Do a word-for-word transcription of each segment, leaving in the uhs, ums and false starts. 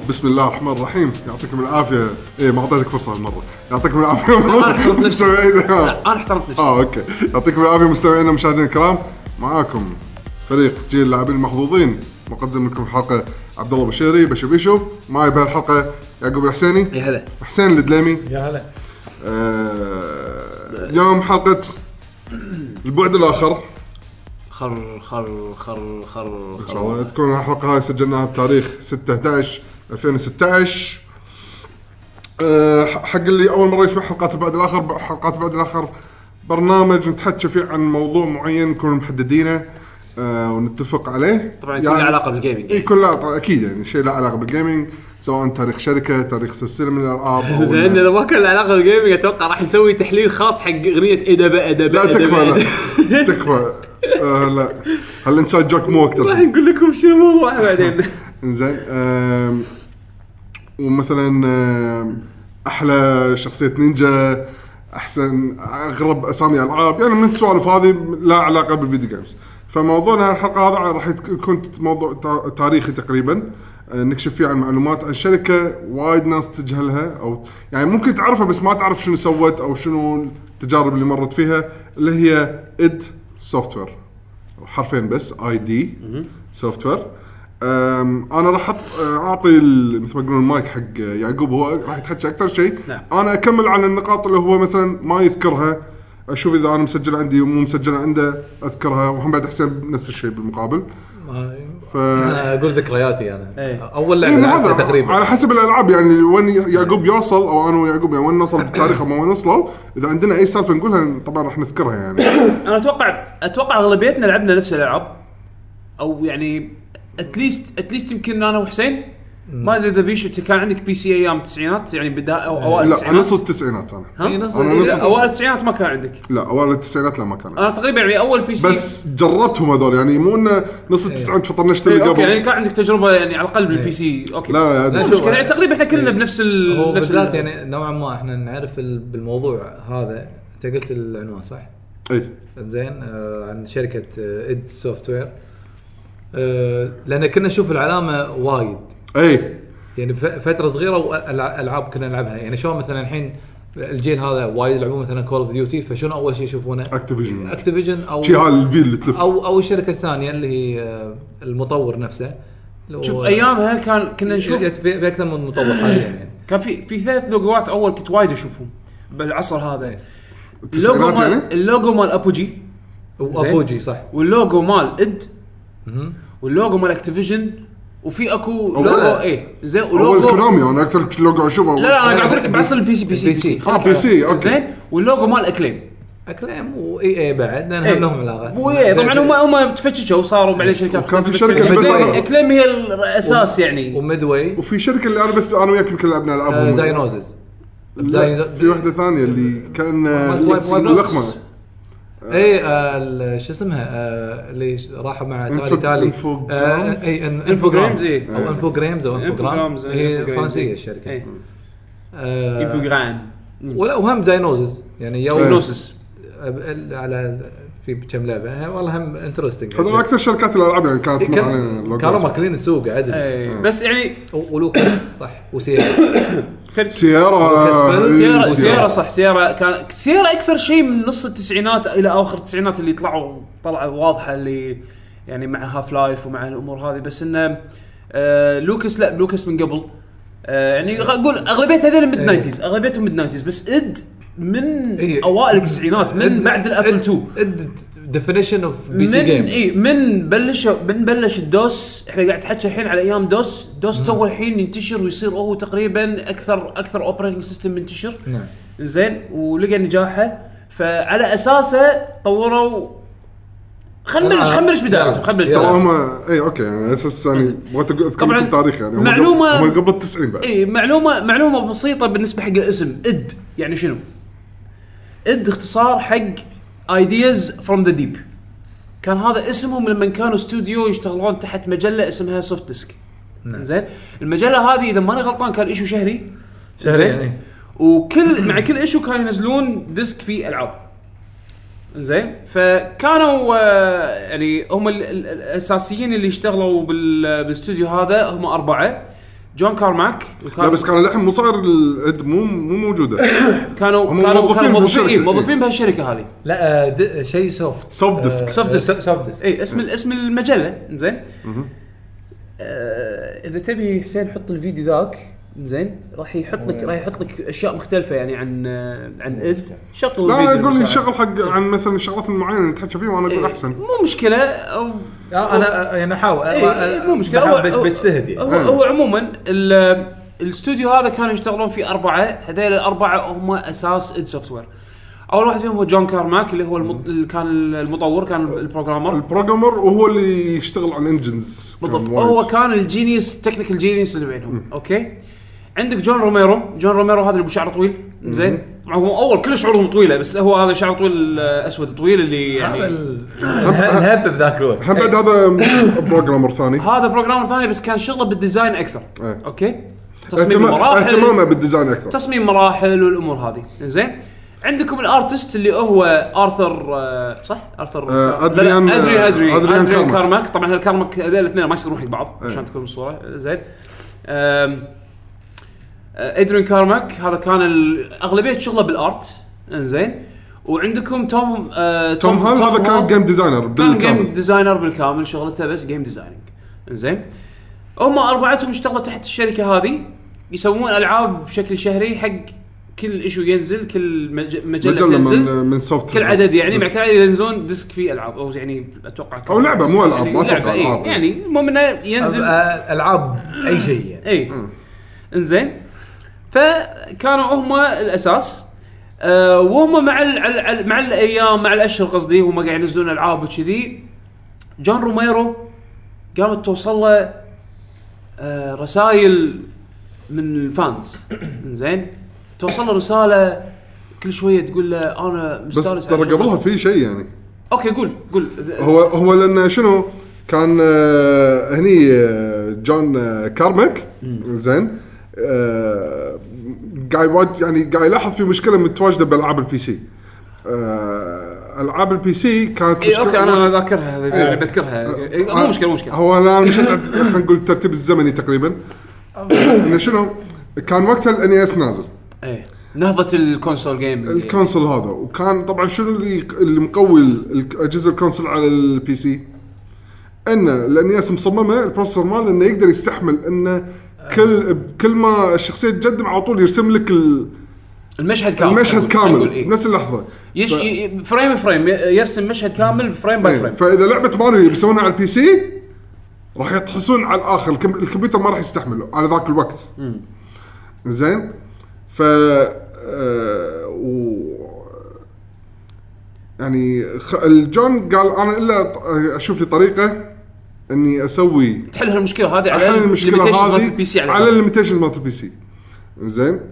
بسم الله الرحمن الرحيم. يعطيكم العافيه. ايه ما اعطيتك فرصه هالمره. يعطيكم العافيه مستمعينا. انا احترمت نفسي. اه اوكي. يعطيكم العافيه مستمعينا ومشاهدينا الكرام. معاكم فريق جيل اللاعبين المحظوظين. مقدم لكم حلقه عبد الله بشيري بشبيشو. معي بهالحلقه يعقوب الحسيني. يا هلا. حسين الدليمي. يا هلا. آه يوم حلقه البعد الاخر. خر خر خر خر ان شاء الله تكون الحلقه هاي سجلناها بتاريخ ستة أحد عشر ألفين وستة عشر. أه حق اللي اول مره يسمع حلقات البعد الاخر، حلقات البعد الاخر برنامج نتحكي فيه عن موضوع معين نكون محددينه أه ونتفق عليه. طبعا يعني كل علاقه بالجيمنج. اي كل اكيد يعني شيء له علاقه بالجيمنج، سواء تاريخ شركه، تاريخ سلسله من الالعاب او لان اذا ما كان له علاقه بالجيمنج اتوقع راح نسوي تحليل خاص حق اغنيه ادب ادب. لا تكفى لا تكفى. آه لا هالانسان جوك مو اكثر. راح نقول لكم شنو الموضوع بعدين. انزين ومثلا احلى شخصيه نينجا، احسن اغرب اسامي العاب، يعني من السوالف هذه لا علاقه بالفيديو جيمز. فموضوعنا الحلقه هذا راح يكون موضوع تاريخي تقريبا، نكشف فيه عن معلومات عن شركه وايد ناس تجهلها او يعني ممكن تعرفها بس ما تعرف شنو سوت او شنو التجارب اللي مرت فيها، اللي هي إد سوفتوير. حرفين بس اي دي سوفتوير. انا راح اعطي مثل ما يقولون المايك حق يعقوب، هو راح يتحكي اكثر شيء. نعم. انا اكمل على النقاط اللي هو مثلا ما يذكرها، اشوف اذا انا مسجل عندي ومو مسجل عنده اذكرها، وهم بعد حسين نفس الشيء بالمقابل. ف انا اقول ذكرياتي انا ايه. اول لعبه لعبتها تقريبا على حسب الالعاب، يعني وين يعقوب يوصل او انا ويعقوب يعني وين نوصل بالتاريخ او وين نوصل. اذا عندنا اي سالفه نقولها طبعا راح نذكرها. يعني انا اتوقع اتوقع اغلبيتنا لعبنا نفس الالعاب، او يعني اتليست اتليست يمكن انا وحسين. ما ادري اذا بيشو كان عندك بي سي ايام التسعينات، يعني بدا او اوائل التسعينات. لا نص التسعينات انا. ها؟ أنا نص اوائل التسعينات ما كان عندك. لا اوائل التسعينات لا ما كان انا تقريبا يعني اول بي سي بس جربتهم هذول، يعني مو انه نص التسعينات فطرنشت اللي قبل. اوكي يعني كان عندك تجربه يعني على القلب البي سي. اوكي لا لا شوف يعني تقريبا احنا كلنا بنفس ال هو نفس بالذات يعني نوعا ما احنا نعرف بالموضوع هذا. انت قلت العنوان صح؟ اي زين. آه عن شركه إد سوفتوير. آه لان كنا نشوف العلامه وايد. اي يعني فتره صغيره والالعاب كنا نلعبها. يعني شلون مثلا الحين الجيل هذا وايد يلعبون مثلا كول اوف ديوتي، فشنو اول شيء يشوفونه؟ اكتيفيجن. اكتيفيجن او شيء هالفي اللي تلف او او الشركه الثانيه اللي هي المطور نفسه. شوف ايامها كان كنا نشوف في اكثر من مطور حاليا. يعني كان في في ثلاث لوجوات اول كنت وايد اشوفهم بالعصر هذا. اللوجو مال يعني؟ اللوجو مال ابوجي وابوجي صح، واللوجو مال إد واللوجو مال اكتيفيجن، وفي اكو لوجو ايه زين ولوجو اول كرامي. انا اكثر لوجو اشوفه. لا لا انا قاعد اقول لك بعصر البي سي بي سي بي سي اه بي سي اوكي زين. واللوجو مال اكليم اكليم واي اي بعد لان لهم علاقه. واي طبعا هم هم تفتشوا صاروا بعدين شركات. كان في شركه بس اكليم هي الاساس يعني، وميدواي. وفي شركه اللي انا بس انا وياك يمكن لعبنا العابهم زاينوزز. زين في واحده ثانيه اللي كان لقمه. اي آه شو اسمها آه اللي راح مع تالي تالي انفو آه اي انفوجرامز او انفوجرامز او انفوجرامز. هي فرنسيه الشركه. آه انفوجرام ولا وهم زاينوزز يعني زاينوزز على في كم لعبه والله هم انترستينج. هذول اكثر شركات الالعاب يعني كانت معنا كانوا ماكلين السوق عدل. بس يعني ولوكاس صح وسيارة سيارة سيارة سيارة صح. سيارة كان سيارة أكثر شيء من نص التسعينات إلى آخر التسعينات اللي طلعوا طلعة واضحة اللي يعني مع هاف لايف ومع الأمور هذه. بس إنه آه لوكاس لا لوكاس من قبل آه يعني أقول أغلبية هذول ميد ناينتيز أغلبيتهم ميد ناينتيز. بس إد من إيه أوائل التسعينات من بعد الأبل تو. إد definition of بي سي game. إيه من بلش من بلش الدوس. إحنا قاعد نحكي الحين على أيام دوس. دوس تو الحين ينتشر ويصير هو تقريبا أكثر أكثر operating system منتشر. نعم. زين ولقى نجاحه فعلى أساسه طوروا. خلنا خلنا نبلش بداية خلنا نبلش تمام. اي اوكي يعني اساس يعني بغيت اذكر لكم التاريخ يعني معلومة هم قبل التسعين بعد. اي معلومة معلومة بسيطة بالنسبة حق الاسم إد يعني شنو. إد اختصار حق ideas from the deep. كان هذا اسمهم لما كانوا استوديو يشتغلون تحت مجلة اسمها سوفت ديسك. نعم. زين المجلة هذه إذا ماني غلطان كان إيشو شهري شهري يعني. وكل مع كل إيشو كانوا ينزلون ديسك فيه ألعاب. زين فكانوا يعني هم الأساسيين اللي يشتغلوا بالاستوديو هذا هم أربعة. جون كارماك. لا بس كان الحين مو صار الاد مو مو موجوده. كانوا كانوا كانوا موظفين موظفين بهالشركه هذه. لا شيء سوفت سوفت ديسك سوفت ديسك سوفت ديسك اي اسم اسم المجله زين. آه اذا تبي حسين حط الفيديو ذاك زين راح يحط لك راح يحط لك اشياء مختلفه يعني عن عن اد. شغل لا لا يقول لي شغل حق عن مثلا الشغلات المعينه اللي تحكي فيه وانا اقول احسن. مو مشكله أو انا يعني احاول إيه مو مشكله بس بجتهد يعني. هو, هو عموما الاستوديو هذا كانوا يشتغلون في اربعه. هذول الاربعه هم اساس اد سوفت وير. اول واحد فيهم هو جون كارماك اللي هو المط... اللي كان المطور كان البروجرامر البروجرامر وهو اللي يشتغل على الانجنز بالضبط. هو كان الجينيوس تكنيكال جينيوس اللي بينهم. م. اوكي عندك جون روميرو. جون روميرو هذا اللي بشعر طويل زين. طبعا هو اول كل شعورهم طويله بس هو هذا شعر طويل اسود طويل اللي يعني الهب بذاك الوقت. هم بعد هذا بروجرامر ثاني. هذا بروجرامر ثاني بس كان شغله بالديزاين اكثر. أه. اوكي تصميم مراحل اهتمامه بالديزاين اكثر تصميم مراحل والامور هذه زين. عندكم الارتست اللي هو ارثر صح ارثر آه ادريان ادري ادري ادريان كارماك. كارماك طبعا هالكارماك هذول الاثنين ما يصيرون حق بعض عشان تكون الصوره زين. ادريان كارماك هذا كان اغلبيه شغله بالارت زين. وعندكم توم آه توم هال هذا كان جيم ديزاينر بالكامل. جيم ديزاينر بالكامل شغلته بس جيم ديزايننج زين. هم اربعتهم اشتغلوا تحت الشركه هذه يسوون العاب بشكل شهري حق كل ايشو ينزل كل مجله, مجلة تنزل من, من سوفت كل عدد يعني مع كل عدد ينزلون ديسك فيه العاب او يعني اتوقع او لعبه مو العاب يعني ما اتوقع إيه يعني المهم انه ينزل العاب اي شيء يعني. اي انزين. فكانوا هم الاساس أه وهم مع ال مع الايام مع الاشهر قصدي هم قاعد ينزلون العاب وكذي. جون روميرو قامت توصل له أه رسائل من الفانز زين. توصل له رساله كل شويه تقول له انا مستانس. بس ترى قبلها في شيء يعني. اوكي قول قول. هو هو لان شنو كان آه هني آه جون آه كارماك زين آه قاعد يعني قاعد يلاحظ في مشكله متواجده بالالعاب البي سي. آه العاب البي سي كانت إيه اوكي انا ذاكرها هذه يعني بذكرها إيه مو مشكله مو مشكله. هو انا مش خلينا نقول الترتيب الزمني تقريبا. انه شنو كان وقتها الان اس نازل. ايه نهضه الكونسول جيم الكونسول هذا. وكان طبعا شنو اللي اللي مقوي اجهزه الكونسول على البي سي انه لان اس مصممه البروسيسور مال انه يقدر يستحمل انه كل كل ما الشخصيه تقدم على طول يرسم لك المشهد كامل المشهد كامل إيه؟ بنفس اللحظه يش ف... فريم فريم يرسم مشهد كامل فريم باي فريم. فاذا لعبه ماريو بيسوونها على البي سي راح يتحسون على الاخر الكمبيوتر ما راح يستحمله على ذاك الوقت. امم زين. ف آه و يعني خ... الجون قال انا الا اشوف لي طريقه اني اسوي تحل هالمشكله هذه على المشكله هذه البي سي على الليميتيشنز مالت البي سي زين.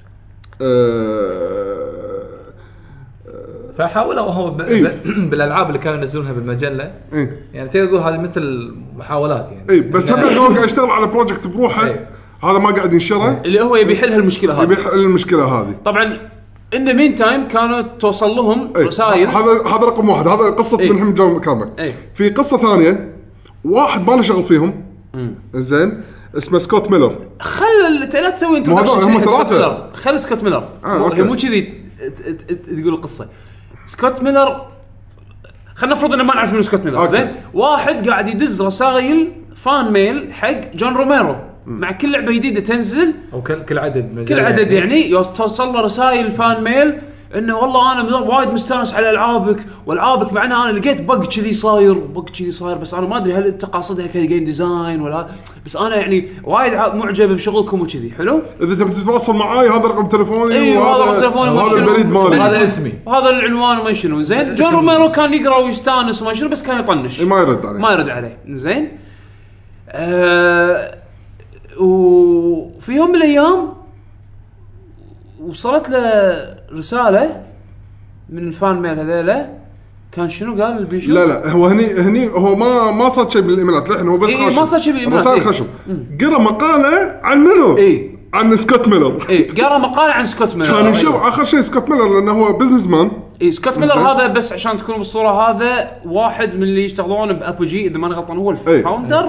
أه... فحاولوا هو ب... إيه؟ بالالعاب اللي كانوا ينزلونها بالمجله إيه؟ يعني تقدر تقول هذه مثل محاولات يعني. اي بس هم هو قاعد يشتغل على بروجكت بروحه. إيه؟ هذا ما قاعد ينشره اللي هو يبي يحل هالمشكله هذه. يبي يحل المشكله هذه طبعا ان ذا مين تايم كانت توصل لهم إيه؟ رسائل. هذا هذا رقم واحد. هذا قصه إيه؟ من هم جون كارماك. إيه؟ في قصه ثانيه واحد ما له شغل فيهم زين اسمه سكوت ميلر. خل لا تسوي انت هم ثلاثه. خل سكوت ميلر آه هي مو كذي تقول القصه. سكوت ميلر خلينا نفرض انه ما نعرف منو سكوت ميلر زين. واحد قاعد يدز رسائل فان ميل حق جون روميرو مع كل لعبه جديده تنزل او كل عدد كل عدد يعني توصل له رسائل فان ميل انه والله انا وايد مستانس على العابك والعابك معناها انا لقيت بق كذي صاير بق كذي صاير بس انا ما ادري هل انت قاصدها كجيم ديزاين ولا بس انا يعني وايد معجب بشغلكم وكذي حلو. اذا تبي تتواصل معاي هذا رقم تليفوني أيوة وهذا رقم تليفوني وهذا البريد مالي وهذا اسمي وهذا العنوان وما شنو زين. جون روميرو كان يقرا ويستانس وما شنو بس كان يطنش ما يرد عليه ما يرد عليه زين. أه وفي يوم من الايام وصلت له رساله من الفان ميل هذيله. كان شنو قال بيشوف لا لا هو هني هني هو ما ما صار شيء بالايميلات لحن هو بس إيه خاشم ما صار شيء بالايميلات صار خشم. قرا مقاله عن منو اي عن سكوت ميلر. اي قرا مقاله عن سكوت ميلر كان يشوف اخر شيء سكوت ميلر لانه هو بزنس مان. اي سكوت ميلر هذا بس عشان تكون بالصوره هذا واحد من اللي يشتغلون بابوجي اذا ما غلطان هو الفاوندر.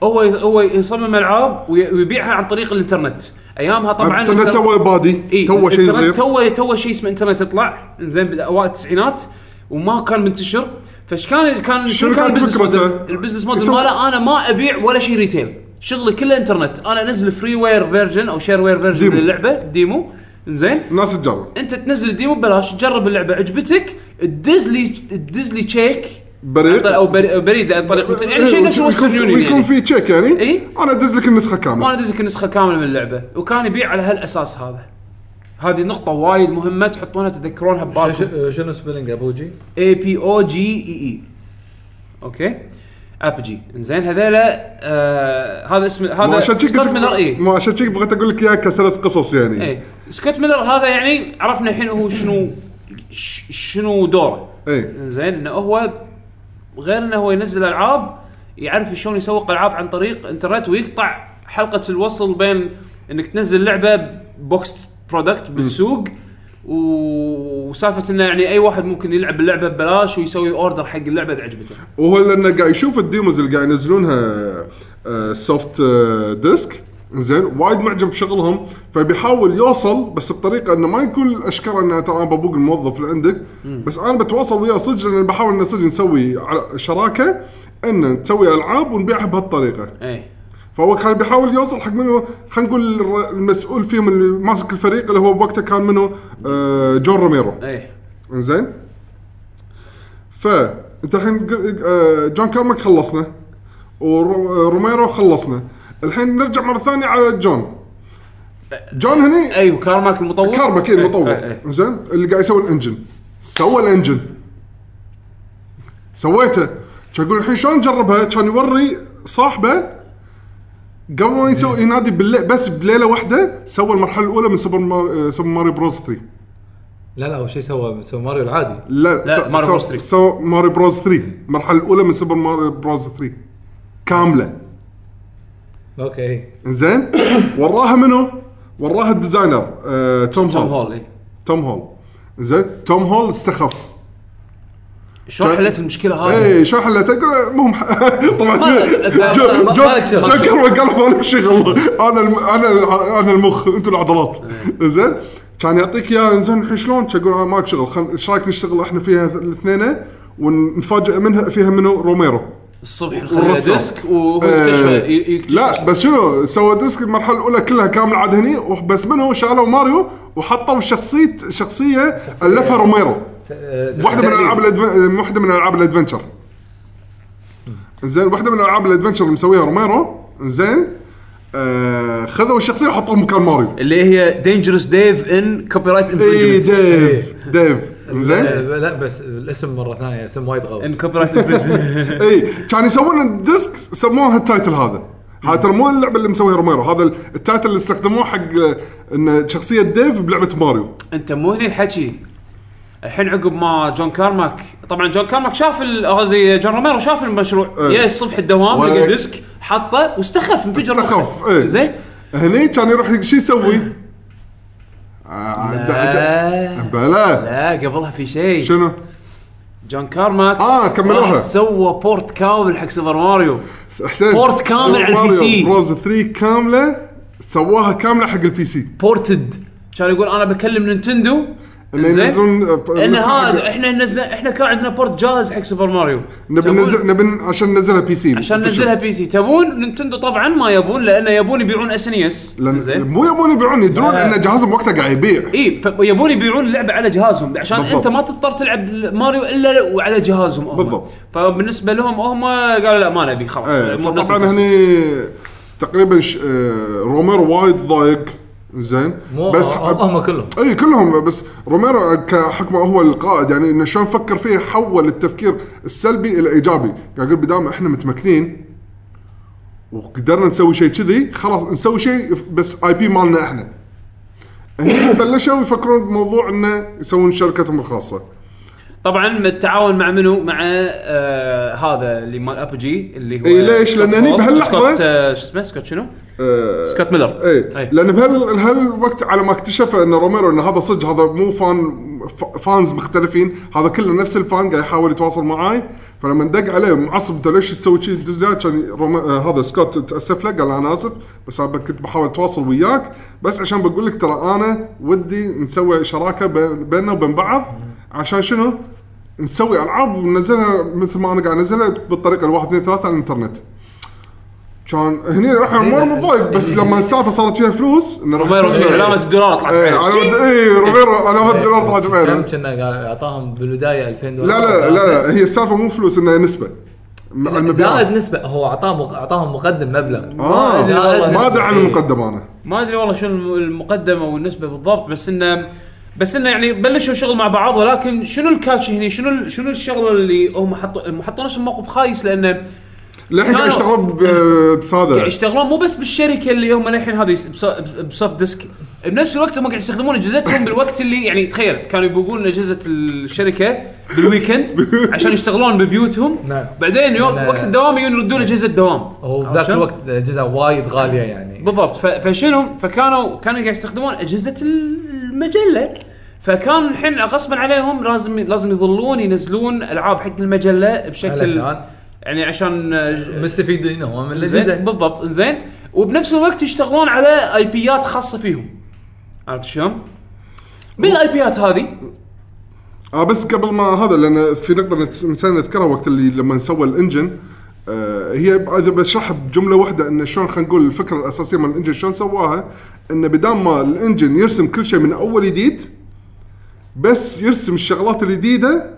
هو هو يصمم العاب ويبيعها عن طريق الانترنت. ايامها طبعا الانترنت تو بادي إيه؟ تو شيء صغير تو تو شيء اسمه انترنت يطلع زين باوائل التسعينات وما كان منتشر. فايش كان كان شنو كان البزنس موديل؟ فكرته؟ البزنس موديل ماله انا ما ابيع ولا شيء ريتيل، شغلي كله انترنت. انا انزل فري وير فيرجن او شير وير فيرجن من اللعبه ديمو زين، الناس تجرب. انت تنزل الديمو ببلاش، تجرب اللعبه عجبتك تدز لي تدز لي تشيك بريد او بريد عن طريق يعني شيء نفس وسترن يونيون يكون يعني. في تشيك يعني إيه؟ انا ادز لك النسخه كامله وانا ادز لك النسخه كامله من اللعبه. وكان يبيع على هالاساس هذا. هذه نقطه وايد مهمه تحطونها تذكرونها ببالكم. شنو سبيلنج ابو جي؟ اي بي او جي اي اي اوكي اب جي زين. هذيلا آه هذا اسم هذا سكوت ميلر. اي ما عشان كذا بغيت اقول لك اياها كثرة قصص يعني. اي سكوت ميلر هذا يعني عرفنا الحين هو شنو شنو دوره. اي زين انه هو غير انه هو ينزل العاب، يعرف شلون يسوق العاب عن طريق انترنت ويقطع حلقه الوصل بين انك تنزل لعبه بوكس برودكت بالسوق وسالفه انه يعني اي واحد ممكن يلعب اللعبه ببلاش ويسوي اوردر حق اللعبه اذا عجبته. وهو لانه قاعد يشوف الديموز اللي قاعد ينزلونها سوفت ديسك زين وايد معجب بشغلهم، فبيحاول يوصل بس بطريقه انه ما يقول اشكره انه ترى انا ببوق الموظف اللي عندك، بس انا بتواصل وياه صدق لان بحاول ان صدق نسوي شراكه ان نسوي العاب ونبيعها بهالطريقه. اي فهو كان بيحاول يوصل حق منه، خلينا نقول المسؤول فيهم اللي ماسك الفريق اللي هو بوقته كان منه آه جون روميرو. اي انزين فانت الحين آه جون كارماك خلصنا وروميرو خلصنا، الحين نرجع مره ثانيه على جون. جون هني ايوه كارماك المطور. كارماك المطور زين اللي قاعد يسوي الانجن، سوى الانجن سويته. اقول الحين شلون نجربها؟ كان يوري صاحبه قبل ما يسوي ينادي بالليل بس بليله واحده سوى المرحله الاولى من سوبر ماريو سوبر ماريو بروز ثري. لا لا اول شيء سوى سوى ماريو العادي. لا, لا ماريو بروز ثري سوى ماريو بروز ثري المرحله الاولى من سوبر ماريو بروز ثري كامله. اوكي زين وراها منو؟ وراها الديزاينر آه، توم هول. توم هول. توم هول زين. توم هول استخف. شلون حلت المشكله هذه؟ اي شلون حلتها؟ اقول مو طبعا مالك شغل. جوكر قال مالك شغل، انا الم... انا انا المخ انتم العضلات. زين كان يعطيك اياه زين الحين شلون؟ تقول انا ماك شغل، خل ايش رايك نشتغل احنا فيها الاثنين ونفاجئ منها فيها منو؟ روميرو الصبح نخلي ديسك وهو يكتشف. لا بس شنو سوى ديسك المرحله الاولى كلها كامل عاد هني، بس منو شالوا ماريو وحطوا الشخصيه شخصيه الفها روميرو واحده من العاب الادفن... واحده من العاب الادفنتشر. زين واحده من العاب الادفنتشر اللي مسويها روميرو. زين آه خذوا الشخصيه وحطوها مكان ماريو اللي هي دينجرس ديف ان كوبي رايت انفرينجمنت. ديف ديف زين لا بس الاسم مره ثانيه اسم وايد غلط. ان كوبي رايت انفرينجمنت. اي كان يسوون الديسك سموها التايتل هذا. هذا ترى مو اللعبه اللي مسويها روميرو، هذا التايتل اللي استخدموه حق ان شخصيه ديف بلعبه ماريو. انت مو هني الحكي الحين عقب ما جون كارماك. طبعا جون كارماك شاف قصدي جون روميرو شاف المشروع يا الصبح الدوام لقى ديسك حطه واستخف انفجر استخف. ايه. زين هني كان يروح شو يسوي؟ لا بلا لا قبلها في شيء. شنو؟ جون كارماك اه كملوها سوى بورت كامل حق سوبر ماريو. احسن بورت كامل على البي سي. بروز ثري كامله سواها كامله حق البي سي بورتد. كان يقول انا بكلم نينتندو ننزلون ان هذا احنا ننزل احنا كان عندنا بورت جاهز حق سوبر ماريو نبي ننزل نبي عشان ننزلها بي سي عشان ننزلها بي سي. تبون نينتندو طبعا ما يبون لانه يبون يبيعون اس ان اس. زين مو يبون يبيعون يدرون ان جهازهم وقتها قاعد يبيع. اي يبون يبيعون اللعبه على جهازهم عشان بالضبط. انت ما تضطر تلعب ماريو الا وعلى جهازهم هم بالضبط. فبالنسبه لهم هم قالوا لا ما نبي خلاص. ايه طبعا هني تقريبا ش... روميرو وايد ضايق. زين بس هم كلهم اي كلهم بس روميرو كحكمه هو القائد يعني انه شلون فكر فيه حول التفكير السلبي الى ايجابي. قاعد يقول بدام احنا متمكنين وقدرنا نسوي شيء كذي خلاص نسوي شيء بس اي بي مالنا احنا. هني بلشوا يفكرون بموضوع انه يسوون شركتهم الخاصه. طبعا التعاون مع منو مع آه هذا اللي مال ابوجي اللي هو اي ليش لان هني بهاللحظه آه شو اسمه سكوت شنو آه سكوت ميلر. اي لان بهال هالوقت على ما اكتشف ان روميرو ان هذا صدق هذا مو فان فانز مختلفين، هذا كله نفس الفان قاعد يحاول يتواصل معاي. فلما ندق عليه معصب انت ليش تسوي شيء دز كان روما... آه هذا سكوت تاسف له قال انا اسف بس انا كنت بحاول اتواصل وياك بس عشان بقول لك ترى انا ودي نسوي شراكه بيننا وبين بعض عشان شنو نسوي العاب وننزلها مثل ما انا قاعد انزلها بالطريقه الواحد اثنين ثلاثه على الانترنت. كان هني راح مر مضايق بس لما السالفه صارت فيها فلوس ان روميرو علامه الدولار طلعت علامه اي روميرو علامه الدولار طلعت كم كنا اعطاهم بالبدايه ألفين دولار. لا لا لا هي السالفه مو فلوس انها نسبه زائد نسبه. هو اعطاهم اعطاهم مقدم مبلغ آه ما ادري عن المقدم انا ما ادري والله شنو المقدمه والنسبه بالضبط بس انه بس انه يعني بلشوا شغل مع بعض. ولكن شنو الكاتش هنا شنو شنو الشغله اللي هم حطوا حطوا نفسهم موقف خايس لانه للحين قاعد يشتغلون بصاده قاعد يشتغلون مو بس بالشركه اللي هم الحين هذه بسوفت ديسك بنفس الوقت هم قاعد يستخدمون اجهزتهم بالوقت اللي يعني تخيل كانوا يبوقون اجهزه الشركه بالويكند عشان يشتغلون ببيوتهم نعم. بعدين يوم وقت الدوام يردون اجهزه الدوام هو ذاك الوقت الاجهزه وايد غاليه يعني بالضبط. فشنو فكانوا كانوا قاعد يستخدمون اجهزه المجله فكان الحين غصبا عليهم لازم لازم يظلون ينزلون العاب حق المجله بشكل يعني عشان مستفيدين هم من الاجهزه بالضبط زين وبنفس الوقت يشتغلون على اي بيات خاصه فيهم. عرفت شلون بالاي بيات هذه اه بس قبل ما هذا لان في نقطه نسينا نذكرها وقت اللي لما نسوي الانجن آه هي اذا بشرح بجمله واحده ان شلون خلينا نقول الفكره الاساسيه من الانجن شلون سواها ان بدال ما الانجن يرسم كل شيء من اول جديد بس يرسم الشغلات الجديده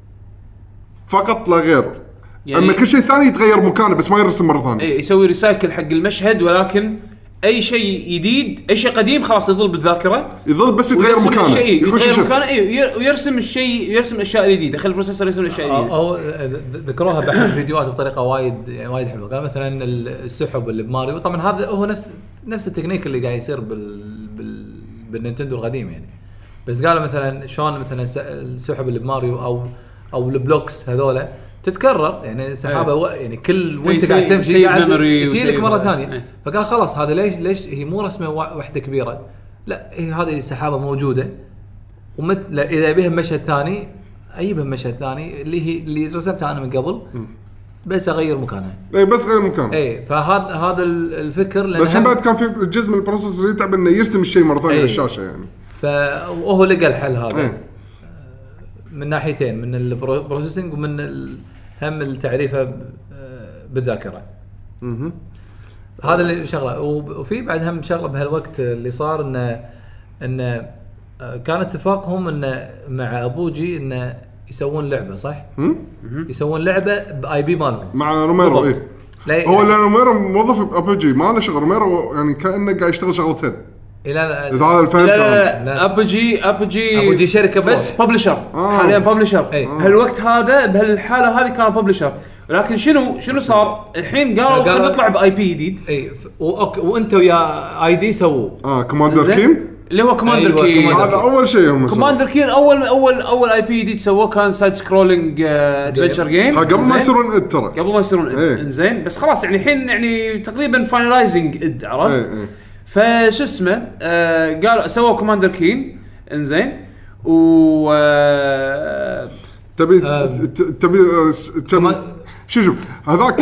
فقط لا غير يعني اما كل شيء ثاني يتغير مكانه بس ما يرسم مره ثانيه. اي يسوي ريسايكل حق المشهد ولكن اي شيء جديد اي شيء قديم خلاص يظل بالذاكره يظل بس يتغير مكانه يغير مكانه اي ويرسم الشيء يرسم الاشياء الجديده خلي البروسيسور يرسم الاشياء الجديده. او ذكروها بحث فيديوهات بطريقه وايد يعني وايد حلوه. قال مثلا السحب اللي بماريو طبعا هذا هو نفس نفس التكنيك اللي قاعد يصير بال, بال... بالنينتندو القديم يعني. بس قال مثلا شلون مثلا السحب اللي بماريو او او البلوكس هذولا تتكرر يعني سحابه و... يعني كل وانت قاعد تمشي قاعد تجي لك مره ثانيه ايه. فقال خلاص هذا ليش ليش هي مو رسمه واحده كبيره لا هي هذه السحابه موجوده ومثل اذا بيها مشهد ثاني اجيبها مشهد ثاني اللي هي اللي رسمتها انا من قبل بس اغير مكانها اي بس غير مكانها اي فهذا هذا الفكر لان بس بعد كان في جزء من البروسيسور يتعب انه يرسم الشيء مره ثانيه على الشاشه يعني فهو لقى الحل هذا ايه. من ناحيتين من البروسيسنج ومن هم التعريفه بالذاكره. اها هذا اللي شغله. وفي بعد هم شغله بهالوقت اللي صار انه انه كان اتفاقهم انه مع ابوجي انه يسوون لعبه صح يسوون لعبه باي بي مالهم مع روميرو ايه هو لأن روميرو موظف بابوجي ما له شغل روميرو يعني كانه قاعد يشتغل شغلتين. لا لا اذا هذا الفهم لا لا ابجي ابجي ابجي شركه بس ببلشر آه. حاليا ببلشر آه. هالوقت هذا بهالحاله هذه كان ببلشر ولكن شنو شنو صار الحين قالوا خلينا نطلع باي بي جديد اي اوكي وانت ويا اي دي سووا اه كوماندر كين اللي هو كوماندر كين هذا اول شيء هم كوماندر كين اول اول اول اي بي جديد سووه كان سايد سكرولينج ادفنتشر جيم قبل ما يصيرون اد ترى قبل ما يصيرون اد انزين بس خلاص يعني الحين يعني تقريبا فاينلايزنج اد عرفت ايه ايه. فش اسمه آه قالوا سووا كوماندر كين انزين و آه تبي آه تبي تبي شو شو هذاك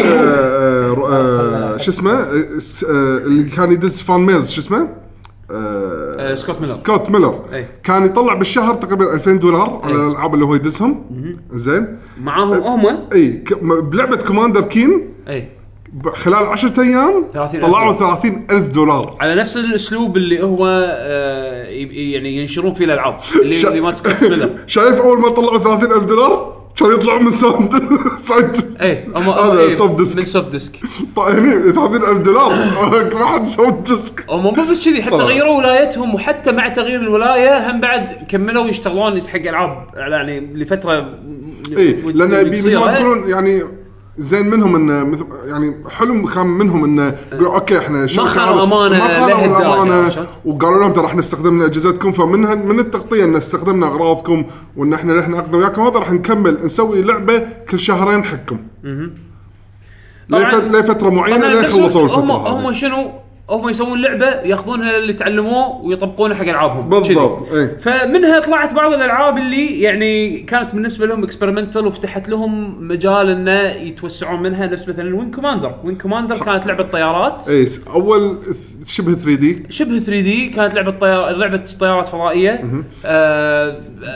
شو اسمه اللي كان يدز فان ميلز شو اسمه آه سكوت ميلر سكوت ميلر ايه. كان يطلع بالشهر تقريبا ألفين دولار على الالعاب اللي هو يدزهم زين معاهم هم اي بلعبه كوماندر كين اي خلال عشرة أيام طلعوا ثلاثين ألف دولار على نفس الأسلوب اللي هو آه يعني ينشرون فيه الألعاب اللي, شا... اللي ما تسكت منه. شايف أول ما طلعوا ثلاثين ألف دولار كانوا يطلعوا من ساوند سايد ايه هذا ايه سوفت ديسك من سوفت ديسك طيب هني ثلاثين ألف دولار ما حد سوفت ديسك هم مو بس كذي حتى غيروا ولايتهم وحتى مع تغيير الولاية هم بعد كملوا يشتغلون حق ألعاب يعني لفترة ايه لأن بيقولون يعني زين منهم ان يعني حلم كان منهم انه يقولوا اوكي احنا شركه امانه لهالدرجه وقالوا لهم ترى احنا استخدمنا اجهزتكم فمنها من التغطيه ان استخدمنا اغراضكم وان احنا نحن عقدنا وياكم هذا راح نكمل نسوي لعبه كل شهرين حقكم لفتره فتره معينه لين يخلصوا الفتره هم هم شنو هم يسوون لعبه ياخذونها اللي تعلموه ويطبقونه حق العابهم بالضبط. اي فمنها طلعت بعض الالعاب اللي يعني كانت بالنسبه لهم اكسبيرمنتال وفتحت لهم مجال انه يتوسعون منها، نفس مثلا وين كوماندر. وين كوماندر كانت لعبه طيارات، اي اول شبه ثري دي شبه ثري دي كانت لعبه طيار لعبه طيارات فضائيه. آه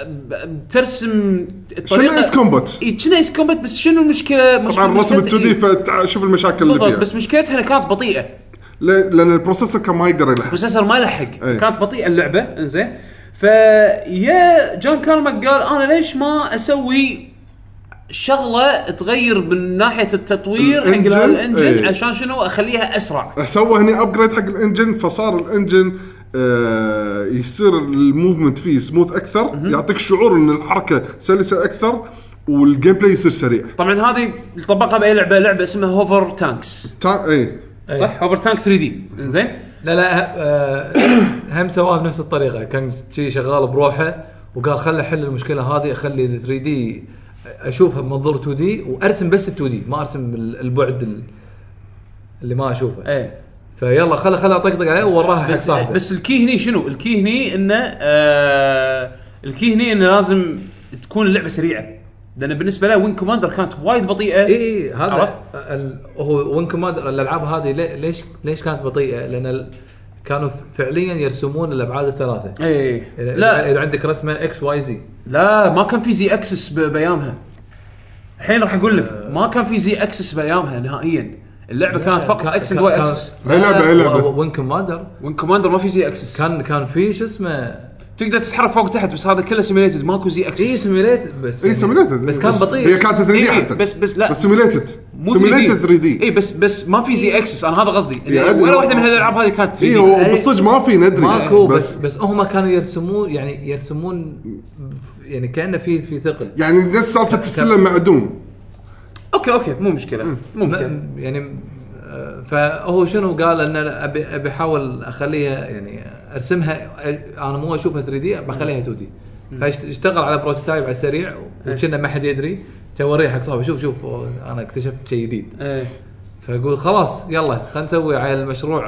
ترسم شنو ايس كومبات. اي شنو ايس كومبات، بس شنو المشكله؟ طبعا رسم تو دي فشوف المشاكل اللي فيها. بس مشكلتها انها كانت بطيئه لان البروسيسور كان ما يقدر يلحق، البروسيسور ما يلحق. أي. كانت بطيئه اللعبه. انزين فيا جون كارماك قال انا ليش ما اسوي شغله تغير من ناحيه التطوير حق الانجن. أي. عشان شنو اخليها اسرع. سوى هني ابجريد حق الانجن فصار الانجن آه يصير الموفمنت فيه سموث اكثر، يعطيك شعور ان الحركه سلسه اكثر والجيم بلاي يصير سريع. طبعا هذه طبقها باي لعبه لعبه اسمها هوفر تانكس. تا... اي صح هوفر تانك ثري دي. انزين لا لا آه هم سواه بنفس الطريقه، كان شيء شغال بروحه وقال خلي احل المشكله هذه، اخلي ال ثري دي اشوفها بمنظور تو دي وارسم بس ال تو دي ما ارسم البعد اللي ما اشوفه. ايه فيلا خلي خلي اطقطق عليه ووراها حق بس صاحبه. بس الكي هني شنو؟ الكي هني انه آه الكي هني انه لازم تكون اللعبه سريعه، لأن بالنسبة له وين كوماندر كانت وايد بطيئة. إيه إيه هذا ال... هو وين كوماندر الألعاب هذه ليش ليش كانت بطيئة؟ لأن ال... كانوا فعليا يرسمون الأبعاد الثلاثة. إيه لا إذا عندك رسمة إكس واي زي لا ما كان في زي أكسس ب... بيامها. الحين راح أقول لك ما كان في زي أكسس بيامها نهائيا. اللعبة كانت فقط إكس اند واي أكسس. أي لعبة أي لعبة وين كوماندر وين كوماندر ما في زي أكسس. كان كان في شو اسمه تقدر تتحرك فوق تحت، بس هذا كله سيميليتد ماكو زي اكسس. اي سيميليتد بس اي سيميليتد بس كان بطيء. هي كانت ثري دي إيه حتى بس بس لا بس سيميليتد سيميليتد ثري دي. اي بس بس ما في زي اكسس. انا هذا قصدي يعني ولا واحده من هالالعاب هذه كانت ثري دي. اي بالصدق ما في ندري ماكو بس بس هم كانوا يرسمون يعني يرسمون يعني كانه في في ثقل يعني نفس سالفه السلم معدوم. اوكي اوكي مو مشكله ممكن يعني. فهو شنو قال ان ابي ابي احاول اخليها يعني ارسمها انا مو اشوفها ثري دي بخليها تو دي. فاشتغل على بروتوتايب على السريع وكنا ما حد يدري. توريه حق صاحبي شوف شوف انا اكتشفت شيء جديد. فيقول خلاص يلا خلينا نسوي على المشروع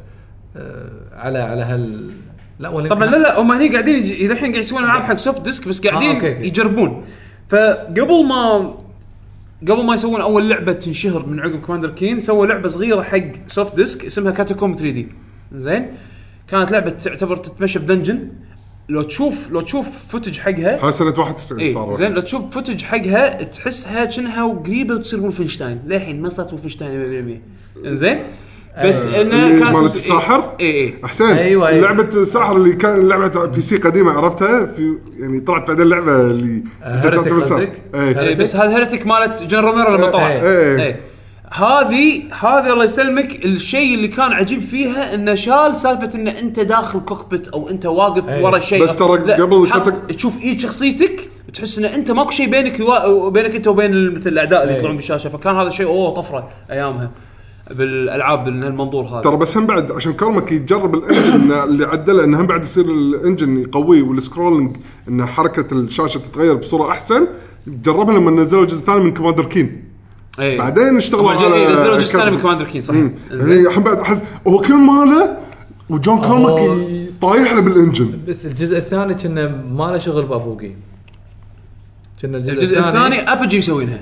على على هال لا طبعا لا لا هم هني قاعدين الحين قاعد يسوون العاب حق سوفت ديسك بس قاعدين آه يجربون. فقبل ما قبل ما يسوون اول لعبه تنشهر من عقب كوماندر كين سووا لعبه صغيره حق سوفت ديسك اسمها كاتاكوم ثري دي. زين كانت لعبه تعتبر تتمشى بدنجن. لو تشوف لو تشوف فوتج حقها هاي سنه واحد وتسعين إيه صار. زين لو تشوف فوتج حقها تحسها كأنها قريبه وتصير ولفنشتاين. للحين ما صارت ولفنشتاين مية بالمية. زين بس أيوة. انها كانت مالت الساحر. اي اي احسن أيوة أيوة. لعبه الساحر اللي كان لعبه بي سي قديمه عرفتها في يعني طلعت بعد اللعبه اللي اي بس هذا هيرتك مالت جون روميرو لما طلع. اي هذه هذه الله يسلمك الشيء اللي كان عجيب فيها انه شال سالفه ان انت داخل كوكبيت او انت واقف أيه. ورا شيء. بس ترى قبل كتك... تشوف ايد شخصيتك بتحس ان انت ماكو شيء بينك وبينك انت وبين مثل الاعداء اللي يطلعون بالشاشه. فكان هذا الشيء اوه طفره ايامها بالالعاب من هالمنظور هذا. ترى بس هم بعد عشان كارماك يجرب الانجن اللي عدله انه هم بعد يصير الانجن يقوي والسكرولينج ان حركه الشاشه تتغير بصوره احسن. جربها لما نزلوا الجزء الثاني من كوماندر كين. أيه. بعدين اشتغلوا على ايه نزلوا الجزء الثاني من كوماندر كين صح. يعني الحين بعد احس هو كل ماله وجون كارماك طايح له بالانجن. بس الجزء الثاني كنا ما له شغل بابوغي. كنا الجزء, الجزء الثاني ابجي مسوينها.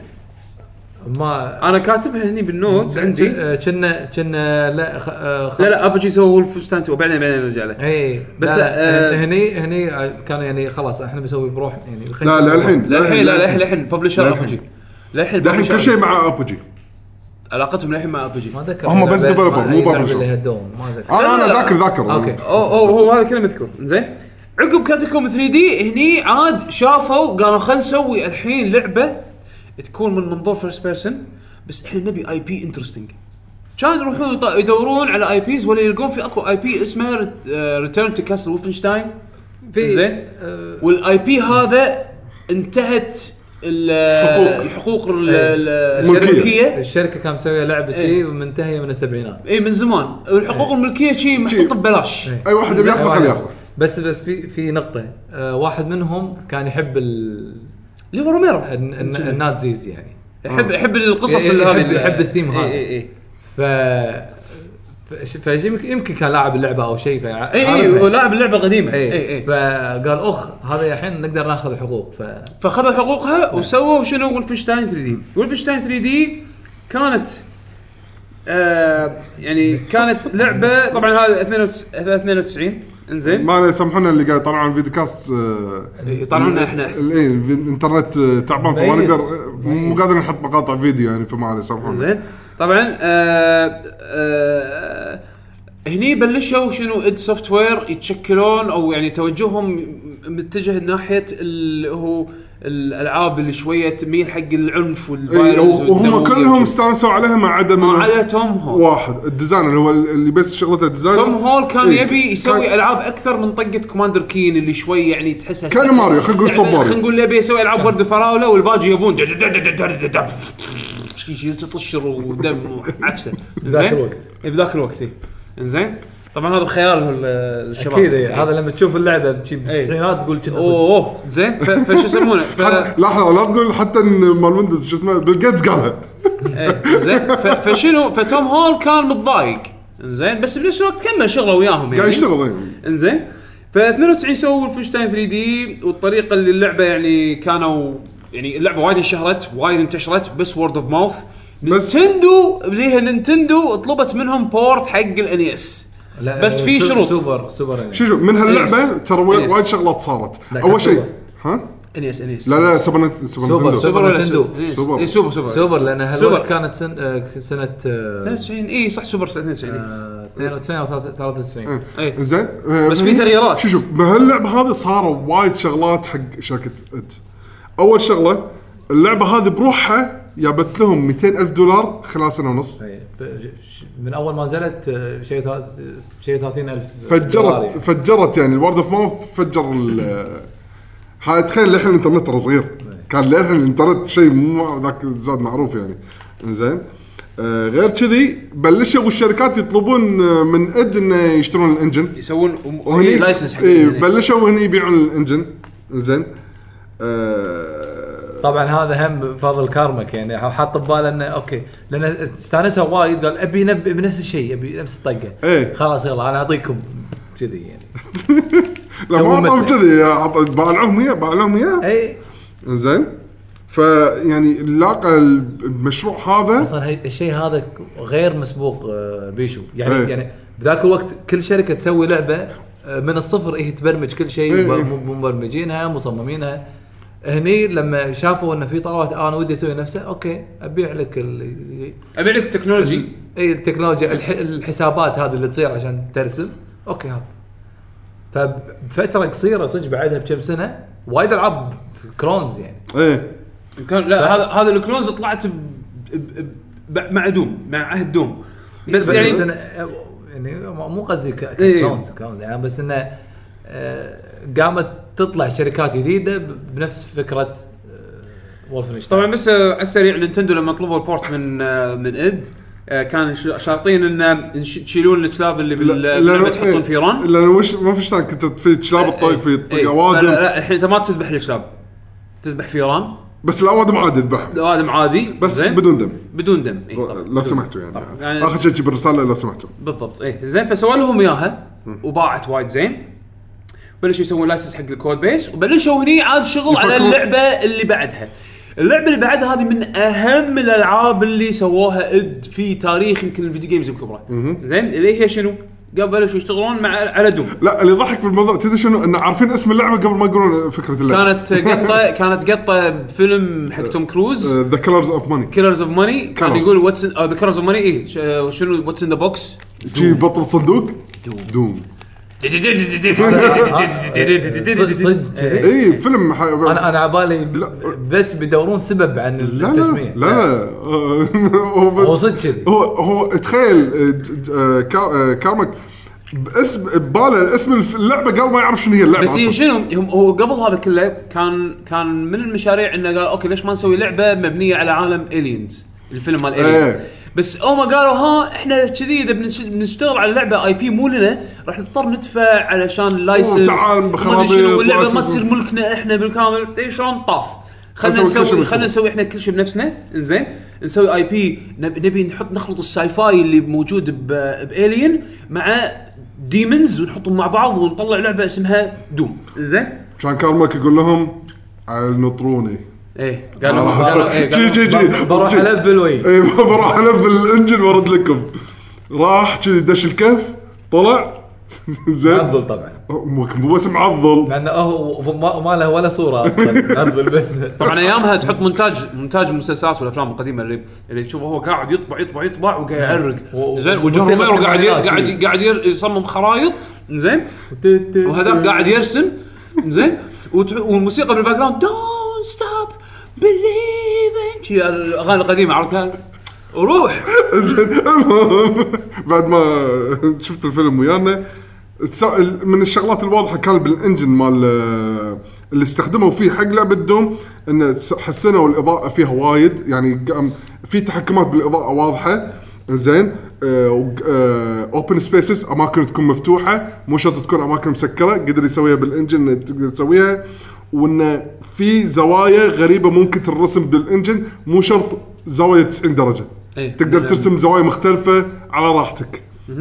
ما انا كاتبها هني بالنوت عندي. كنا كنا لا خ... خ... لا لا ابجي سووا الفستان وبعدين بعدين نرجع له. اي بس لا, لا لا آه هني هني كان يعني خلاص احنا بنسوي بروح يعني لا لا الحين لا الحين لا الحين الحين ببلشر ابجي الحين الحين كل شيء مع ابجي. علاقتهم الحين مع ابجي ما ذكر هم بس ديفلوبر مو ببلشر اللي هدوم ما ذكر. انا انا ذاكر ذاكر اوكي او او هو هذا كله مذكور. زين عقب كاتاكوم ثري دي هني عاد شافوا قالوا خلينا نسوي الحين لعبه تكون من منظور فيرست بيرسون بس احنا نبي اي بي انترستينج. كانوا يروحون يدورون على اي بيز ولا يلقون في اكو اي بي اسمه ريتيرن تو كاسل وولفنشتاين. زين أه والاي بي هذا انتهت الحقوق الحقوق الملكيه. الشركه كانت مسويه لعبه شيء ايه ومنتهيه من السبعينات. اي من زمان الحقوق الملكيه شيء محطوطه ببلاش. اي واحد اللي ياخذه خليه ياخذه. بس بس في في نقطه أه واحد منهم كان يحب ال ليفر روميرو النازيز يعني يحب يحب القصص اللي هذه يحب الثيم هذا. اي اي ف فيمكن يمكن كان لاعب اللعبه او شيء ف اي اي لاعب اللعبه قديمه اي اي فقال اخ هذا الحين نقدر ناخذ الحقوق ف فاخذوا حقوقها وسووا شنو ولفنشتاين ثري دي. ولفنشتاين ثري دي كانت آه يعني كانت لعبه طبعا هذا اثنين وتسعين انزين ما يسمحونا اللي قاعد يطلعون فيديو كاست يطلعونا احنا احسن ايه الانترنت تعبان فما نقدر مو قادرين نحط مقاطع فيديو يعني فما يسمحونا زين. طبعا آه آه هني بلشوا شنو اد سوفت وير يتشكلون او يعني توجههم متجه ناحيه اللي هو الالعاب اللي شويه تميل حق العنف والفايلنس وهم كلهم استانسوا عليها ما عدا ما عدا توم هول واحد الديزاينر اللي هو اللي بس شغلته ديزاينر. توم هول كان إيه يبي يسوي كان العاب اكثر من طقه كوماندر كين اللي شوي يعني تحسها كان ماريو خلينا نقول صباري خلينا نقول يبي يسوي العاب ورد فراوله والباجي يبون شيء تطشر ودم وعفسه بذاك الوقت بذاك الوقت انزين. طبعا هذا بخيال الشباب اكيد هذا لما تشوف اللعبه بالتسعينات تقول كنا اوه زين فشو يسمونه لحظه لا تقول حتى مال ويندوز شو اسمه بالجيتس قالها زين. فشنو فتوم هول كان متضايق انزين بس بنفس الوقت كمل شغله وياهم يعني قاعد يشتغل انزين. ف اثنين وتسعين سووا الفنشتاين ثري دي والطريقه اللي اللعبه يعني كانوا يعني اللعبه وايد انشهرت وايد انتشرت بس وورد اوف ماوث. نينتندو ليها نينتندو طلبت منهم بورت حق الانيس بس في شروط سوبر سوبر شوف من هاللعبه ترى وايد شغلات صارت. اول شيء ها انيس انيس لا لا سوبر سوبر سوبر نينتندو سوبر اي سوبر سوبر سوبر لان هالوقت كانت سنه سنه اثنين وتسعين اي صح سوبر اثنين وتسعين اثنين وتسعين او ثلاثة وتسعين اي زين بس في تغييرات. شوف بهاللعبه هذه صاروا وايد شغلات حق شركه اد. اول شغله اللعبه هذه بروحها جابت لهم مئتين ألف دولار خلال سنه ونص من اول ما نزلت شيء شيء ثلاثين ألف فجرت يعني. فجرت يعني الورد اوف ماوث فجر هاي تخيل لحين الانترنت ترى صغير كان لحين الانترنت شيء مو ذاك زاد معروف يعني زين. آه غير كذي بلشوا الشركات يطلبون من اد انه يشترون الانجن يسوون وهي لايسنس حق ايه بلشوا هني يبيعون الانجن زين. آه طبعا هذا هم فضل كارمك يعني حاط بباله انه اوكي لان استانسها وايد قال ابي نبي بنفس الشيء ابي نفس الطقه ايه خلاص يلا انا اعطيكم كذي يعني لا ما طب كذي باعلهم اياه باعلهم اياه اي زين. فيعني لاقى المشروع هذا اصلا الشيء هذا غير مسبوق بيشو يعني ايه. يعني بذاك الوقت كل شركه تسوي لعبه من الصفر هي تبرمج كل شيء ايه. مبرمجينها مصممينها. هني لما شافوا انه في طلبات انا ودي اسوي نفسه اوكي ابيع لك ال... ابيع لك التكنولوجي اي التكنولوجيا الح... الحسابات هذه اللي تصير عشان ترسم اوكي هذا. فبفتره قصيره صدق بعدها بكم سنه وايد العاب كلونز يعني ايه كان لا ف... هذا هذا الكلونز طلعت ب... ب... ب... مع دوم مع عهد دوم بس, بس يعني سنة... يعني مو قصدي كلونز كلونز يعني بس انه آه... قامت تطلع شركات جديده بنفس فكره وولفنشتاين. طبعا بس على السريع نينتندو لما طلبوا البورت من من اد كان شارطين ان تشيلون الكلاب اللي باللعبه تحطون فيران لانه مش ما فيش كنت في كلاب الطايق في طق اوادم. لا الحين انت ما تذبح الكلاب تذبح فيران بس الاوادم عادي تذبح الاوادم عادي بس بدون دم بدون دم إيه لو سمحتوا يعني, يعني اخر شيء بالرساله لو سمحتوا بالضبط ايه زين. فسووا لهم اياها وباعت وايد زين. بلشوا يسوون لايسنس حق الكود بيس وبلشوا هني عاد شغل على اللعبه اللي بعدها. اللعبه اللي بعدها هذه من اهم الالعاب اللي سووها اد في تاريخ يمكن الفيديو جيمز بكبره زين اللي هي شنو قبل بلشوا يشتغلون مع على دوم. لا اللي ضحك في الموضوع تدري شنو انه عارفين اسم اللعبه قبل ما يقولون فكره اللعبه. كانت قطه كانت قطه فيلم حق توم كروز ذا كلرز اوف ماني كلرز اوف ماني كان يقول واتس ذا كلرز اوف ماني ايه شنو واتس ان ذا بوكس جي بطل صندوق دوم اي فيلم انا انا عبالي بس بيدورون سبب عن التسميه. لا لا هو صدق كذي هو هو تخيل كارمك باسم باله اسم اللعبه قبل ما يعرف شنو هي اللعبه. بس شنو هو قبل هذا كله كان كان من المشاريع انه قال اوكي ليش ما نسوي لعبه مبنيه على عالم الينز الفيلم مال الين. بس أول ما قالوا ها إحنا كذي إذا بنشتغل على لعبة آي بي مو لنا راح نضطر ندفع علشان اللايسنس وتعال بخرابيط واللعبة ما تصير ملكنا إحنا بالكامل. إيه شلون طاف خلينا نسوي خلينا نسوي احنا كل شيء بنفسنا انزين نسوي اي بي نبي نحط نخلط الساي فاي اللي موجود بالين مع ديمونز ونحطهم مع بعض ونطلع لعبه اسمها دوم انزين كان كارماك يقول لهم نطروني ايه قالوا قالوا ايه جي جي جي بروح الفل وين ايه بروح الفل الانجن وارد لكم راح كذي دش الكف طلع زين معضل طبعا مو بس معضل مع انه هو ما له ولا صوره اصلا معضل بس طبعا ايامها تحط مونتاج مونتاج المسلسلات والافلام القديمه اللي اللي تشوفه هو قاعد يطبع يطبع يطبع وقاعد يعرق زين وجرمير قاعد قاعد قاعد يصمم خرائط زين وهذاك قاعد يرسم زين والموسيقى بالباك جراوند دونت ستوب بليفينج هي الاغاني القديمه عرفتها وروح بعد ما شفت الفيلم ويانا من الشغلات الواضحه كان بالانجن مال اللي استخدموا فيه حق لعبه دوم ان حسنوا الاضاءه فيها وايد يعني في تحكمات بالاضاءه واضحه زين اوبن سبيسز اماكن تكون مفتوحه مو شرط تكون اماكن مسكره قدر يسويها بالانجن تقدر تسويها وان في زوايا غريبه ممكن ترسم بالانجن مو شرط زاويه تسعين درجه أيه. تقدر ترسم زوايا مختلفه على راحتك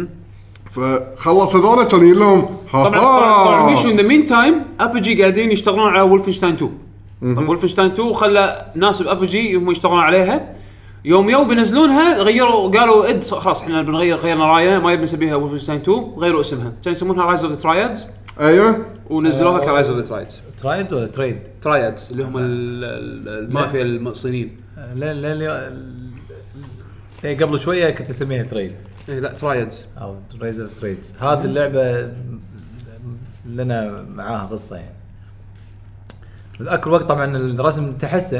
فخلص هذول كان يلهم طبعا مش ان ذا مين تايم ابجي قاعدين يشتغلون على وولفنشتاين تو طب وولفنشتاين تو خلى ناس بابجي هم يشتغلون عليها يوم يوم بينزلونها غيروا قالوا اد خلاص احنا بنغير غيرنا راينا ما يبي نسميها وولفنشتاين تو غيروا اسمها كان يسمونها رايز اوف ذا ترايدز ايوه ونزلوها كرايز اوف ذا ترايدز ترايد ولا تريد ترايدز اللي هم المافيا المصريين لا لا لا قبل شويه كنت اسميها تريد ايه لا ترايدز او رايز اوف تريدز هذه اللعبه لنا معاها قصه يعني ذاك الوقت طبعا الرسم تحسن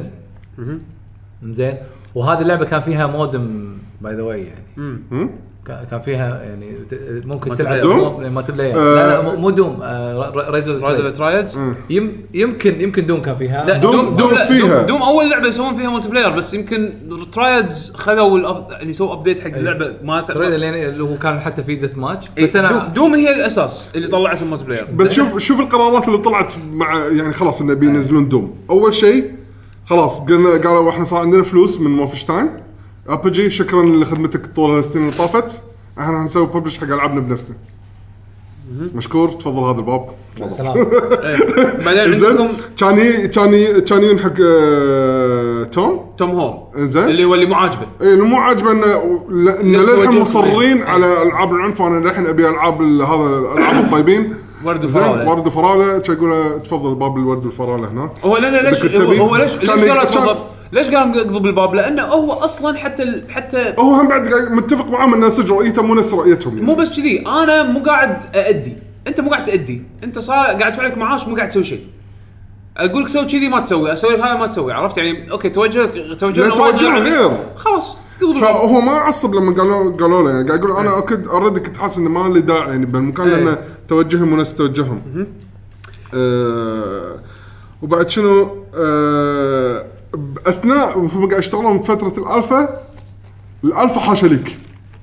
زين وهذه اللعبه كان فيها مودم باي ذا واي يعني امم كان فيها يعني ممكن ما تلعب دوم؟ ما تبلي آه لا لا مو دوم رايز اوف رايز اوف ترايدز يمكن يمكن دوم كان فيها لا دوم, دوم, دوم, دوم فيها دوم, دوم اول لعبه يسوون فيها مولتي بلاير بس يمكن ترايدز خذوا الأب... يعني سووا ابديت حق اللعبه ما ترايد اللي هو كان حتى في ديث ماتش بس انا دوم, دوم هي الاساس اللي طلعت المولتي بلاير بس شوف شوف القرارات اللي طلعت مع يعني خلاص انه بينزلون دوم اول شيء خلاص قلنا قالوا احنا صار عندنا فلوس من وولفنشتاين ابجي شكرا لخدمتك طول السنين اللي طافت احنا هنسوي ببلش حق العابنا بنفسنا مشكور تفضل هذا الباب سلام بعدين عندكم كان كان كان ينحق توم توم هول انزين اللي هو اللي مو عاجبه اي اللي مو عاجبه انه للحين مصرين على العاب العنف وانا الحين ابي العاب هذا الالعاب الطيبين ورد وفراوله ورد وفراوله يقول تفضل باب الورد والفراوله هنا هو لا لا ليش هو ليش ليش قال تفضل ليش قال اقضب الباب لانه هو اصلا حتى حتى هو هم بعد متفق معاهم ان الناس رؤيته مو نفس رؤيتهم يعني. مو بس كذي انا مو قاعد اادي انت مو قاعد تادي انت صار قاعد تدفع لك معاش مو قاعد تسوي شيء اقول لك سوي كذي ما تسوي اسوي لك هذا ما تسوي عرفت يعني اوكي توجهك توجهنا توجه غير خلاص فهو ما عصب لما قالوا قالوا له يعني قاعد يقول انا اكيد اوريدي كنت حاسس انه ما لي داعي يعني بالمكان لانه توجههم وناس توجههم أه وبعد شنو أه اثناء هم قاعد يشتغلون بفتره الالفا الالفا حاشا ليك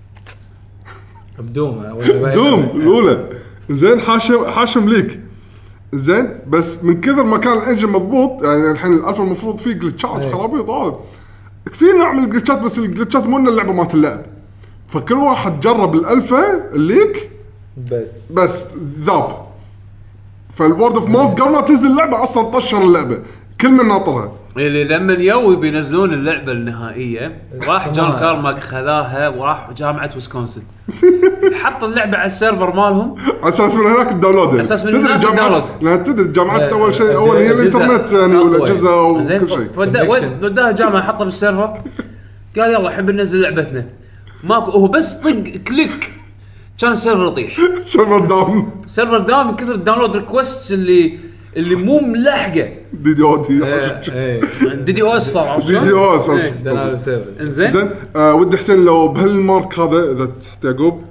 بدوم دوم الاولى زين حاشم حاشم ليك زين بس من كثر ما كان الانجن مضبوط يعني الحين الالفا المفروض فيه جلتشات خرابيط هذا في نوع من الجلتشات بس الجلتشات مو ان اللعبه ما تلعب فكل واحد جرب الالفا الليك بس بس ذاب فالورد اوف ماوث قبل ما تنزل اللعبه اصلا طشر اللعبه كل من ناطرها اللي لما يوي بينزلون اللعبه النهائيه راح جون كارماك خذاها وراح جامعه ويسكونسن حط اللعبه على السيرفر مالهم على اساس من هناك الداونلود اساس من هناك الداونلود لا تدري الجامعات اول شيء اول هي الانترنت يعني ولا جزء وكل شيء وداها جامعه حطها بالسيرفر قال يلا حب ننزل لعبتنا ماكو هو بس طق كليك كان السيرفر يطيح سيرفر داون سيرفر داون من كثر الداونلود ريكويست اللي اللي مو ملاحقه دي دي او دي دي دي او اس صار دي دي او اس انزين زين ودي حسين لو بهالمارك هذا اذا تحت يعقوب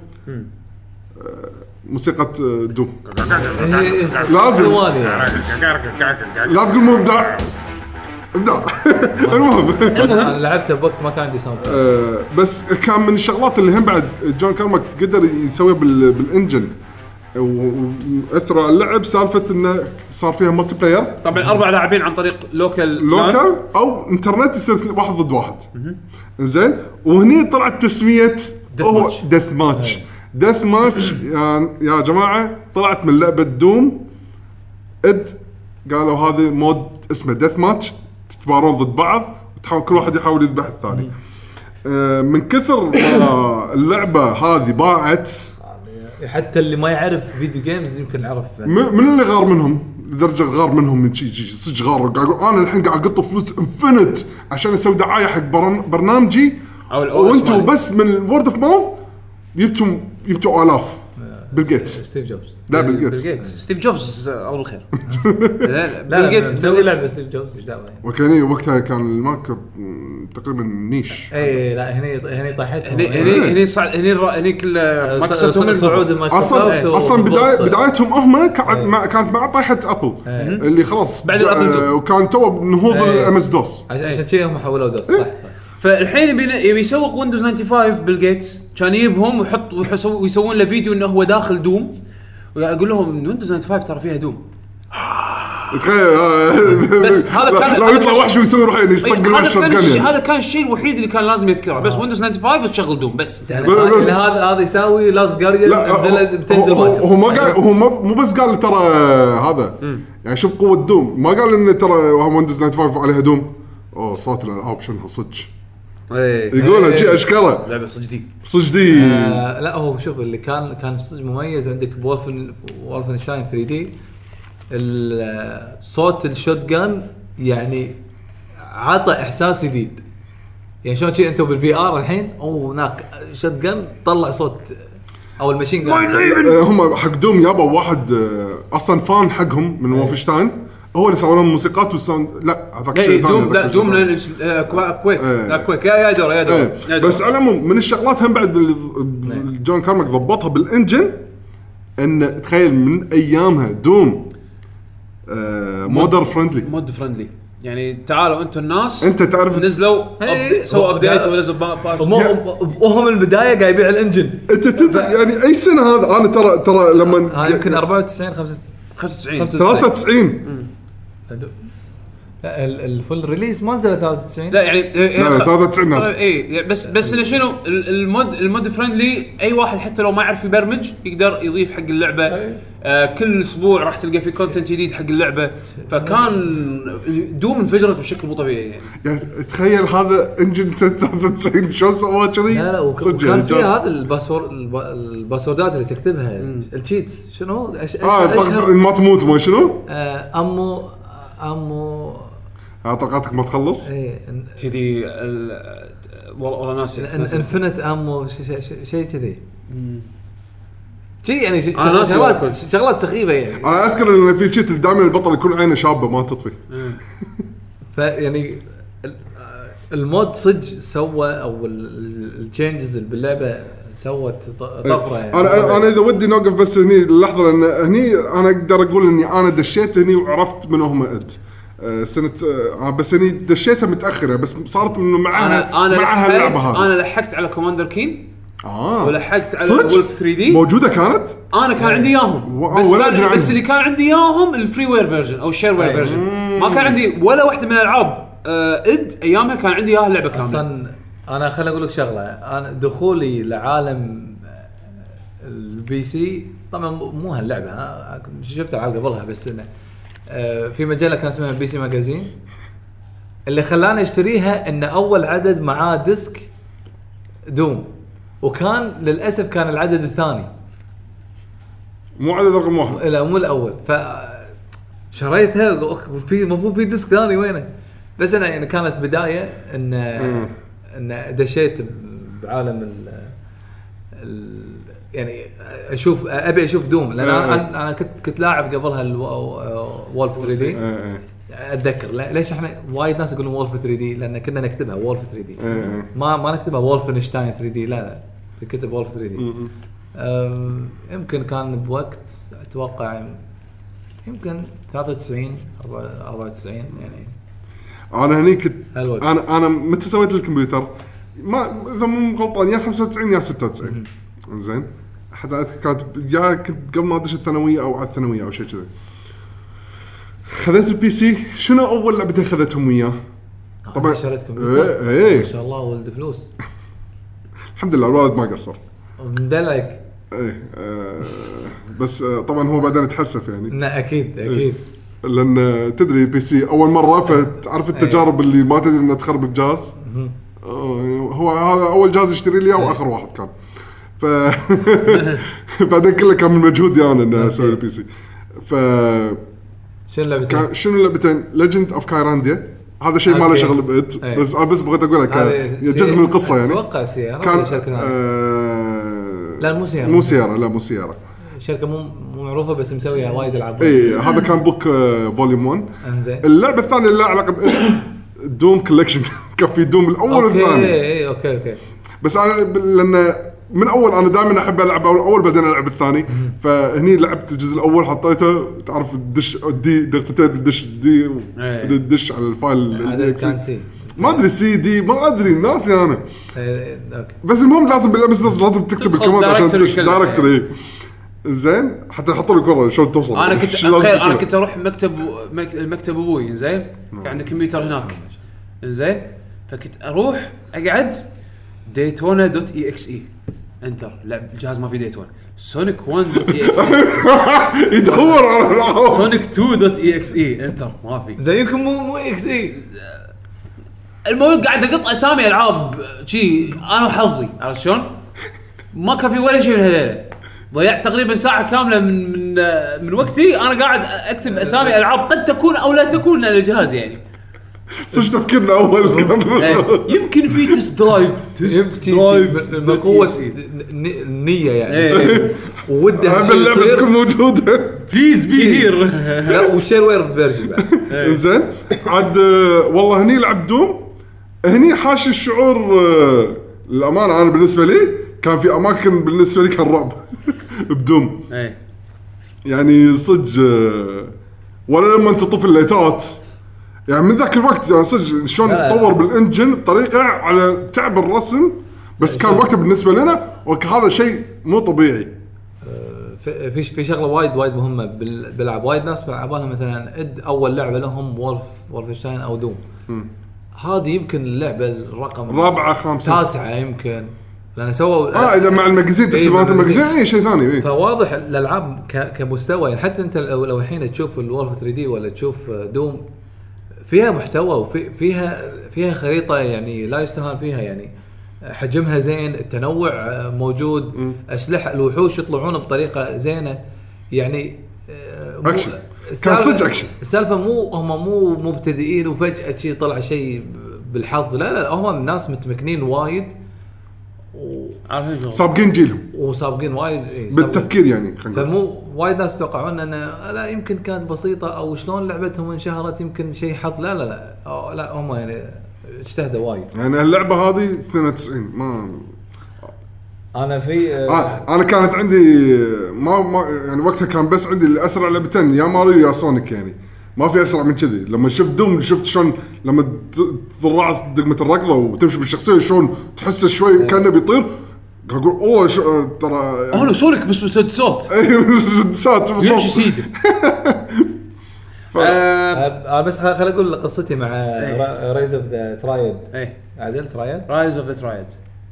موسيقى دوم لازم لا تقول مو ابداع ابداع المهم انا لعبتها بوقت ما كان عندي ساوند بس كان من الشغلات اللي هم بعد جون كارماك قدر يسويها بالانجن واثر على اللعب سالفه انه صار فيها ملتي بلاير طبعا اربع لاعبين عن طريق لوكال لوكال او انترنت يصير واحد ضد واحد. زين وهني طلعت تسميه ديث ماتش. ديث ماتش يعني يا جماعه طلعت من لعبه دوم اد قالوا هذا مود اسمه ديث ماتش تتبارون ضد بعض وتحاول كل واحد يحاول يذبح الثاني. آه من كثر ما اللعبه هذه باعت حتى اللي ما يعرف فيديو جيمز يمكن يعرف من اللي غار منهم لدرجه غار منهم من شيء شيء صدق غار. قاعد انا الحين قاعد اقط فلوس انفينيت عشان اسوي دعايه حق برنامجي وانتم بس من الورد اوف ماوث جبتم جبتوا الاف. بيل جيتس ستيف جوبز لا بيل بيل جيتس ستيف جوبز اول الخير. بيل جيتس مسوي لعبه ستيف جوبز ايش دعوه يعني. وكان وقتها كان المارك تقريبا نيش. اي لا هني هني طاحت هني هني هني صار هني هني كل مايكروسوفت من صعود اصلا اصلا بدايه بدايتهم هم كانت مع طايحه ابل اللي خلاص بعد الابل وكان تو بنهوض الام اس دوس عشان كذا هم حولوا دوس صح. فالحين يبي يبي يسوق ويندوز خمسة وتسعين بيل جيتس كان يجيبهم ويحط ويسوون له فيديو انه هو داخل دوم ويقول لهم ويندوز خمسة وتسعين ترى فيها دوم. تخيل بس هذا كان لا يطلع وحش ويسوي روح يستقل مع الشوتجن. هذا كان الشيء الوحيد اللي كان لازم يذكره بس ويندوز خمسة وتسعين تشغل دوم بس. هذا هذا يساوي لاست جارديان نزل بتنزل ماتش. هو ما قال هو مو بس قال ترى هذا يعني شوف قوه دوم ما قال انه ترى ويندوز خمسة وتسعين عليها دوم. اوه صوت الالعاب شنو صدق يقولها شيء اشكره لعبه صجدي صجدي. آه لا هو شوف اللي كان كان صدق مميز عندك بولفن وولفنشتاين ثري دي الصوت الشوت جان يعني عطى احساس جديد يعني شلون شيء انتم بالفي ار الحين او هناك شوت جان طلع صوت او الماشين جان. هم حق دوم يابا واحد اصلا فان حقهم من وولفنشتاين هو اللي سووا لهم موسيقات والساوند. لا هذاك شيء ثاني. دوم لا دوم كويك لا كويك يا يا دور يا دور بس على العموم من الشغلات هم بعد جون كارماك ضبطها بالانجن ان تخيل من ايامها دوم مودر فريندلي مود فريندلي يعني تعالوا انتم الناس انت تعرف نزلوا سووا ابديت ونزلوا وهم من البدايه قاعد يبيع الانجن. انت يعني اي سنه هذا انا ترى ترى لما يمكن أربعة وتسعين خمسة وتسعين ثلاثة وتسعين الفول ريليس ما نزل ثلاثة وتسعين. لا يعني لا ثلاثة وتسعين اي بس بس انه شنو المود المود فريندلي اي واحد حتى لو ما يعرف يبرمج يقدر يضيف حق اللعبه. آه كل اسبوع راح تلقى في كونتنت جديد حق اللعبه فكان دوم انفجرت بشكل مو طبيعي يعني. يعني تخيل هذا انجن ثلاثة وتسعين شو سوى كذي. لا لا وكان في هذا الباسورد الباسوردات اللي تكتبها التشيتس شنو ايش اه ما تموت ما شنو آه امو امو طاقتك ما تخلص كذي والله ناسي انفنت امو شيء كذي شيء يعني شغلات شغلات سخيفه يعني. انا اذكر ان في شيء دائما البطل يكون عينه شابه ما تطفي. فيعني المود صج سوى او التشينجز باللعبه سوت طفره يعني. انا انا اذا ودي نوقف بس هني اللحظه لان هني انا اقدر اقول اني انا دشيت هني وعرفت من هم اد سنه آه بس هني دشيتها متاخره بس صارت انه معها أنا أنا معها اللعبه هذه. انا لحقت على كوماندر كين اه ولحقت على وولف ثري دي موجوده كانت. انا كان عندي اياهم بس كان بس اللي كان عندي اياهم الفري وير فيرجن او الشير وير فيرجن ما كان عندي ولا واحده من الالعاب اد ايامها كان عندي اياها اللعبه كامله. اصلا انا خليني اقول لك شغله انا دخولي لعالم البي سي طبعا مو هاللعبه شفت العاب قبلها بس انه في مجله كان اسمها بي سي ماجازين اللي خلاني اشتريها ان اول عدد معاه ديسك دوم وكان للاسف كان العدد الثاني مو عدد رقم واحد لا مو الاول فشريتها في المفروض في ديسك ثاني وينه بس انا يعني كانت بدايه ان م. ان دشيت بعالم ال ال يعني اشوف ابي اشوف دوم لان أه انا انا كنت كنت لاعب قبلها وولف ثري دي أه اتذكر ليش احنا وايد ناس يقولون وولف ثري دي لان كنا نكتبها وولف ثري دي أه ما ما نكتبها وولفنشتاين ثري دي لا لا تكتب وولف ثري دي يمكن كان بوقت اتوقع يمكن ثلاثة وتسعين أربعة وتسعين يعني انا هني كنت انا انا متى سويت الكمبيوتر ما اذا مو غلطان يا خمسة وتسعين يا ستة وتسعين زين حتى كانت يا كنت قبل ما ادش الثانويه او على الثانويه او شيء كذا. خذيت البي سي. شنو اول لعبتين خذيتهم وياه؟ طبعا شريت كمبيوتر ايه ما شاء الله ولد فلوس. الحمد لله الوالد ما قصر من دلعك. ايه آه بس آه طبعا هو بعدين تحسف يعني. لا اكيد اكيد لان تدري بي سي اول مره فتعرف التجارب اللي ما تدري انها تخرب الجهاز. هو هذا اول جهاز يشتري لي واخر واحد كان. ف بعدين كله كان من مجهودي انا اني اسوي البي سي. ف شنو لعبتين؟ شنو اللعبتين؟ ليجند اوف كايرانديا. هذا شيء ما له شغل بإت بس انا بس بغيت اقول لك جزء من القصه يعني. اتوقع سياره كان شركه آه لا مو سياره مو سياره لا مو سياره شركه مو مو معروفه بس مسويها وايد العاب. اي هذا كان بوك فوليوم واحد. انزين اللعبه الثانيه اللي لها علاقه دوم كولكشن. كان في دوم الاول والثاني. اي اوكي اوكي بس انا لان من اول انا دائما احب العب اول بعدين العب الثاني. فهني لعبت الجزء الاول حطيته تعرف الدش دي دقيقتين الدش دي الدش على الفايل كان سي ما ادري سي دي ما ادري ناسي انا. اوكي بس المهم لازم بالامس لازم تكتب الكومنت عشان تدش دايركتوري. زين حتى يحطوا لي كره شلون توصل. انا كنت خير انا كنت اروح مكتب المكتب ابوي زين كان عنده كمبيوتر هناك زين فكنت اروح اقعد ديتونا دوت اي اكس اي انتر لعب الجهاز ما في ديتونا سونيك واحد دوت اي اكس اي يدور على العاب سونيك اثنين دوت اي اكس اي انتر ما في زيكم مو مو اكس اي. المهم قاعد اقط اسامي العاب شي انا وحظي عرفت شلون ما كان في ولا شيء من هذول. ضيعت تقريبا ساعه كامله من من من وقتي انا قاعد اكتب اسامي العاب قد تكون او لا تكون على الجهاز يعني. صدق تفكيرنا اول كان يمكن في تست درايف تست درايف بقوه النيه يعني ودها اللعبه تكون موجوده بليز بي هير. لا وشير وير فيرجن بعد. زين عاد والله هني لعب دوم هني حاش الشعور الامانه. انا بالنسبه لي كان في اماكن بالنسبه لي كان رعب بدوم يعني صدق. ولا لما انت طفل ليتات يعني من ذاك الوقت يعني صدق شلون تطور بالانجن بطريقه على تعب الرسم بس كان وقته بالنسبه لنا وهذا شيء مو طبيعي. في في شغله وايد وايد مهمه بالالعاب. وايد ناس بيلعبونها مثلا اد اول لعبه لهم وولف وولفنشتاين او دوم. هذه يمكن اللعبه الرقم رابعه خامسه تاسعه يمكن لان سووا اه اذا مع الماجازين تحسبات الماجازين اي شيء ثاني. إيه. فواضح الالعاب كمستوى يعني حتى انت لو, لو الحين تشوف الوولف ثري دي ولا تشوف دوم فيها محتوى وفي فيها فيها خريطه يعني لا يستهان فيها يعني حجمها زين التنوع موجود م. اسلحه الوحوش يطلعون بطريقه زينه يعني اكشن كان صدق اكشن. السالفه مو هم مو مبتدئين وفجاه شيء طلع شيء بالحظ لا لا هم الناس متمكنين وايد وعارفين سابقين جيلهم وسابقين وايد إيه بالتفكير يعني. فمو وايد ناس يتوقعون ان لا يمكن كانت بسيطه او شلون لعبتهم انشهرت يمكن شيء حظ. لا لا لا أو لا هم يعني اجتهدوا وايد. يعني اللعبه هذه اثنين وتسعين ما انا في آه انا كانت عندي ما, ما يعني وقتها كان بس عندي الاسرع لعبتين يا ماريو يا سونيك يعني ما في اسرع من كذي. لما شفت دوم شفت شلون لما ترعص دقمه الركضه وتمشي بالشخصيه شلون تحس شوي كانه بيطير اقول اوه شو ترى انا سونيك بس مسدسات اي مسدسات يمشي سيده. انا بس خل اقول قصتي مع رايز اوف ذا ترايد. اي عادل ترايد رايز اوف ذا ترايد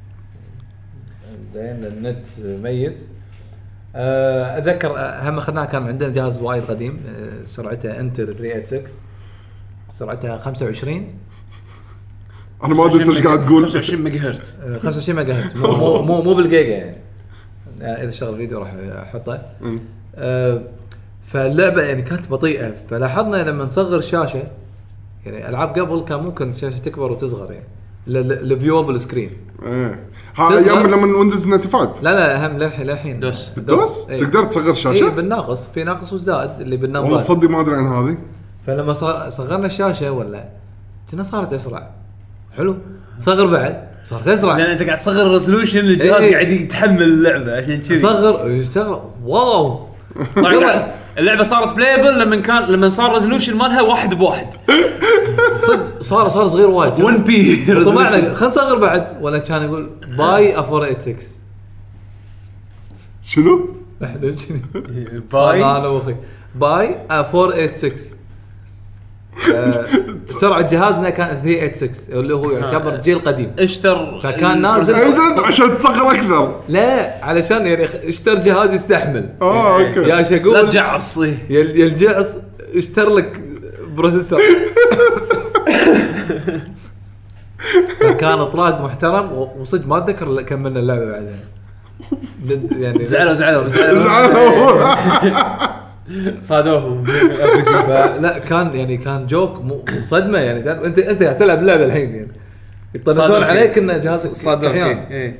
زين النت ميت. اتذكر هم اخذناها كان عندنا جهاز وايد قديم سرعته انتل ثلاثمية وستة وثمانين سرعتها خمسة وعشرين. انا ما ادري ايش قاعد تقول. خمسة وعشرين ميجا هرتز خمسة وعشرين ميجا هرتز مو مو مو بالجيجا يعني. اذا شغل فيديو راح احطه. أه فاللعبه يعني كانت بطيئه فلاحظنا لما نصغر الشاشه يعني العاب قبل كان ممكن الشاشه تكبر وتصغر يعني الفيوبل سكرين. ايه ها ايام لما ويندوز تسعة وتسعين. لا لا اهم للحين دوس دوس ايه. تقدر تصغر الشاشه. ايه بالناقص في ناقص والزائد اللي بالنمبر. والله صدق ما ادري عن هذه. فلما صغرنا الشاشه ولا كنا صارت اسرع. حلو صغر بعد صارت اسرع لان انت قاعد تصغر الريزولوشن الجهاز ايه. قاعد يتحمل اللعبه عشان كذي صغر يشتغل واو. طبعا اللعبه صارت بلايبل لما كان لما صار ريزولوشن مالها واحد بواحد صدق صار صار صغير وايد واحد بي طبعا خلينا نصغر بعد ولا كان يقول باي افور ستة وثمانين شنو؟ احنا كذي باي انا واخي باي أربعمية وستة وثمانين. آه، سرعه جهازنا كان ثلاثمية وستة وثمانين اللي هو يعتبر جيل قديم. اشتر فكان نازل اذا عشان تصغر اكثر. لا علشان يعني اشتر جهاز يستحمل. اه اوكي يا ايش لا اقول تجعص. يا يا الجعص اشتر لك بروسيسور. فكان اطراق محترم وصدق ما اتذكر كملنا اللعبه بعدين. يعني زعلوا زعلوا زعلوا صادوهم. لا كان يعني كان جوك صدمه يعني انت انت قاعد تلعب اللعبه الحين يعني يطلعون عليك ان جهازك صادوك. ايه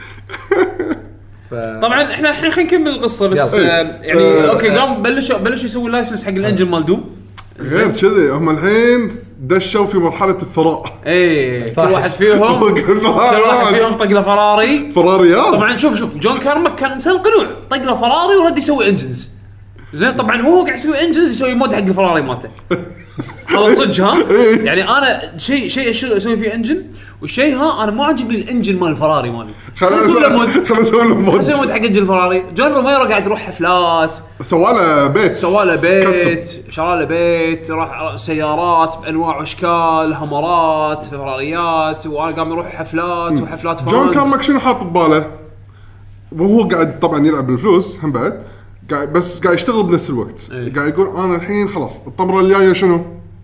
طبعا احنا الحين خلينا نكمل القصه بس آه يعني آه اوكي قام بلشوا بلشوا يسووا لايسنس حق الانجن مال دوم. غير كذي هم الحين دشوا في مرحله الثراء. ايه كل واحد فيهم كل واحد فيهم طق له فراري فراريات. طبعا شوف شوف جون كارماك كان انسان قنوع طق له فراري ورد يسوي انجنز زين. طبعا هو قاعد يسوي انجنز يسوي مود حق الفراري مالته. هذا صدق ها يعني انا شيء شيء اسوي فيه انجن والشيء ها انا ما عجبني الانجن مال الفراري مالي. خلينا نسوي له مود خلينا نسوي له مود اسوي مود حق انجن الفراري. جون روميرو قاعد يروح حفلات سواله بيت سواله بيت شراله بيت راح سيارات بانواع واشكال همرات فراريات وانا قام يروح حفلات وحفلات فانز. جون كارماك شنو حاط بباله وهو قاعد طبعا يلعب بالفلوس هم بعد قاعد بس قاعد يشتغل بنفس الوقت. ايه. قاعد يقول انا الحين خلاص الطمره الجايه شنو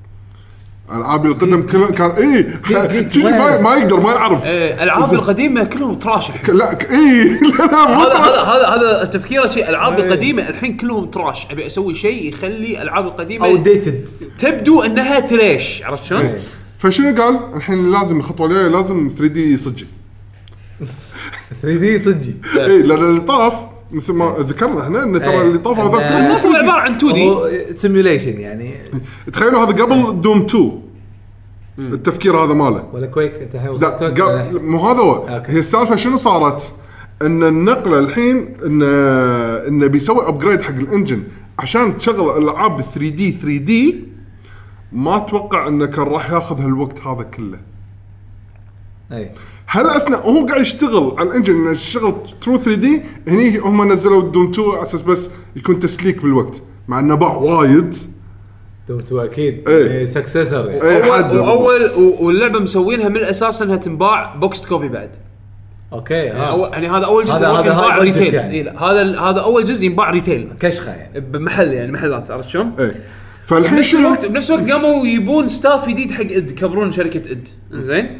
العاب القدم كلها كان ايه ما ما يقدر ما يعرف. ايه العاب القديمه كلهم تراش. لا ايه هذا هذا هذا هذا تفكيره شيء. العاب القديمه الحين كلهم تراش. ابي اسوي شيء يخلي العاب القديمه او ديتد تبدو انها تريش. عرفت شلون؟ ايه. فشنو قال الحين لازم الخطوه الجايه لازم ثري دي صجي. ثري دي صجي ايه لان اللي طاف مثل ما ذكرنا احنا ان ترى اللي طاف هذا كله هو عباره عن تو دي سيميوليشن يعني. تخيلوا هذا قبل دوم تو التفكير هذا ماله ولا كويك انت الحين لا قبل مو هذا هو. هي السالفه شنو صارت ان النقله الحين ان انه بيسوي ابجريد حق الانجن عشان تشغل العاب ثري دي ثري دي. ما اتوقع انه كان راح ياخذ هالوقت هذا كله. اي هل اثناء وهو قاعد يشتغل على الانجن الشغل ترو ثري دي هني هم نزلوا دوم تو على اساس بس يكون تسليك بالوقت مع انه باع وايد. دوم تو اكيد ايه. سكسسر ايه. اول اول واللعبه مسوينها من الاساس انها تنباع بوكس كوبي بعد. اوكي يعني, يعني هذا اول جزء هذا ينباع ريتيل. يعني. إيه هذا هذا اول جزء ينباع ريتيل كشخه يعني بمحل يعني محلات. عرفت شلون؟ ايه. فالحين بنفس شنو الوقت بنفس الوقت قاموا يبون ستاف جديد حق اد كبرون شركه اد. زين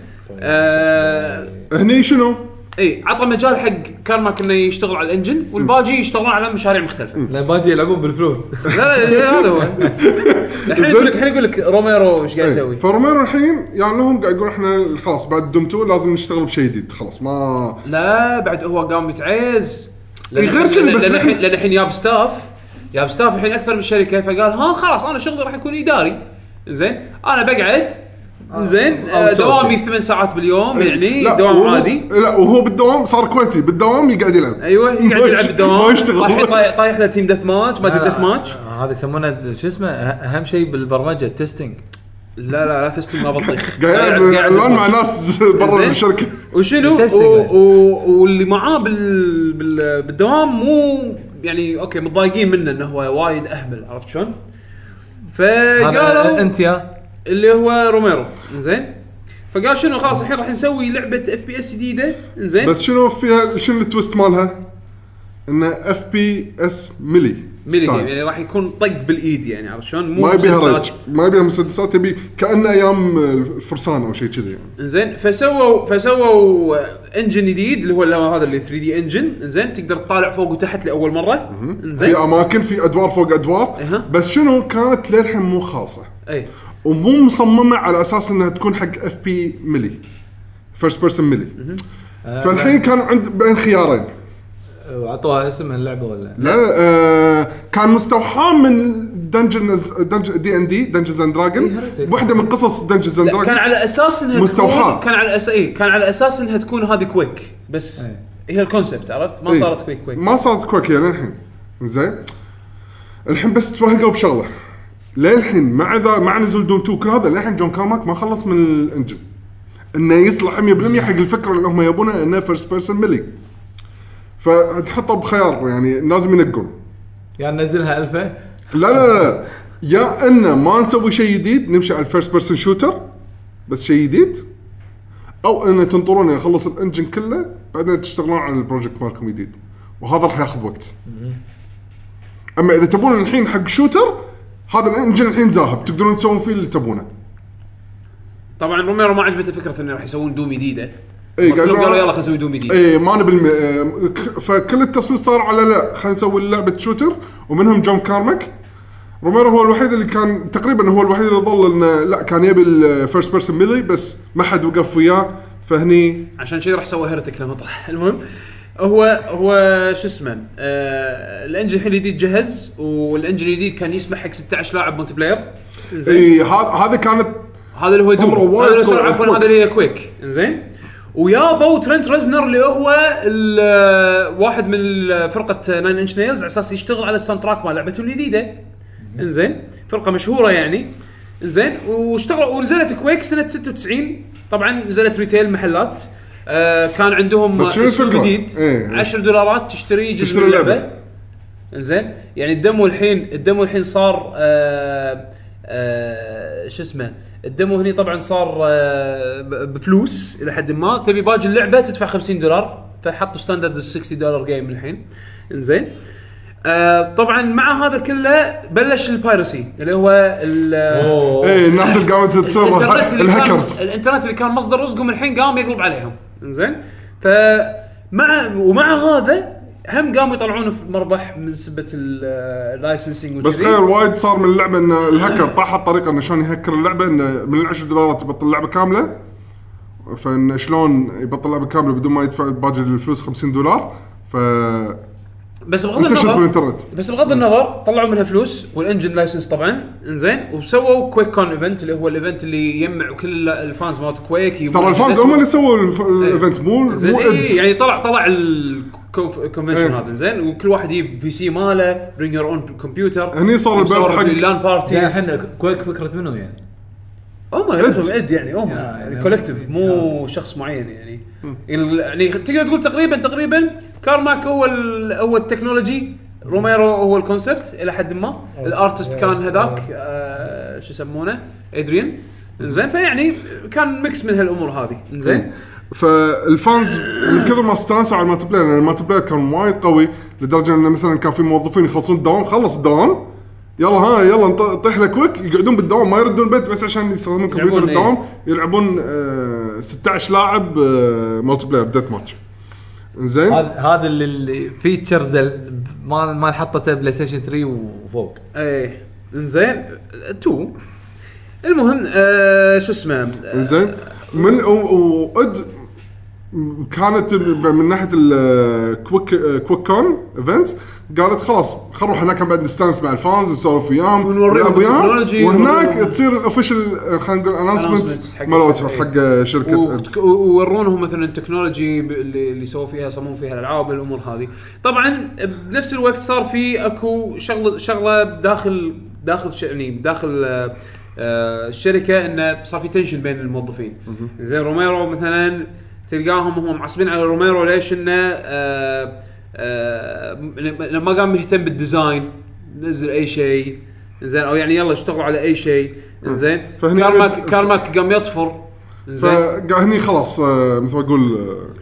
آه هني شنو اي عطى مجال حق كارماك انه يشتغل على الانجن والباقي يشتغلون على مشاريع مختلفه. لا باجي يلعبون بالفلوس. لا لا هذا هو. الحين يقول لك الحين يقول لك روميرو ايش قاعد يسوي. فروميرو الحين يعني لهم قاعد يقول احنا خلاص بعد دوم تو لازم نشتغل بشيء جديد خلاص ما لا بعد هو قام يتعيز غير كذا بس الحين لان الحين ياب ستاف ياب ستاف الحين اكثر من الشركه فقال ها خلاص انا شغلي راح يكون اداري. زين انا بقعد زين دوامي ثمان ساعات باليوم يعني دوام عادي. لا وهو بالدوام صار كويتي بالدوام يقعد يلعب. ايوه يقعد يلعب بالدوام ما يشتغل طايح له تيم دث ماتش ما ادري دث ماتش. هذا يسمونه شو اسمه اهم شيء بالبرمجه تيستينج. لا لا لا تستنى ما بطيخ قاعد الان مع ناس برا الشركه وشنو واللي معاه بال... بال... بالدوام مو يعني اوكي متضايقين منه انه هو وايد اهبل. عرفت شلون؟ فقالوا انت يا اللي هو روميرو زين فقال شنو خلاص الحين راح نسوي لعبه اف بي اس جديده. زين بس شنو فيها شنو التويست مالها انه اف بي اس ميلي ميلي يعني راح يكون طق بالايد يعني. عرفت شلون؟ مو ما يبيها ما يبيها مسدسات يبي كانه ايام الفرسان او شيء كذا يعني. زين فسووا فسووا انجن جديد اللي هو هذا اللي ثري دي انجن. زين تقدر تطالع فوق وتحت لاول مره. زين في اماكن في ادوار فوق ادوار. إيه. بس شنو كانت للحين مو خاصه اي ومو مصممه على اساس انها تكون حق اف بي ميلي فيرست بيرسون ميلي. فالحين كان عند بين خيارين وعطوها اسم اللعبه ولا لا, لا آه كان مستوحى من دنجنز دنج دي ان دي دنجنز اند دراجون واحده من قصص دنجنز اند دراجون. كان على اساس انها مستوحى. كان على اساس ايه كان على اساس انها تكون هذه كويك بس أي. هي الكونسبت عرفت ما أي. صارت كويك كويك ما صارت كويك يعني الحين. زين الحين بس توهقوا بشغله للحين مع ذا مع نزول دوم تو كل هذا للحين جون كارماك ما خلص من الانجن انه يصلح مية بالمية حق الفكره اللي هم يبونها انه فيرست بيرسون ميلي. فتحطه بخيار يعني لازم ينقون يعني ننزلها ألفة. لا لا لا يا إنه ما نسوي شيء جديد نمشي على الفيرست بيرسون شوتر بس شيء جديد أو إنه تنطرون يخلص الإنجن كله بعدين تشتغلون على البروجكت مالكم جديد وهذا راح ياخذ وقت. أما إذا تبون الحين حق شوتر هذا الإنجن الحين ذاهب تقدرون تسوون فيه اللي تبونه. طبعا روميرو ما عجبته فكره انه راح يسوون دوم جديده. اي قالوا يلا خلينا نسوي دوم جديد. اي ما نبي الم... فكل التصوير صار على لا خلينا نسوي لعبه شوتر ومنهم جون كارماك. روميرو هو الوحيد اللي كان تقريبا هو الوحيد اللي ظل انه لا كان يبي الفيرست بيرسون ميلي بس ما حد وقف وياه فهني عشان كذا راح سوى هيرتك لما طلع. المهم هو هو شو اسمه آه الانجن الحين الجديد جهز والانجن الجديد كان يسمح حق ستة عشر لاعب ملتي بلاير. اي هذا هذا كانت هذا اللي هو دوم هذا اللي سرعه عفوا هذا اللي هي كويك انزين. ويابو ترنت ريزنر اللي هو واحد من فرقه ناين انش نيلز على اساس يشتغل على الساوند تراك مال لعبته الجديده انزين فرقه مشهوره يعني انزين. واشتغلوا ونزلت كويك سنه ستة وتسعين طبعا نزلت ريتيل محلات. آه كان عندهم سوق جديد ايه. عشرة دولارات تشتري جزء من اللعبه انزين. يعني الدمو الحين الدمو الحين صار آه آه شو اسمه الدمو هني طبعا صار آه بفلوس الى حد ما. تبي باقي اللعبه تدفع خمسين دولار فحطوا ستاندرد ستين دولار جيم الحين انزين. آه طبعا مع هذا كله بلش البايرسي اللي هو ايه الناس اللي قامت تصور الهاكرز الانترنت اللي كان مصدر رزقهم الحين قام يقلب عليهم انزين. فمع ومع هذا هم قاموا يطلعون في مربح من سبه اللايسنسينج بس غير وايد صار من اللعبه ان الهاكر طاح الطريقه انه شلون يهكر اللعبه انه من العشرة دولارات يبطل اللعبه كامله. فان شلون يبطل اللعبه كامله بدون ما يدفع باقي الفلوس خمسين دولار. ف بس بغض النظر بس بغض النظر طلعوا منها فلوس والانجن لايسنس طبعا انزين. وسووا كويك كون ايفنت اللي هو الايفنت اللي يجمع كل الفانز مالت كويك. ترى الفانز هم اللي سووا الايفنت مو مو إيه يعني طلع طلع الكونفنشن هذا انزين. وكل واحد يجيب بي سي ماله برينج يور اون كمبيوتر. هني صار البث حق اللان بارتيز. احنا كويك فكره منهم يعني هم يعرفون اد يعني هم يعني كولكتيف مو شخص معين يعني. يعني تقدر تقول تقريبا تقريبا كارماك هو هو التكنولوجي روميرو هو الكونسبت الى حد ما. الارتست كان هذاك آه شو يسمونه ادريان زين. فيعني كان ميكس من هالامور هذه زين. فالفانز من كثر ما استانسوا على المالتي بلاير لان المالتي بلاير كان وايد قوي لدرجه انه مثلا كان في موظفين يخلصون الدوام خلص الدوام يلا ها يلا نطيح لك كويك يقعدون بالدوام ما يردون البيت بس عشان يستخدمون كمبيوتر الدوام يلعبون آه ستة عشر لاعب آه مالتي بلاير ديث ماتش انزين. هذا هذا اللي فيتشرز ما ما حطته بلاي ستيشن ثري وفوق. ايه انزين تو المهم آه شو اسمه انزين من وقد كانت من ناحيه الكويك كويك كون ايفنت قالت خلاص خل نروح هناك بعد نستانس مع الفانز نسولف وياهم ونلعب وياهم وهناك تصير الاوفيشال خلينا نقول اناونسمنت مالوت حق شركه وورونهم مثلا التكنولوجي اللي اللي سووا فيها صمموا فيها الالعاب الامور هذه. طبعا بنفس الوقت صار في اكو شغله شغله داخل داخل يعني داخل آه الشركه انه صار في تنشن بين الموظفين زين. روميرو مثلا تلقاهم هم معصبين على روميرو ليش انه آه آه لما قام مهتم بالديزاين نزل اي شيء زين او يعني يلا اشتغلوا على اي شيء زين. كارماك كارماك قام يطفر زين. فهني خلاص آه مثل ما اقول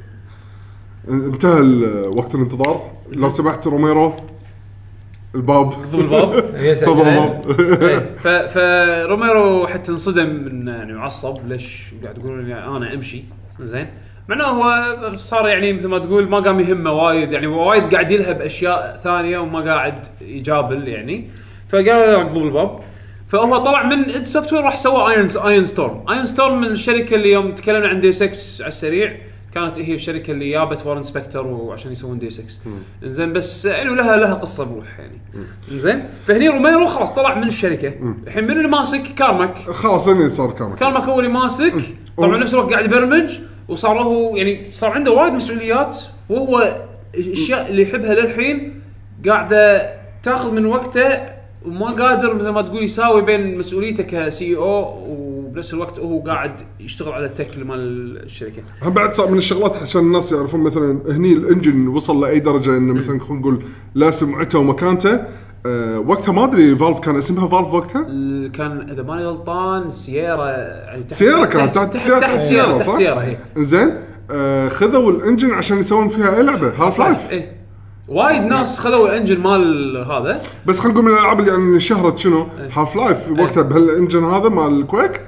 آه انتهى وقت الانتظار. لو سمحت روميرو الباب خذوا الباب خذوا الباب. ف فروميرو حتى انصدم من يعني معصب ليش قاعد يقولون لي انا امشي زين. معناه هو صار يعني مثل ما تقول ما قام يهمه وايد يعني وايد قاعد يلهب اشياء ثانيه وما قاعد يجابل يعني. فقال له اطلب الباب. فهو طلع من اد سوفت وير راح سوى ايرون ايرون ستورم. ايرون ستورم من الشركه اللي يوم تكلمنا عن دي ستة على السريع كانت هي الشركه اللي جابت وارن سبكتر وعشان يسوون دي ستة انزين. بس يعني لها لها قصه بروح يعني انزين. فهني روميرو خلاص طلع من الشركه. الحين من اللي ماسك كارماك خلاص هني صار كارماك كارماك هو اللي ماسك طبعا نفس الوقت قاعد يبرمج وصار له يعني صار عنده وايد مسؤوليات. وهو الاشياء اللي يحبها للحين قاعده تاخذ من وقته وما قادر مثل ما تقول يساوي بين مسؤوليته كسي او وبنفس الوقت هو قاعد يشتغل على التك مال الشركه. هم بعد صار من الشغلات عشان الناس يعرفون مثلا هني الانجن وصل لاي درجه انه مثلا خلينا نقول لا سمعته ومكانته. أه وقتها ما ادري فالف كان اسمها فالف وقتها كان اذا ماني غلطان سيارة يعني تحت سيارة كانت تحت سيارة تحت سيارة صح؟ إيه. زين آه خذوا الانجن عشان يسوون فيها اي لعبه هالف لايف. ايه وايد ناس خذوا الانجن مال هذا بس خلينا نقول من الالعاب اللي يعني شهرت شنو هالف لايف وقتها بهالانجن هذا مال كويك.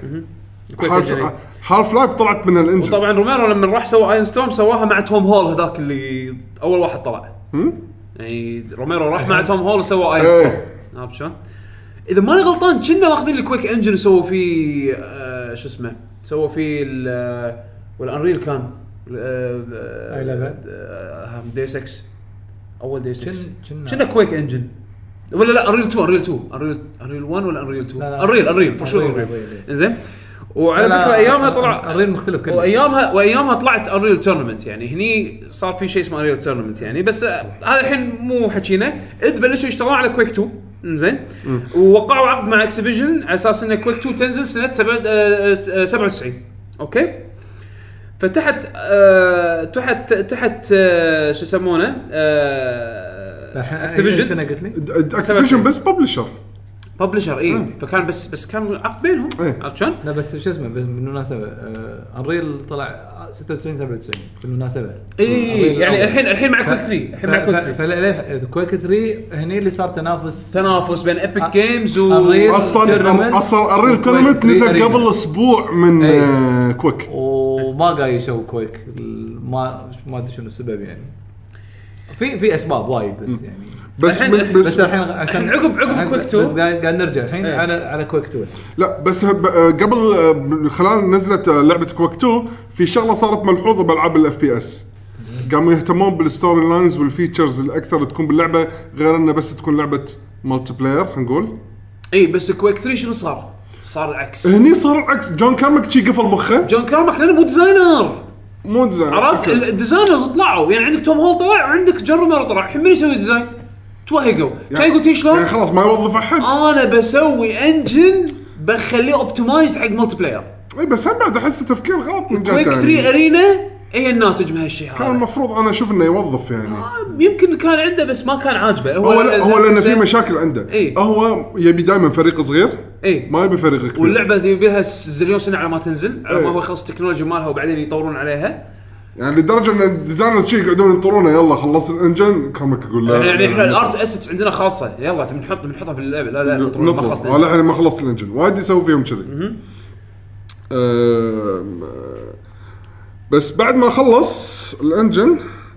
هالف لايف طلعت من الانجن. وطبعا روميرو لما راح سوى اين ستورم سواها مع توم هول هذاك اللي اول واحد طلع. يعني روميرو راح مع توم هول وسوى اين ستورم عرفت شلون؟ اذا ماني غلطان كنا ماخذين الكويك انجن وسووا فيه آه شو اسمه سووا فيه والانريل كان اي لعبه دي ستة اول دي ستة كنا كويك انجن ولا لا انريل تو انريل تو انريل انريل واحد ولا انريل تو انريل انريل فور شور زين. وعلى فكره ايامها طلع انريل مختلف كله وايامها وايامها طلعت انريل تورنمنت يعني هني صار في شيء اسمه انريل تورنمنت يعني بس هذا الحين مو حكينا اد بلشوا يشتغلون على كويك تو زين ووقعوا عقد مع اكتيفيجن على اساس ان كويك تو تنزل سنه سبعة وتسعين اوكي. فتحت أه تحت تحت أه شو يسمونه اكتيفيجن سنه قلت لي اكتيفيجن بس ببلشر ببلشر اي فكان بس بس كان عقد بينهم عرفت شلون؟ لا بس شو اسمه بالمناسبه انريل طلع ستة وتسعين سبعة وتسعين بالمناسبه اي يعني الحين الحين مع كويك ثري الحين مع كويك ثري فليه كويك ثري هني اللي صار تنافس تنافس بين ايبك جيمز و اصلا اصلا الريل تورنمنت نزل قبل اسبوع من ايه. كويك وما قاعد يسوي كويك ما ما ادري شنو السبب يعني في في اسباب وايد بس يعني بس الحين بس, بس الحين عشان عقب عقب كويك تو بس قاعد نرجع الحين ايه. على على كويك تو لا بس قبل خلال نزلت لعبه كويك تو في شغله صارت ملحوظه بالعاب الاف بي اس قاموا يهتمون بالستوري لاينز والفيتشرز الاكثر تكون باللعبه غير انه بس تكون لعبه مالتي بلاير خلينا نقول اي بس كويك ثري شنو صار صار العكس هني صار العكس جون كارماك شي قفل مخه جون كارماك لانه مو ديزاينر مو ديزاينر عرفت الديزاينرز طلعوا يعني عندك توم هول طلع وعندك جون روميرو طلع الحين من يسوي ديزاين توهقوا كان يقول تي شلون يعني خلاص ما يوظف احد انا بسوي انجن بخليه اوبتمايز حق ملتي بلاير اي بس هم بعد احس تفكير غلط من جهه كويك ثري ارينا هي الناتج من هالشيء هذا كان المفروض انا اشوف انه يوظف يعني آه يمكن كان عنده بس ما كان عاجبه هو لا هو لانه في مشاكل عنده إيه؟ هو يبي دائما فريق صغير إيه؟ ما يبي فريق كبير واللعبه يبي لها زليون سنه على ما تنزل على إيه؟ ما هو يخلص التكنولوجيا مالها وبعدين يطورون عليها يعني لدرجه ان الديزاينرز شيء يقعدون ينطرونا يلا خلصت الانجن كانك يقول لا يعني احنا الارت اسيتس عندنا خالصه يلا بنحط بنحطها باللعبه لا لا نطلع ما خلصت ولا احنا ما خلصت الانجن وايد يسوي فيهم كذي أه بس بعد ما خلص الانجن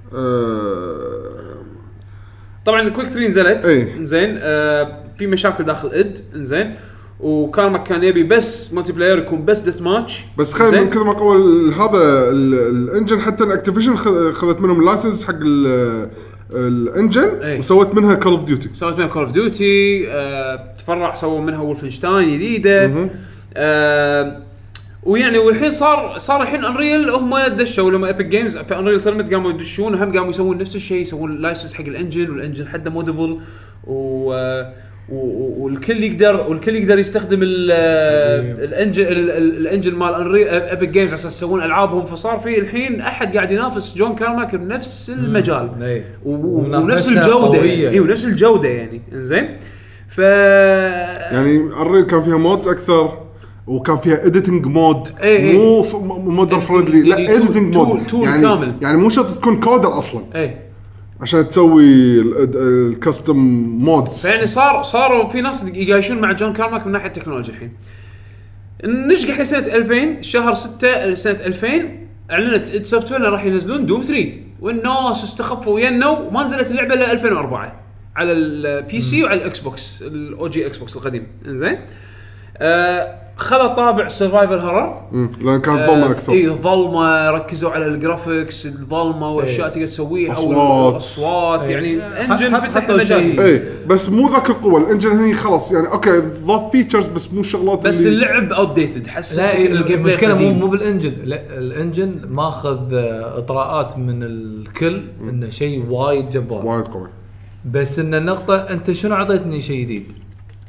أه طبعا الكويك ثري نزلت ايه؟ زين أه في مشاكل داخل اد زين وكان كان يبي بس مالتي بلاير يكون بس ديث ماتش بس خير من كذا ما قول هذا الانجن حتى الاكتيفيجن خذت منهم اللايسنس حق الانجن ايه؟ وسوت منها كول اوف ديوتي سوت منها كول اوف ديوتي أه تفرع سووا منها وولفنشتاين جديده أه ويعني والحين صار صار الحين انريل هم دشوا لما ايبك جيمز في انريل تورنمنت قاموا يدشون هم قاموا يسوون نفس الشيء يسوون لايسنس حق الانجن والانجن حده مودبل و والكل يقدر والكل يقدر يستخدم الانجن الانجن مال انريل ايبك جيمز على اساس يسوون العابهم فصار في الحين احد قاعد ينافس جون كارماك بنفس المجال ونفس الجوده اي ونفس الجوده يعني انزين ف يعني انريل كان فيها مودز اكثر وكان فيها اديتنج مود ايه مو ف... مودر فريندلي لا اديتنج مود يعني كامل. يعني مو شرط تكون كودر اصلا ايه عشان تسوي الكاستم مودز يعني صار صاروا في ناس يقايشون مع جون كارماك من ناحيه التكنولوجيا الحين نشجع سنه ألفين شهر ستة سنه ألفين اعلنت اد سوفت وير راح ينزلون دوم ثري والناس استخفوا ويانا وما نزلت اللعبه الا ألفين وأربعة على البي سي وعلى الاكس بوكس الاو جي اكس بوكس القديم انزين آه خذ طابع سرفايفل هورر لان كانت ظلمه اكثر اي ظلمه ركزوا على الجرافيكس الظلمه والاشياء تقدر تسويها او الاصوات يعني انجن فتح المجال اي بس مو ذاك القوه الانجن هني خلاص يعني اوكي ضاف فيتشرز بس مو شغلات بس اللي اللعب اوت ديتد حسسك المشكله مو مو بالانجن لا الانجن ماخذ اطراءات من الكل انه شيء وايد جبار وايد قوي بس ان النقطه انت شنو عطيتني شيء جديد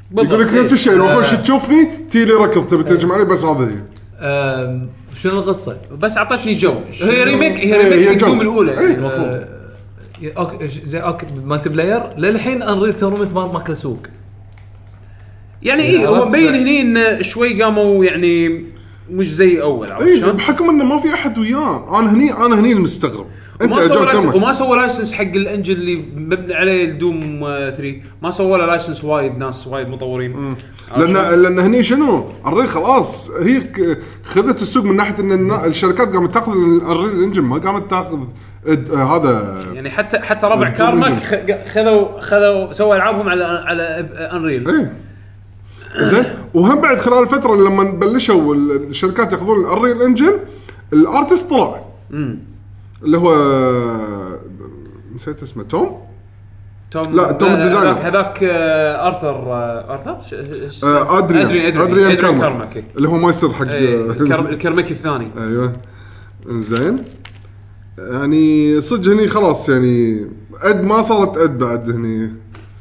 يقول لك نفس الشيء الوحوش تشوفني تيلي ركض تبي تهجم علي بس هذا هي. آم، شنو القصه؟ بس اعطتني جو. هي ريميك هي ريميك الدوم الاولى يعني المفروض. اوكي زي اوكي مالتي بلاير للحين انريل تورنمنت ما ماكل سوق يعني ايه هو مبين هني ان شوي قاموا يعني مش زي اول عرفت اي شلون؟ بحكم انه ما في احد وياه. انا هني انا هني المستغرب. وما سوى لايسنس وما سوى لايسنس حق الانجن اللي مبني عليه الدوم ثري. ما سوى له لايسنس وايد ناس وايد مطورين. لان لان هني شنو الريل خلاص هي خذت السوق من ناحيه ان الشركات قامت تاخذ الريل الانجن ما قامت تاخذ هذا يعني حتى حتى ربع كارماك خذوا خذوا سووا العابهم على على انريل. ايه زين. وهم بعد خلال الفتره لما بلشوا الشركات ياخذون الريل انجن الارتست طلع امم اللي هو نسيت اسمه توم توم لا توم الديزاينر هذاك ارثر ارثر ادريان ادريان, أدريان كارماك, كارماك اللي هو ما يصير حق الكرمك الثاني. ايوه زين. يعني صدق هني خلاص يعني اد ما صارت اد بعد هني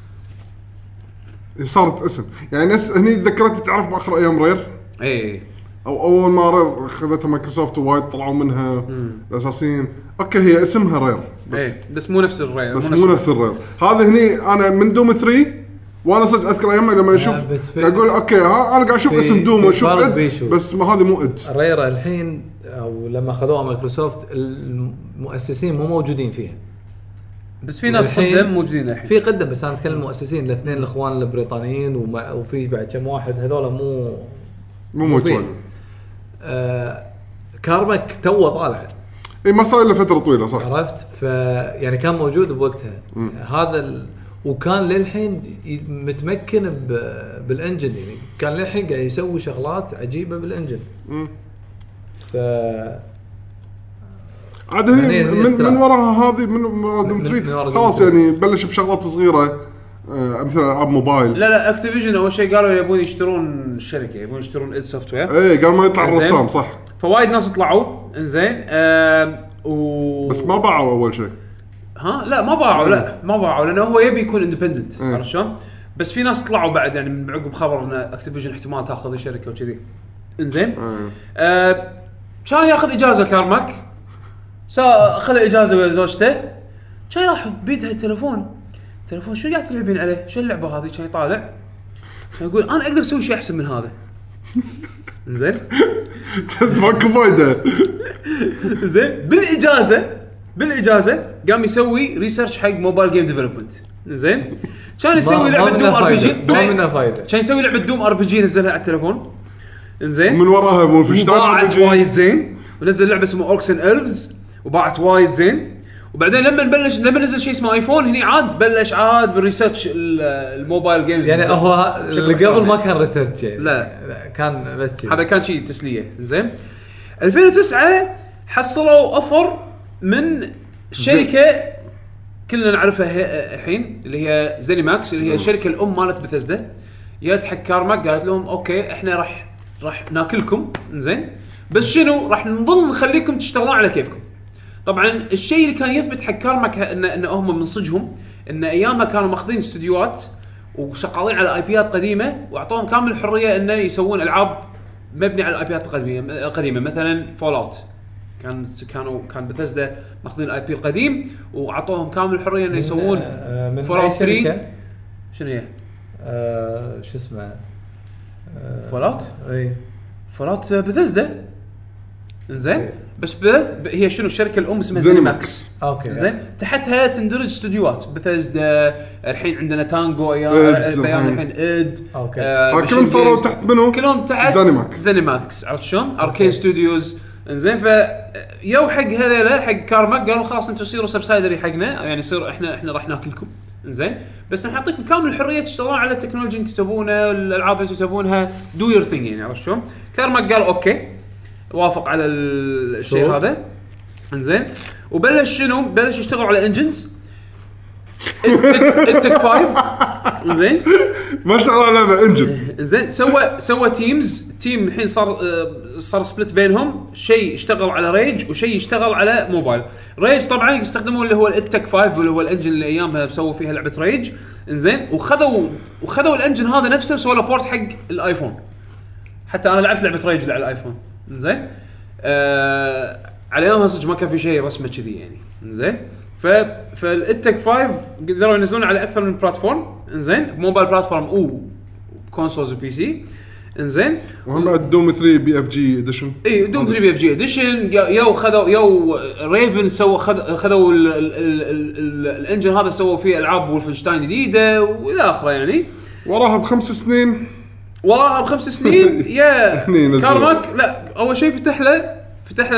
صارت اسم يعني ناس هني تذكرت تعرف باخر ايام رير اي او اول ما رير خذتها مايكروسوفت وايد طلعوا منها الاساسيين. اوكي هي اسمها رير بس ايه بس مو نفس الرير بس مو نفس الرير. هذا هني انا من دوم ثري وانا صدق اذكر ايام لما اشوف اقول اوكي ها انا قاعد اشوف اسم دوم واشوف بس ما هذه مو اد رير الحين او لما اخذوها مايكروسوفت المؤسسين مو موجودين فيها بس في ناس قدم موجودين الحين في قدم بس انا اتكلم المؤسسين الاثنين الاخوان البريطانيين وفي بعد كم واحد هذول مو مو موجودين. آه كارماك تو طالع اي ما صار له فتره طويله صح عرفت ف يعني كان موجود بوقتها م. هذا ال... وكان للحين متمكن ب... بالانجن يعني كان للحين قاعد يسوي شغلات عجيبه بالانجن م. ف عاد هي من, من وراها هذه من من ثري خلاص يعني بلش بشغلات صغيره مثل العاب موبايل. لا لا اكتيفيجن اول شيء قالوا يبون يشترون الشركه يبون يشترون اد سوفت وير. اي قال ما يطلع الرسام صح فوايد ناس طلعوا انزين آه و... بس ما باعوا اول شيء ها لا ما باعوا لا ما باعوا لانه هو يبي يكون اندبندنت عرفت شلون. بس في ناس طلعوا بعد يعني من عقب خبر ان اكتيفيجن احتمال تاخذ الشركه وكذي انزين آه كان ياخذ اجازه كارماك اخذ اجازه ويا زوجته كان راح بيدها تليفون تليفون شو قاعد تلعبين عليه شو اللعبه هذه كان يطالع كان يقول انا اقدر اسوي شيء احسن من هذا زين بس ماكو فايده زين بالاجازه بالاجازه قام يسوي ريسيرش حق موبايل جيم ديفلوبمنت زين كان يسوي لعبه دوم ار بي جي ما منها فايده كان يسوي لعبه دوم ار بي جي نزلها على التليفون زين من وراها مو فشتان ار بي جي وايد زين ونزل لعبه اسمها اوركس اند الفز وباعت وايد زين. وبعدين لما نبلش لما نزل شيء اسمه ايفون هني عاد بلش عاد بالريسيرش الموبايل جيمز يعني هو اللي قبل ما كان ريسيرش لا. لا كان بس هذا كان شيء تسليه زين. ألفين وتسعة حصلوا اوفر من شركه كلنا نعرفها الحين اللي هي زينيماكس اللي هي الشركه الام مالت بثزدا. جت حق كارماك قالت لهم اوكي احنا راح راح ناكلكم زين بس شنو راح نظل نخليكم تشتغلون على كيفكم. طبعا الشيء اللي كان يثبت حق كارماك ان ان هم من صجهم ان ايامها كانوا ماخذين استديوهات وشغالين على اي بيات قديمه واعطوهم كامل الحريه انه يسوون العاب مبني على الاي بيات القديمه القديمه مثلا فول اوت كان كانوا كان بثزدا ماخذين الاي بي القديم واعطوهم كامل الحريه انه يسوون فول اوت ثري. شنو هي آه شو اسمه آه فول اوت اي فول اوت بثزدا زين بس بس هي شنو الشركه الام اسمها زينيماكس اوكي زين تحتها تندرج استوديوهات بثزدا الحين عندنا تانجو ايام بيان الحين اد اوكي آه كلهم صاروا تحت منو كلهم تحت زينيماكس زينيماكس عرفت شلون اركين ستوديوز زين. ف يو حق هذول حق كارماك قالوا خلاص انتم تصيروا سبسايدري حقنا يعني يصير احنا احنا راح ناكلكم زين بس نعطيكم كامل الحريه تشتغلون على التكنولوجيا انتم تبونها الالعاب اللي تبونها دو يور ثينج يعني عرفت شلون. كارماك قال اوكي وافق على الشيء هذا انزين وبلش شنو بلش يشتغل على انجنز التك فايف زين ما اشتغل على لعبه انجن. زين سوى سوى تيمز تيم الحين صار صار سبلت بينهم، شيء اشتغل على ريج وشيء يشتغل على موبايل. ريج طبعا يستخدمون اللي هو التك فايف اللي هو الانجن اللي ايامها سووا فيها لعبه ريج. انزين وخذوا وخذوا الانجن هذا نفسه وسووا له بورت حق الايفون. حتى انا لعبت لعبه ريج على الايفون. انزين آه على ايامها صدق ما كان في شيء رسمه كذي يعني. انزين ف فالتك فايف قدروا ينزلون على اكثر من بلاتفورم. انزين موبايل بلاتفورم او كونسولز وبي سي. انزين وهم بعد دوم ثري بي اف جي اديشن. اي دوم ثري بي اف جي اديشن يو خذوا يو ريفن سووا خذوا الانجن هذا سووا فيه العاب وولفنشتاين جديده والى اخره يعني. وراها بخمس سنين وراها بخمس سنين يا كارماك. لا اول شيء فتح له فتح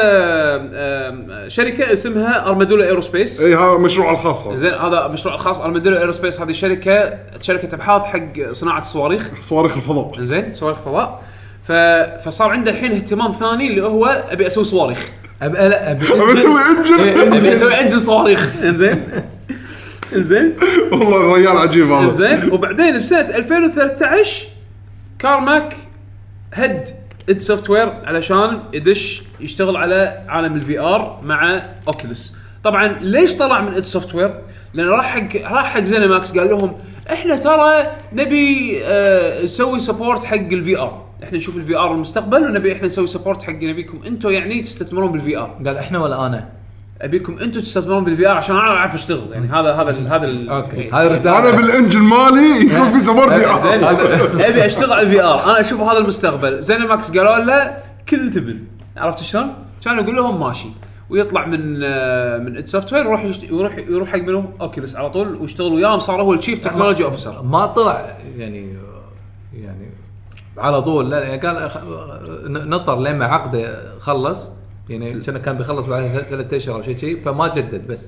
له شركه اسمها ارماديلو ايروسبيس. اي هذا مشروع الخاص هذا. زين هذا مشروع خاص ارماديلو ايروسبيس. هذه شركه شركه ابحاث حق صناعه الصواريخ صواريخ الفضاء. زين صواريخ الفضاء. ف... فصار عنده الحين اهتمام ثاني اللي هو ابي اسوي صواريخ. ابي لا ابي اسوي انجن ابي اسوي انجن صواريخ. زين زين والله الرجال عجيب هذا. زين وبعدين بسنه ألفين وثلاثة عشر كارماك هد اد سوفت وير علشان يدش يشتغل على عالم الفي ار مع اوكيوليس. طبعا ليش طلع من اد سوفت وير؟ لان راح حق راح حق زينماكس قال لهم احنا ترى نبي آه نسوي سبورت حق الفي ار. احنا نشوف الفي ار المستقبل ونبي احنا نسوي سبورت حق نبيكم انتم يعني تستثمرون بالفي ار. قال احنا ولا انا؟ ابيكم انتم تستثمرون بالفي ار عشان انا اعرف اشتغل يعني. هذا هذا هذا اوكي هذا الرساله. انا بالانجن مالي يكون في سبورت في ار. ابي اشتغل على الفي ار انا اشوف هذا المستقبل. زينماكس قالوا له كل تبن. عرفت شلون؟ كان يقول لهم ماشي ويطلع من من اد سوفت وير ويروح يروح يروح حق منهم اوكيوليس على طول ويشتغل وياهم. صار هو الشيف تكنولوجي اوفيسر. ما طلع يعني يعني على طول. لا يعني قال نطر لما عقده خلص يعني. كان كان بيخلص بعد ثلاثة اشهر او شيء شيء فما جدد. بس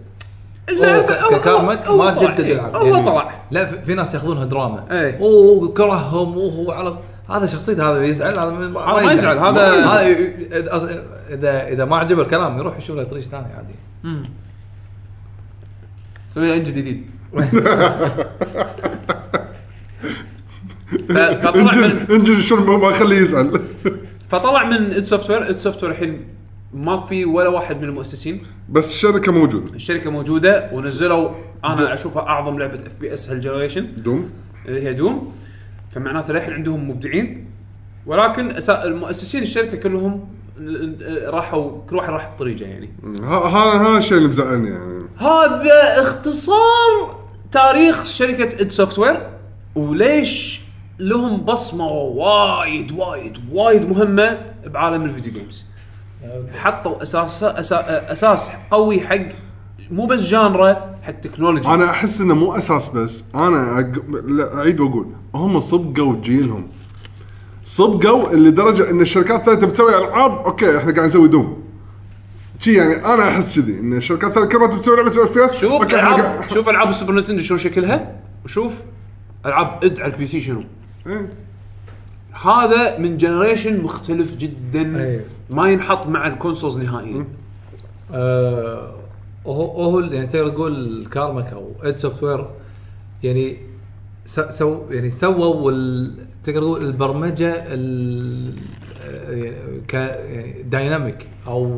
ككارمك ما جدد العقد. هو يعني طلع. لا في ناس ياخذونها دراما. ايه. اوه كرههم وهو على هذا شخصيته. هذا يزعل. هذا ما يزعل. هذا اذا اذا ما عجبه الكلام يروح يشوف له طريق ثاني عادي. امم سوي له انجن جديد. فطلع من انجن شنو ما خليه يسال. فطلع من اد سوفت وير. اد سوفت وير الحين ما في ولا واحد من المؤسسين بس الشركه موجوده. الشركه موجوده ونزلوا انا اشوفها اعظم لعبه اف بي اس هالجنريشن دوم اللي هي دوم. فمعناته الحين عندهم مبدعين ولكن المؤسسين الشركه كلهم راحوا كل واحد راح بطريقه يعني. هذا هذا الشيء اللي مزعلني يعني. هذا اختصار تاريخ شركه اد سوفت وير وليش لهم بصمه وايد وايد وايد مهمه بعالم الفيديو جيمز. حطوا اساس اساس قوي حق مو بس جانرا حق تكنولوجي. انا احس انه مو اساس بس انا أق... اعيد واقول هم صبقوا جيلهم صبقوا اللي درجه ان الشركات الثانيه بتسوي العاب اوكي احنا قاعد نسوي دوم شي يعني. انا احس كذي ان الشركات الثانيه كل ما بتسوي لعبه اف بي اس شوف العاب قا... شوف العاب السوبر نينتندو شلون شكلها وشوف العاب اد على البي سي شنو. إيه؟ هذا من جنريشن مختلف جدا. أيه. ما ينحط مع الكونسولز نهائيا. آه هو هو يعني تقدر تقول كارمك او اد سوفت وير يعني سو يعني سووا تقدر تقول البرمجه ال ك يعني دايناميك او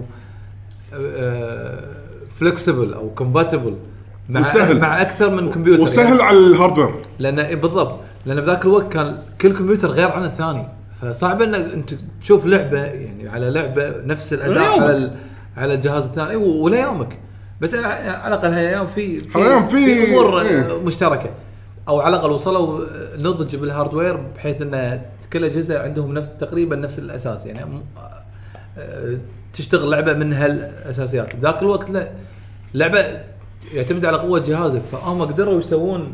فلكسبل او كومباتبل مع وسهل. مع اكثر من كمبيوتر وسهل يعني. على الهاردوير لان بالضبط لان بذاك الوقت كان كل كمبيوتر غير عن الثاني فصعب انك انت تشوف لعبه يعني على لعبه نفس الاداء على على الجهاز الثاني ولا يومك. بس على الاقل هالايام في في, في امور ايه. مشتركه او على الاقل وصلوا نضج بالهاردوير بحيث ان كل اجهزه عندهم نفس تقريبا نفس الاساس يعني تشتغل لعبه من هالاساسيات. ذاك الوقت لا لعبه يعتمد على قوه جهازك فهم قدروا يسوون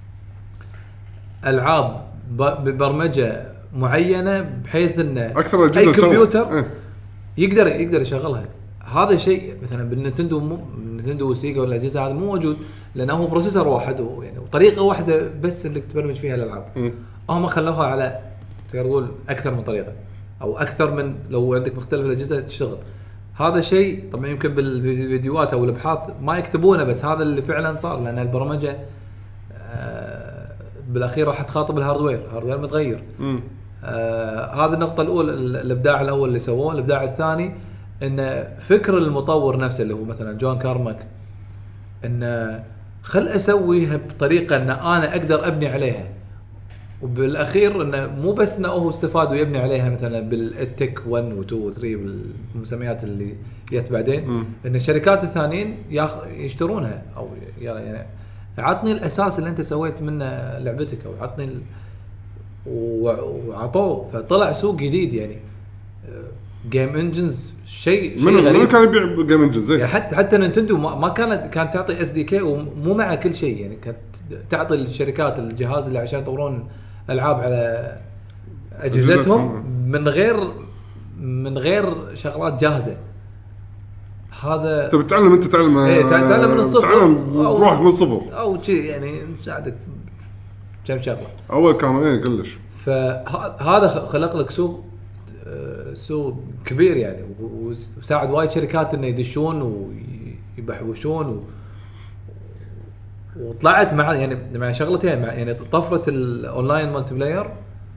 العاب ببرمجه معينه بحيث ان اكثر اي كمبيوتر اه. يقدر يقدر يشغلها. هذا شيء مثلا بالنينتندو مو نينتندو وسيجا ولا الاجهزه هذه مو موجود لانه هو بروسيسور واحد يعني وطريقه واحده بس انك تبرمج فيها الالعاب. هم خلوها على تقدر تقول اكثر من طريقه او اكثر من لو عندك مختلف الاجهزه تشتغل. هذا شيء طبعا يمكن بالفيديوهات او الابحاث ما يكتبونه بس هذا اللي فعلا صار لان البرمجه بالاخير راح تخاطب الهاردوير، الهاردوير متغير. آه هذه النقطه الاولى، الابداع الاول اللي سووه. الابداع الثاني ان فكر المطور نفسه اللي هو مثلا جون كارماك، ان خل اسويها بطريقه ان انا اقدر ابني عليها. وبالاخير انه مو بس انه هو استفاد ويبني عليها مثلا بالتك واحد و اثنين و ثلاثة بالمسميات اللي جت بعدين، م. ان الشركات الثانيين ياخ يشترونها او يعني عطني الاساس اللي انت سويت منه لعبتك، او عطني ال... وعطوه فطلع سوق جديد يعني. جيم انجنز شيء شيء غريب. من كان يبيع جيم انجنز يعني حتى حتى نينتندو ما كانت كانت تعطي اس دي كي ومو مع كل شيء يعني، كانت تعطي الشركات الجهاز اللي عشان يطورون العاب على اجهزتهم من غير من غير شغلات جاهزه. هذا انت بتتعلم انت تعلم ايه تعلم من الصفر، روحك من الصفر او شيء يعني مساعدك كم شغله. اول كانوا ايه كلش، فهذا خلق لك سوق سوق كبير يعني، وساعد وايد شركات انه يدشون ويبحوشون و... وطلعت مع يعني مع شغلتين، مع يعني طفره الاونلاين مالتي بلاير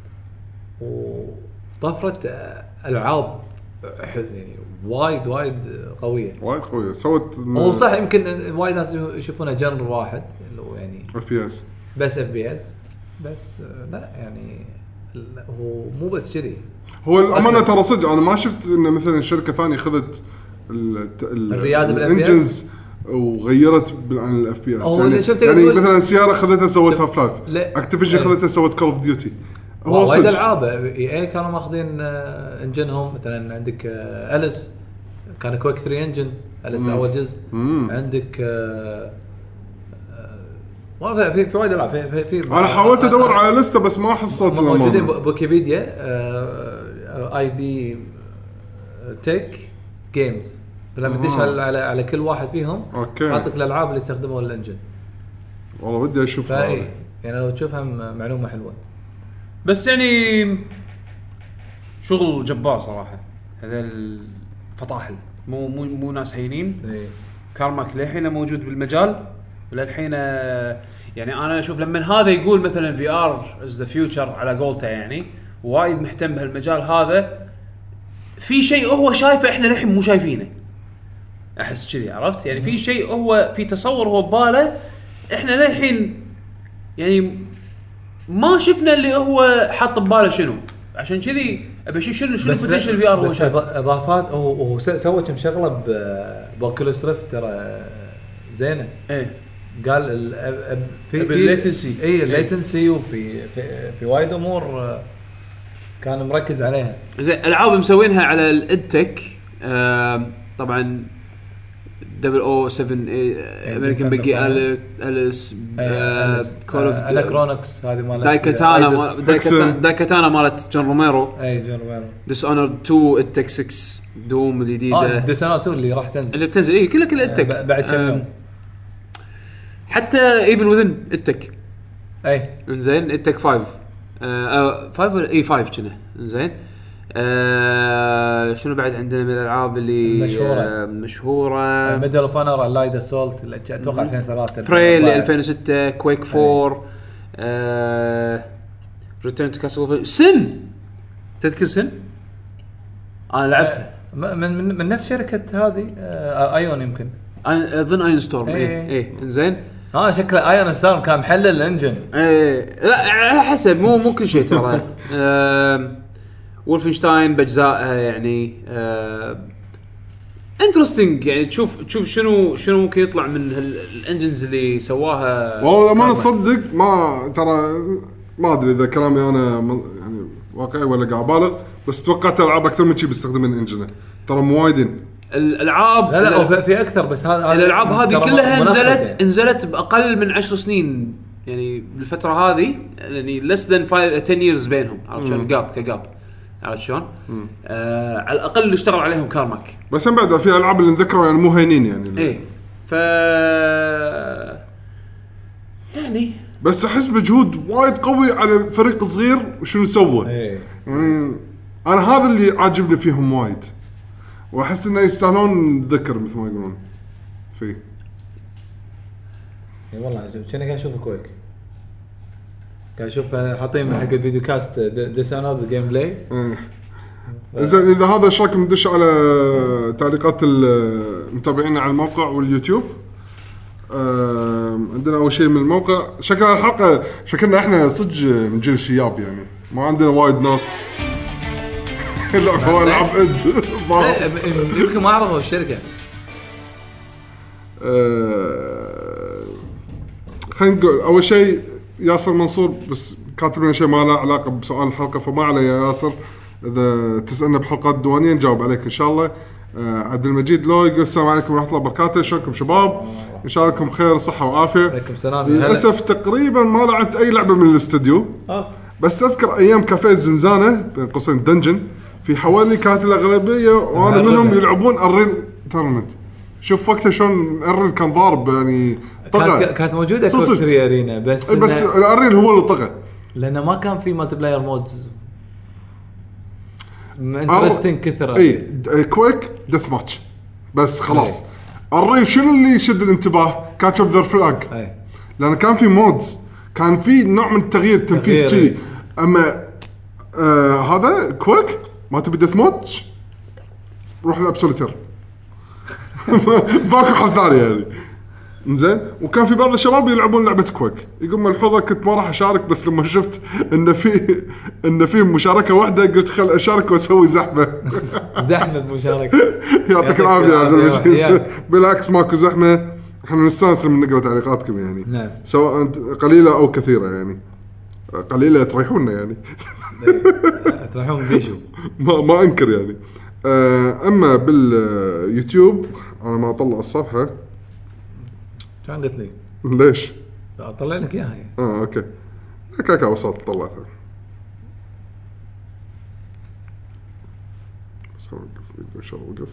وطفره العاب يعني وايد وايد قويه وايد قويه سوت. هو صح يمكن وايد ناس يشوفونها جنر واحد اللي هو يعني اف بي اس، بس اف بي اس بس لا يعني هو مو بس كذي. هو الامانه ترى صدق انا ما شفت ان مثلا شركه ثانيه خذت الرياده بالانجنز وغيرت عن الاف بي اس يعني, يعني مثلا سياره خذتها سوت هاف لايف، اكتيفيجن خذتها سوت كول اوف ديوتي. هو وايد العاب اي كانوا ماخذين انجنهم. مثلا عندك اليس كان كويك ثري انجن اليس اول جزء. مم. عندك والله في في وايد العاب في في, في انا حاولت ادور على لسته بس ما حصلت. موجودين بويكيبيديا اي دي تك جيمز، فلما تدش على على كل واحد فيهم حاطك الالعاب اللي استخدموا الانجن. والله بدي اشوفها يعني لو تشوفها معلومه حلوه. بس يعني شغل جبار صراحه هذا الفطاحل، مو مو مو ناس هينين. ايه. كارماك للحين موجود بالمجال وللحين يعني انا اشوف لما هذا يقول مثلا في ار از ذا فيوتشر على قولته يعني وايد مهتم بهالمجال هذا، في شيء هو شايفه احنا للحين مو شايفينه. احس كذي عرفت يعني في شيء هو في تصور هو بباله احنا للحين يعني ما شفنا اللي هو حاط بباله شنو. عشان كذي ابي اشوف شنو شنو بوتنشل في ار هو شايف اضافات. هو سوى كم شغله بوكيولوس ريفت ترى زينه. ايه قال في في الليتنسي اي الليتنسي وفي في, في وايد امور كان مركز عليها. زين العاب مسوينها على الادتك آه طبعا دبل او سبعة امريكان بيجي اليس كول اوف اناكرونكس هذه مالت دايكاتانا دايكاتانا مالت جون روميرو. اي جون روميرو. ديس اونر تو ادتك ستة دوم الجديده. اه ديس اونر تو اللي راح تنزل اللي بتنزل اي كلها كلها ادتك بعد كم يوم. حتى ايفل وذن ادتك. اي انزين ادتك خمسة آه خمسة اي خمسة كنا. انزين آه شنو بعد عندنا من الالعاب اللي مشهوره آه مشهوره ميدل اوف اونر لايد اسولت اللي اتوقع ألفين وثلاثة بري ألفين وستة كويك فور آه ريتيرن تو كاسل سن. تذكر سن انا لعبتها من من, من نفس شركه هذه آه ايون يمكن اظن ايون ستورم. ايه ايه انزين ها شكله ايون ستورم كان محلل الانجن. ايه لا على حسب مو مو كل شيء ترى. آه وولفنشتاين بجزائها يعني آه انترستينج يعني تشوف تشوف شنو شنو ممكن يطلع من الانجنز اللي سواها. والله ما نصدق ما ترى ما ادري اذا كلامي انا يعني واقعي ولا قاعد بالغ، بس توقعت العاب اكثر من شيء بيستخدم الانجن ترى موايدين الالعاب. لا لا في اكثر بس هذا الالعاب هذه كلها نزلت يعني. نزلت باقل من عشر سنين يعني بالفتره هذه يعني less than five ten years بينهم. عرفت شلون جاب كجاب عرفت شلون آه على الاقل اللي اشتغل عليهم كارماك. بس هم بعد في العاب اللي نذكرها يعني مو هينين يعني ايه ف يعني بس احس بجهود وايد قوي على فريق صغير وشنو سوى. ايه يعني انا هذا اللي عاجبني فيهم وايد واحس انه يستاهلون ذكر مثل ما يقولون فيه. اي والله عجب كنا قاعد نشوف كويك قاعد اشوف حاطين حق الفيديو كاست ديس انذر جيم بلاي. زين اذا هذا ايش رايكم ندش على تعليقات المتابعين على الموقع واليوتيوب. عندنا اول شيء من الموقع شكل الحلقه شكلنا احنا صدق من جيل الشياب يعني ما عندنا وايد ناس اللعبه العب انت يمكن ما عرفوا الشركه. خلينا نقول اول شيء ياسر منصور بس كاتب لنا شيء ما له علاقه بسؤال الحلقه فما عليه يا ياسر. اذا تسالنا بحلقات ديوانيه نجاوب عليك ان شاء الله. عبد المجيد لو يقول السلام عليكم ورحمه الله وبركاته. شلونكم شباب؟ ان شاء الله لكم خير صحه وعافيه. عليكم السلام. للاسف تقريبا ما لعبت اي لعبه من الاستديو اه بس اذكر ايام كافيه الزنزانه بين قوسين دنجن في حوالي كانت الاغلبيه وانا منهم يلعبون الرين تورنمنت. شوف وقتها شلون الرين كان ضارب يعني طغى. كانت موجوده كوك ثري ارينا بس بس الرين هو اللي طغى لانه ما كان في مالتي بلاير مودز انترستين كثر. اي كويك ديث ماتش بس خلاص. الرين شنو اللي يشد الانتباه؟ كاتش اوف ذا فلاج لان كان في مودز كان في نوع من التغيير تنفيذ. اما آه هذا كويك ما تبي ديث ماتش روح الابسوليتير باكو حل ثاني يعني. زين وكان في بعض الشباب يلعبون لعبه كويك يقول ملحوظه كنت ما راح اشارك بس لما شفت ان في ان في مشاركه واحده قلت خل اشارك واسوي زحمه. زحمه بمشاركه. يعطيك العافيه يا عبد المجيد. بالعكس ماكو زحمه احنا نستانس من نقرا تعليقاتكم يعني. نعم. سواء قليله او كثيره يعني. قليله تريحونا يعني. تريحون بيشو. ما ما انكر يعني. اما باليوتيوب انا ما اطلع الصفحه. كان قلت لي ليش؟ اطلع لك اياها يعني. اه اوكي هكاك وسط طلعتها بس وقف ان شاء الله وقف.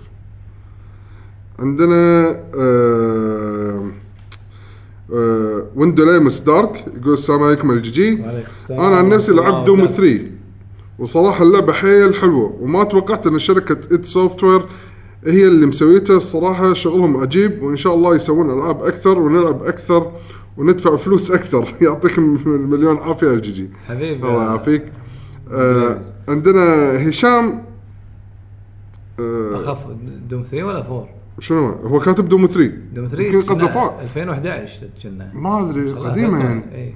عندنا آه آه ويندو ليمس دارك يقول السلام عليكم الجي جي. انا عن نفسي لعبت دوم ثري وصراحه اللعبه حيل حلوه وما توقعت ان شركه id Software هي اللي مسويتها. الصراحة شغلهم عجيب وإن شاء الله يسوون ألعاب أكثر ونلعب أكثر وندفع فلوس أكثر. يعطيكم مليون عافية يا جي جي. حبيبي الله يعافيك. آه عندنا هشام آه أخف دوم ثري ولا فور؟ شنو هو كاتب دوم ثري؟ دوم ثري يمكن قصده فور ألفين وأحد عشر كنا ما أدري قديمة يعني. ايه.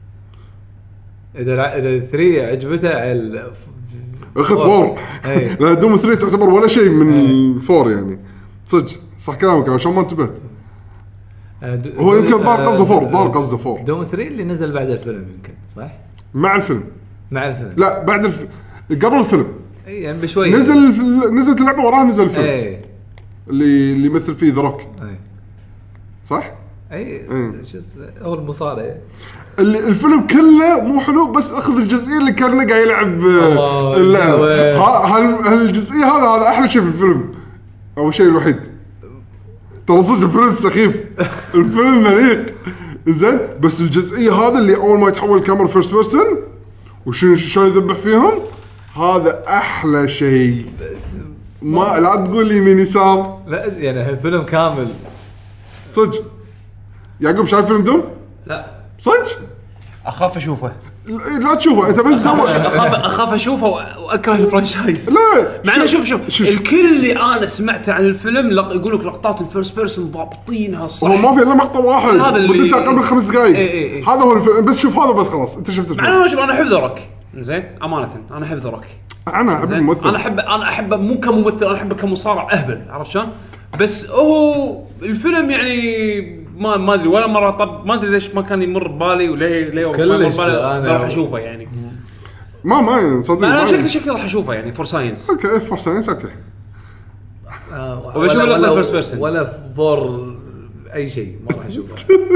إذا إذا ثري عجبته على اخذ فور. لا دوم ثري تعتبر ولا شيء من ايه. فور يعني صدق صح كلامك عشان ما انتبهت. هو يمكن ضار قصده فور ضار قصده فور. دوم ثري اللي نزل بعد الفيلم يمكن صح؟ مع الفيلم مع الفيلم لا بعد الف... قبل الفيلم اي يعني بشوي نزل الف... نزلت اللعبه وراها نزل الفيلم ايه. اللي اللي مثل فيه ذا روك اي صح اي شو اسمه اول مصارع. الفيلم كله مو حلو بس اخذ الجزئيه اللي كان قاعد يلعب اللعبه. هالجزئيه هذا هذا احلى شيء في الفيلم. اول شيء الوحيد ترى صدق الفيلم سخيف. الفيلم مليق زين بس الجزئيه هذا اللي اول ما يتحول الكاميرا فيرست بيرسون وشلون شلون يذبح فيهم هذا احلى شيء. بس ما لا تقول لي يمين يسار لا يعني الفيلم كامل صدق. يعقوب شايف فيلم دوم؟ لا صدق اخاف اشوفه. لا تشوفه انت بس دور. اخاف اخاف اشوفه واكره الفرانشايز. لا مع انه شوف شوف, شوف الكل اللي انا سمعته عن الفيلم يقول لك لقطات الفيرست بيرسون ضابطينها صح. هو ما في الا مقطع واحد هذا اللي مدته قبل خمس دقائق. اي اي اي. هذا هو الفيلم بس شوف هذا بس خلاص انت شفت الفيلم. مع انه شوف انا احب ذا روك زين امانه انا احب ذا روك. انا احب الممثل. انا احب انا احبه مو كممثل انا احبه كمصارع اهبل عرفت شلون. بس هو الفيلم يعني ما ما ادري ولا مره طب ما ادري ليش ما كان يمر ببالي وليه ليه ما يمر ببالي راح اشوفه يعني. ما ما صدق انا شكلي شكلي راح اشوفه يعني فور ساينس. اوكي فور ساينس اوكي. آه وبشوف له فيرست بيرسون ولا فور اي شيء ما راح اشوفه.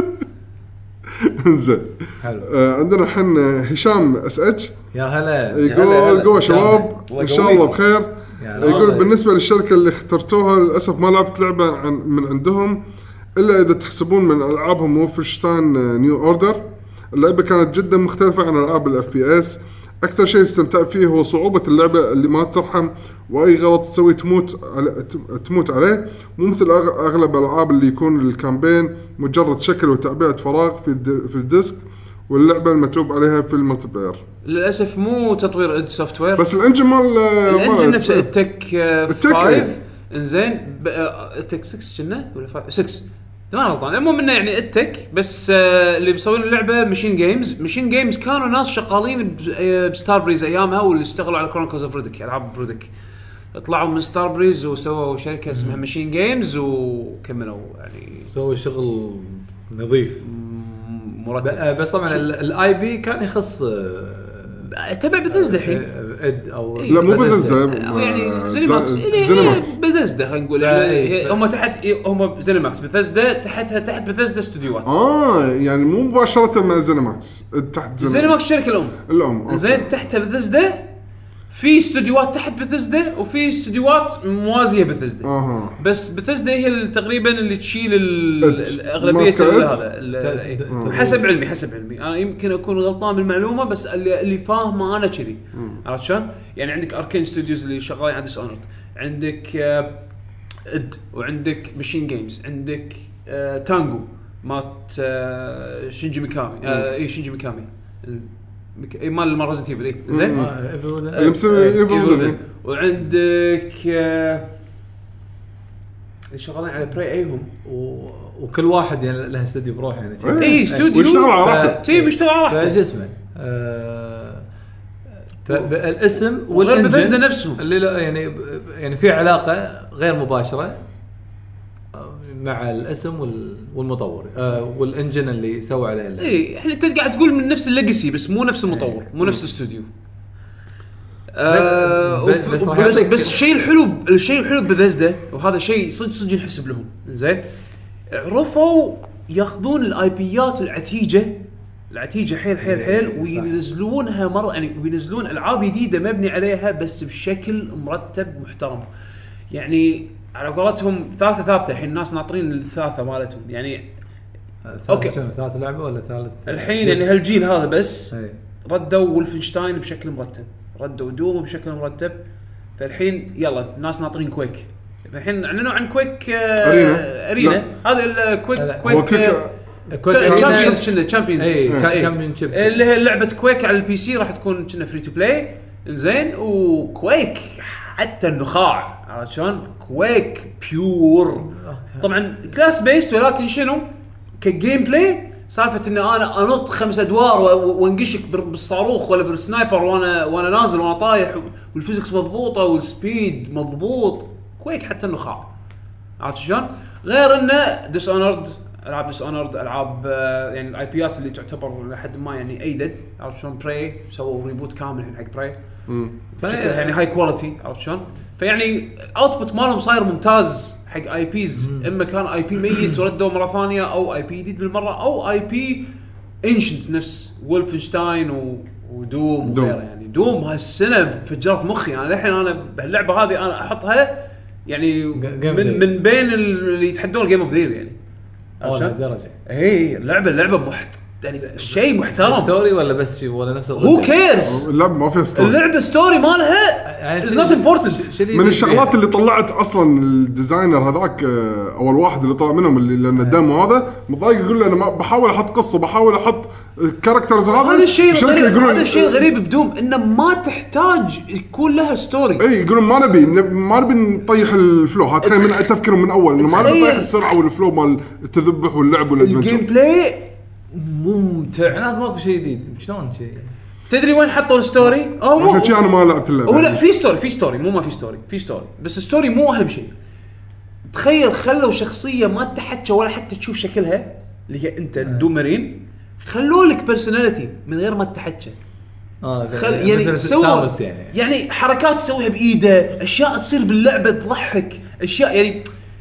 زين حلو. آه عندنا الحين هشام اس اتش يا هلا يقول قوة شباب ان شاء الله بخير. يقول بالنسبه للشركه اللي اخترتوها للاسف ما لعبت لعبه عن من عندهم الا اذا تحسبون من العابهم وولفنشتاين نيو اوردر. اللعبه كانت جدا مختلفه عن العاب الاف بي اس. اكثر شيء استمتعت فيه هو صعوبه اللعبه اللي ما ترحم واي غلط تسوي تموت على تموت عليه مو مثل اغلب الالعاب اللي يكون الكامبين مجرد شكل وتعبئه فراغ في في الديسك واللعبه المتوب عليها في الملتي بلاير. للاسف مو تطوير اد سوفت وير، بس الانجن مال الانجن نفسه التك خمسة. إيه. انزين التك ستة كنا ولا ستة ما غلطان. المهم انه يعني التك بس آه اللي مسوين اللعبه ماشين جيمز. ماشين جيمز كانوا ناس شغالين بستار بريز ايامها، واللي اشتغلوا على كرونيكلز اوف ريدك، العاب برودك، طلعوا من ستار بريز وسووا شركه اسمها ماشين جيمز وكملوا يعني سووا شغل نظيف مرتب. بس طبعا الاي بي كان يخص تبع بثزدا الحين اد او لا مو بثزدا يعني زينماكس زينماكس بثزدا خلينا نقول يعني هم تحت هم زينماكس بثزدا تحتها تحت بثزدا استوديوهات. اه يعني مو مباشره مع زينماكس تحت زينماكس الشركه الام الام زين تحتها بثزدا في استوديوهات تحت بثزدا وفي استوديوهات موازيه بثزدا. اها بس بثزدا هي تقريبا اللي تشيل الاغلبيه هذا حسب علمي حسب علمي انا يمكن اكون غلطان بالمعلومه بس اللي اللي فاهمه انا كذي. عرفت شلون؟ يعني عندك اركين ستوديوز اللي شغالين على ديس اونرد، عندك اد وعندك ماشين جيمز، عندك تانجو مات شينجي ميكامي اي شينجي ميكامي اي مال مال ريزنت ايفل زين وعندك شغالين على براي ايهم وكل واحد يعني له استوديو بروحه يعني اي استوديو ويشتغل على راحته تيم يشتغل على راحته ايش اسمه فالاسم والانجن نفسهم اللي يعني يعني في علاقه غير مباشره مع الاسم والمطور آه والانجن اللي سوى عليه اللعبة. اي احنا انت قاعد تقول من نفس الليجاسي بس مو نفس المطور مو نفس الاستوديو. آه بس بس, بس, بس الشيء الحلو الشيء الحلو ببثزدا وهذا شيء صدق صدق نحسب لهم زين عرفوا ياخذون الاي بيات العتيجه العتيجه حيل حيل حيل وينزلونها مره يعني وينزلون العاب جديده مبني عليها بس بشكل مرتب محترم. يعني على قولتهم ثلاثة ثابتة الحين الناس ناطرين الثلاثة مالتهم يعني اوكي ثلاث لعبة ولا ثالث الحين يعني هالجيل هذا بس هي. ردوا وولفنشتاين بشكل مرتب، ردوا دوم بشكل مرتب، فالحين يلا الناس ناطرين كويك. الحين اعلنوا عن كويك آه ارينا ارينا هذا الكويك كويك تشامبيونز كنا تشامبيونز تشامبيونشيب اللي هي لعبة كويك على البي سي راح تكون كنا فري تو بلاي زين. وكويك حتى النخاع عرفت شلون كويك بيور طبعا كلاس بيست ولكن شنو كجيم بلاي سالفه ان انا انط خمس ادوار وانقشك بالصاروخ ولا بالسنايبر وانا وانا نازل وانا طايح والفيزكس مضبوطه والسبيد مضبوط كويك حتى النخاع عرفت شلون. غير انه ديس اونرد العاب ديس اونرد العاب يعني الاي بيات اللي تعتبر لحد ما يعني ايدد عرفت شلون براي سووا ريبوت كامل الحين حق براي يعني هاي كواليتي عرفت شلون. فيعني اوتبوت مالهم صاير ممتاز حق اي بيز اما كان اي بي ميت وردوا مره ثانيه او اي بي جديد بالمره او اي بي انشنت نفس وولفنشتاين و... ودوم وغيره. يعني دوم هالسنه فجرت مخي انا الحين انا بهاللعبه هذه انا احطها يعني من, من بين اللي يتحدون جيم اوف ذير يعني اول درجه. اي اللعبه اللعبه محت يعني شيء محترم ستوري ولا بس شيء ولا نفس هو كيرز اللعبه ما فيها ستوري اللعبه ستوري مالها از نوت امبورتنت. من الشغلات اللي طلعت اصلا الديزاينر هذاك اول واحد اللي طلع منهم اللي لان الدمو هذا مضايق يقول له انا بحاول احط قصه بحاول احط كاركترز هذا هذا الشيء هذا الشيء الغريب بدوم انه ما تحتاج يكون لها ستوري. اي يقولون ما نبي ما نبي نطيح الفلو هذا خلينا من تفكيرهم من اول انه ما نبي نطيح السرعه والفلو مال التذبح واللعب والادفنتشر. الجيم بلاي ممتع انا ماكو شيء جديد شلون شيء تدري وين حطوا الستوري او مو شيء انا ما لعبت اللعبه هو لا في ستوري في ستوري مو ما في ستوري في ستوري بس الستوري مو اهم شيء. تخيل خلوا شخصيه ما تحكي ولا حتى تشوف شكلها اللي هي انت الدومرين خلوا لك بيرسوناليتي من غير ما تحكي اه خل... يعني سوى يعني. يعني حركات تسويها بايده اشياء تصير باللعبه تضحك اشياء يعني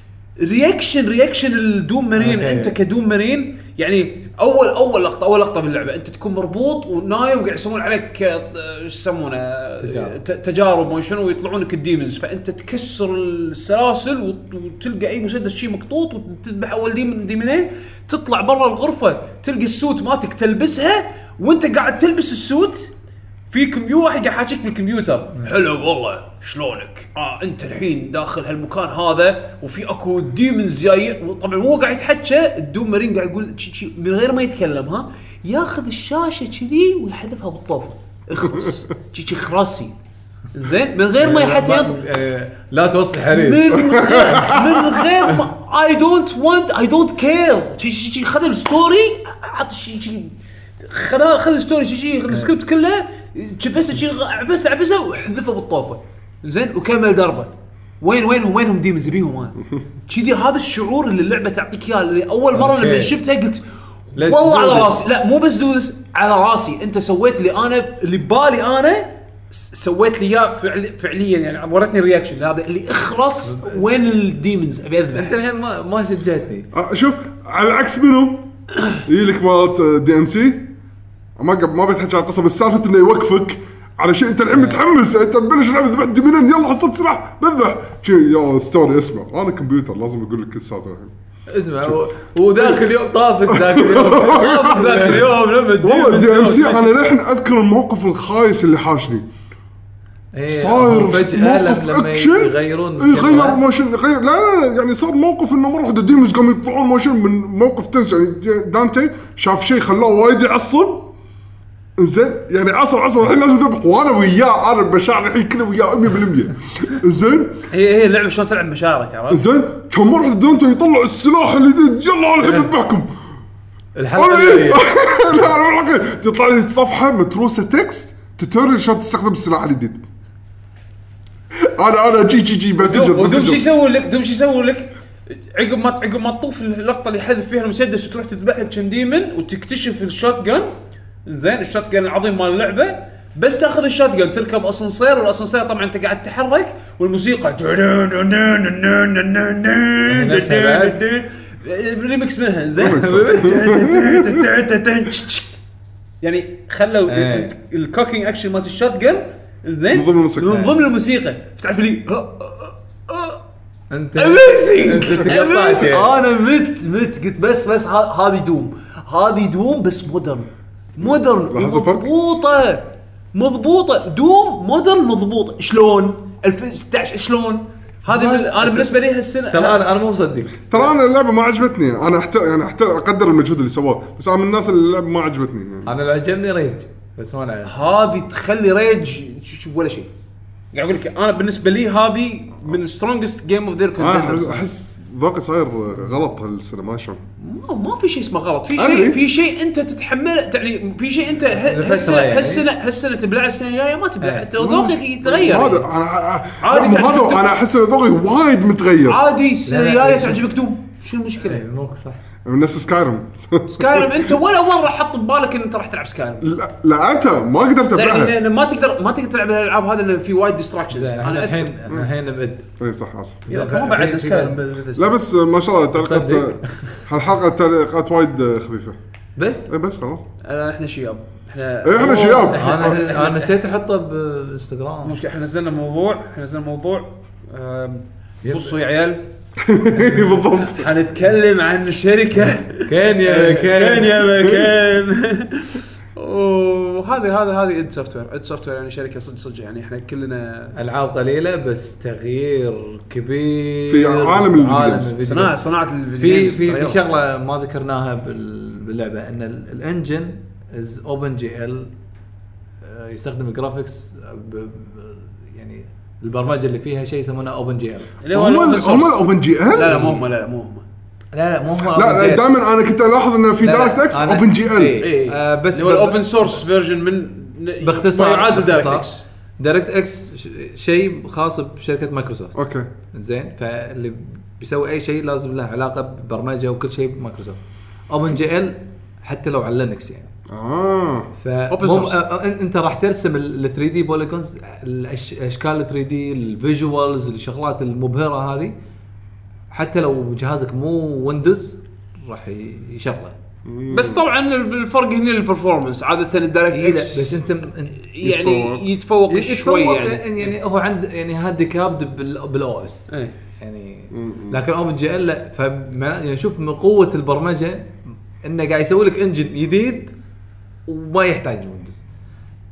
رياكشن رياكشن الدوم مارين انت كدوم مارين يعني اول اول لقطه اول لقطه باللعبه انت تكون مربوط ونايم وقاعد يسوون عليك ايش يسمونه تجارب, تجارب وشنو ويطلعون لك الديمونز فانت تكسر السلاسل وتلقى اي مسدس شيء مقطوط وتذبح اول ديمون ديمونين تطلع برا الغرفه تلقى السوت مالتك تلبسها وانت قاعد تلبس السوت في كمبيوتر واحد قاعد يحاكيك بالكمبيوتر حلو والله شلونك اه انت الحين داخل هالمكان هذا وفي اكو ديمونز جايين طبعا هو قاعد يتحكى الدوم مارين قاعد يقول من غير ما يتكلم ها ياخذ الشاشه كذي ويحذفها بالطوف اخرس شي خراسي زين من غير ما يحط لا توصي حريم من من غير ما اي دونت وانت اي دونت كير شي شي خذ الستوري حط شي شي خذ خذ الستوري شي شي السكريبت كله شبسه شي عبسه عبسه وحذفه بالطوفه زين وكمل دربه وين وينهم وينهم ديمونز بيهم انا كذي هذا الشعور اللي اللعبه تعطيك اياه اللي اول مره لما شفتها قلت والله على راسي لا مو بس دوس على راسي انت سويت لي انا اللي بالي انا سويت لي اياه فعل فعليا يعني ورتني الرياكشن هذا اللي اخرس وين الديمونز ابي اذبح انت الحين ما ما شجعتني شوف على العكس منو يجيلك مالت دي ام سي ما قبل ما بتحكي على القصه بس سالفه انه يوقفك على شيء انت الحين متحمس انت بلش لعبه ذبح ديمونين يلا حصلت سلاح بذبح شي يا ستوري اسمع انا كمبيوتر لازم اقول لك القصه هذا اسمع وذاك اليوم طافت ذاك اليوم طافت ذاك اليوم لما والله دي ام سي انا للحين اذكر الموقف الخايس اللي حاشني صاير فجأة لما يغيرون يغير موشن يغير لا لا يعني صار موقف انه مره واحده ديمز قاموا يطلعون موشن من موقف تنس يعني دانتي شاف شيء خلاه وايد يعصب زين يعني عصر عصر الحين لازم ذبح وانا وياه انا بشعر الحين كله وياه مية بالمية زين هي هي اللعبه شلون تلعب مشاعرك عرفت زين كم مره دانتي يطلع السلاح اللي يلا الحين بذبحكم الحلقه لا انا تطلع لي صفحه متروسه تكست توتوريال شلون تستخدم السلاح الجديد انا انا جي جي جي بنفجر ودوم شو يسوي لك دوم شو يسوي لك عقب ما عقب ما تطوف اللقطه اللي حذف فيها المسدس وتروح تذبح لك كم ديمن وتكتشف الشوت جن زين الشوت جن العظيم مال اللعبه بس تاخذ الشوت جن تركب اسانسير والاسانسير طبعا انت قاعد تتحرك والموسيقى ريمكس منها زين يعني خلوا الكوكينج اكشن مال الشوت جن زين من ضمن الموسيقى تعرف لي انت انت تقطعت انا مت مت قلت بس بس هذه دوم هذه دوم بس مودرن مودرن مضبوطه مضبوطه دوم مودرن مضبوط شلون ألفين وستة عشر شلون هذه انا بالنسبه لي هالسنه ترى انا انا مو مصدق ترى انا اللعبه ما عجبتني انا احتر يعني احتر اقدر المجهود اللي سواه بس انا من الناس اللي اللعبه ما عجبتني يعني. انا اللي عجبني ريج بس ما لعب هذه تخلي ريج شو ولا شيء قاعد اقول لك انا بالنسبه لي هذه من سترونجست جيم اوف ذير كونتندرز احس ذوقي صاير غلط هالسنه ما شلون ما ما في شيء اسمه غلط في شيء في شيء انت تتحمله يعني في شيء انت هالسنه هالسنه هالسنه تبلع السنه الجايه ما تبلع انت ذوقك يتغير هذا انا عادي هذا انا احس ذوقي وايد متغير عادي السنه الجايه تعجبك دوم شو المشكله ممكن صح نفس سكايرم سكايرم انت ولا مره حط ببالك ان انت راح تلعب سكايرم لا لا انت ما قدرت ابلعها لان ما تقدر ما تقدر تلعب الالعاب هذا اللي في وايد ديستراكشنز انا الحين الحين ابد اي صح اسف ما بعد سكايرم لا بس ما شاء الله تعليقات هالحلقه تعليقات وايد خفيفه بس اي بس خلاص احنا شياب احنا احنا شياب انا انا نسيت احطه بالانستغرام مشكله احنا نزلنا موضوع احنا نزلنا موضوع بصوا يا عيال بالضبط حنتكلم عن شركه كينيا كينيا مكان وهذه هذا هذه اد سوفت وير اد سوفت وير يعني شركه صدق صدق يعني احنا كلنا العاب قليله بس تغيير كبير في عالم الفيديو صناعه صناعه الفيديو في في شغله ما ذكرناها باللعبه ان الانجن از اوبن جي ال يستخدم الجرافيكس يعني البرمجه اللي فيها شيء يسمونه اوبن جي ال اللي هو هم اوبن جي ال لا لا مو هم لا لا مو هم لا لا مو هم لا دائما انا كنت الاحظ انه في دايركت اكس اوبن جي ال اي آه بس هو الاوبن سورس فيرجن من باختصار يعادل دايركت اكس دايركت اكس شيء خاص بشركه مايكروسوفت اوكي زين فاللي بيسوي اي شيء لازم له علاقه ببرمجه وكل شيء بمايكروسوفت اوبن جي ال حتى لو على لينكس يعني اه فهم انت راح ترسم ال ثري دي بوليجونز الاشكال ال ثري دي الفيجوالز الشغلات المبهره هذه حتى لو جهازك مو ويندوز راح يشغله بس طبعا الفرق هنا البرفورمانس عاده الدايركت اكس بس انت يعني يتفوق, يتفوق شوي يعني يعني هو عند يعني هاندي كابد بالاو اس يعني لكن اوبن جي ال لا يعني شوف من قوه البرمجه انه قاعد يسوي لك انجن جديد وما يحتاج ويندوز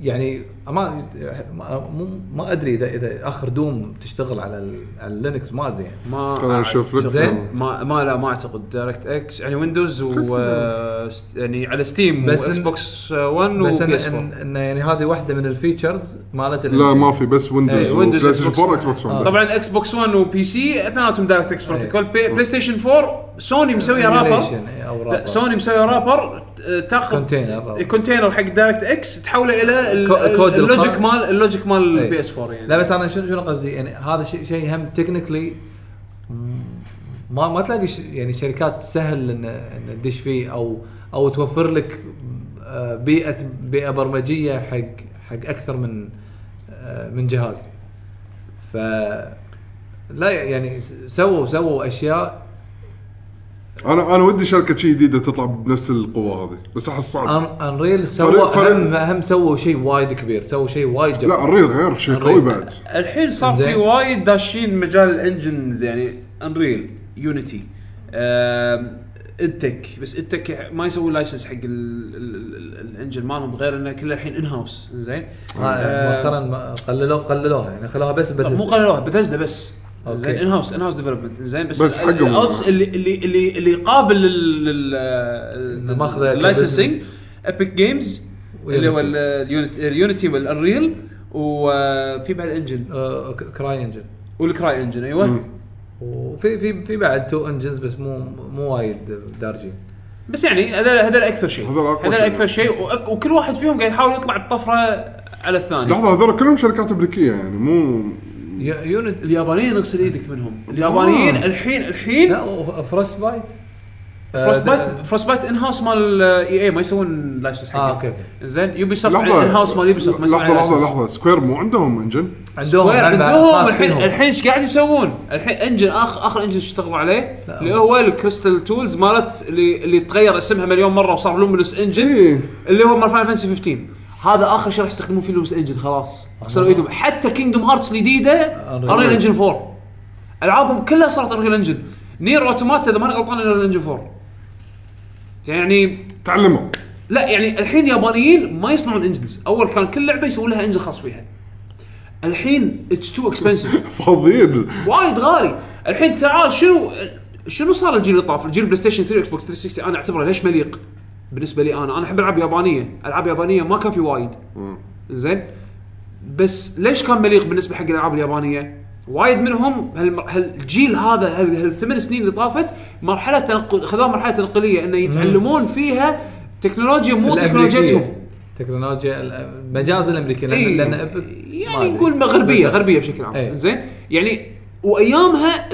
يعني ما ما مو ما ادري اذا اذا اخر دوم تشتغل على ال على اللينكس ما ادري يعني. ما اشوف لك زين ما ما لا ما اعتقد دايركت اكس يعني ويندوز و يعني على ستيم بس واكس بوكس ون بس وبي اس إن, فور. إن يعني هذه واحده من الفيتشرز مالت لا ما في بس ويندوز ايه ويندوز وبلاي ستيشن فور اكس بوكس ون. طبعا اكس بوكس ون وبي سي اثنيناتهم دايركت اكس بروتوكول. بلاي ستيشن فور سوني مسويه رابر. لا سوني مسويه رابر تاخذ كونتينر كونتينر حق دايركت اكس تحوله الى اللوجيك مال اللوجيك مال البي اس فور يعني. لا بس انا شنو شنو قصدي يعني هذا شيء شيء هم تكنيكلي ما ما تلاقي يعني شركات سهل ان ان تدش فيه او او توفر لك بيئه بيئه برمجيه حق حق اكثر من من جهاز. ف لا يعني سووا سووا اشياء. انا انا ودي شركه شيء جديده تطلع بنفس القوه هذه بس احس صعب. انريل سووا هم هم سووا شيء وايد كبير سووا شيء وايد جبار. لا انريل غير شيء قوي بعد. الحين صار في وايد داشين مجال الانجنز يعني انريل يونيتي ادتك بس ادتك ما يسوي لايسنس حق الانجن مالهم غير انه كله الحين ان هاوس. زين مؤخرا قللوا قللوها يعني خلوها بس بثزدا. مو قللوها بثزدا بس زين ان هاوس ان هاوس ديفلوبمنت. زين بس, بس اللي اللي اللي اللي قابل للماخذ اللايسنسنج ابيك جيمز اللي هو اليونيتي والانريل وفي بعد انجن كراي انجن والكراي انجن ايوه. وفي في في بعد تو انجنز بس مو مو وايد دارجين بس يعني هذا هذا اكثر شيء هذا اكثر شيء وكل واحد فيهم قاعد يحاول يطلع بطفره على الثاني. لحظه هذول كلهم شركات امريكيه يعني مو يونت. اليابانيين اغسل ايدك منهم اليابانيين آه. الحين الحين لا فروست بايت فروست بايت فروست بايت ان هاوس مال اي اي ما يسوون لايسنس حقه. اه اوكي زين يوبي سوفت ان هاوس مال يوبي سوفت ما لحظه لحظه لحظه سكوير مو عندهم انجن عندهم عندهم الحين الحين ايش قاعد يسوون الحين انجن اخر اخر انجن اشتغلوا عليه اللي هو الكريستال تولز مالت اللي اللي تغير اسمها مليون مره وصار لومينوس انجن إيه. اللي هو مال فاينل فانتسي خمسة عشر. هذا اخر شيء راح يستخدمون فيه لومينوس انجن خلاص غسلوا ايدهم. حتى كينجدوم هارتس الجديده انريل انجن فور العابهم كلها صارت انريل انجن. نير اوتوماتا اذا ماني غلطان انريل انجن فور يعني تعلموا. لا يعني الحين يابانيين ما يصنعون انجنز. اول كان كل لعبه يسوون لها انجن خاص فيها. الحين اتس تو اكسبنسيف فاضيين وايد غالي. الحين تعال شنو شنو صار الجيل اللي طاف الجيل بلاي ستيشن ثري اكس بوكس ثلاثمية وستين انا اعتبره ليش مليق بالنسبه لي. انا انا احب العاب يابانيه العاب يابانيه ما كان في وايد زين بس ليش كان مليق بالنسبه حق الالعاب اليابانيه. وايد منهم هالجيل هذا هالثمان سنين اللي طافت مرحله تنقل خذوا مرحله تنقليه انه يتعلمون فيها تكنولوجيا مو تكنولوجيتهم تكنولوجيا المجاز الامريكي لان إيه لان يعني نقول غربيه غربيه بشكل عام. ايه زين يعني وايامها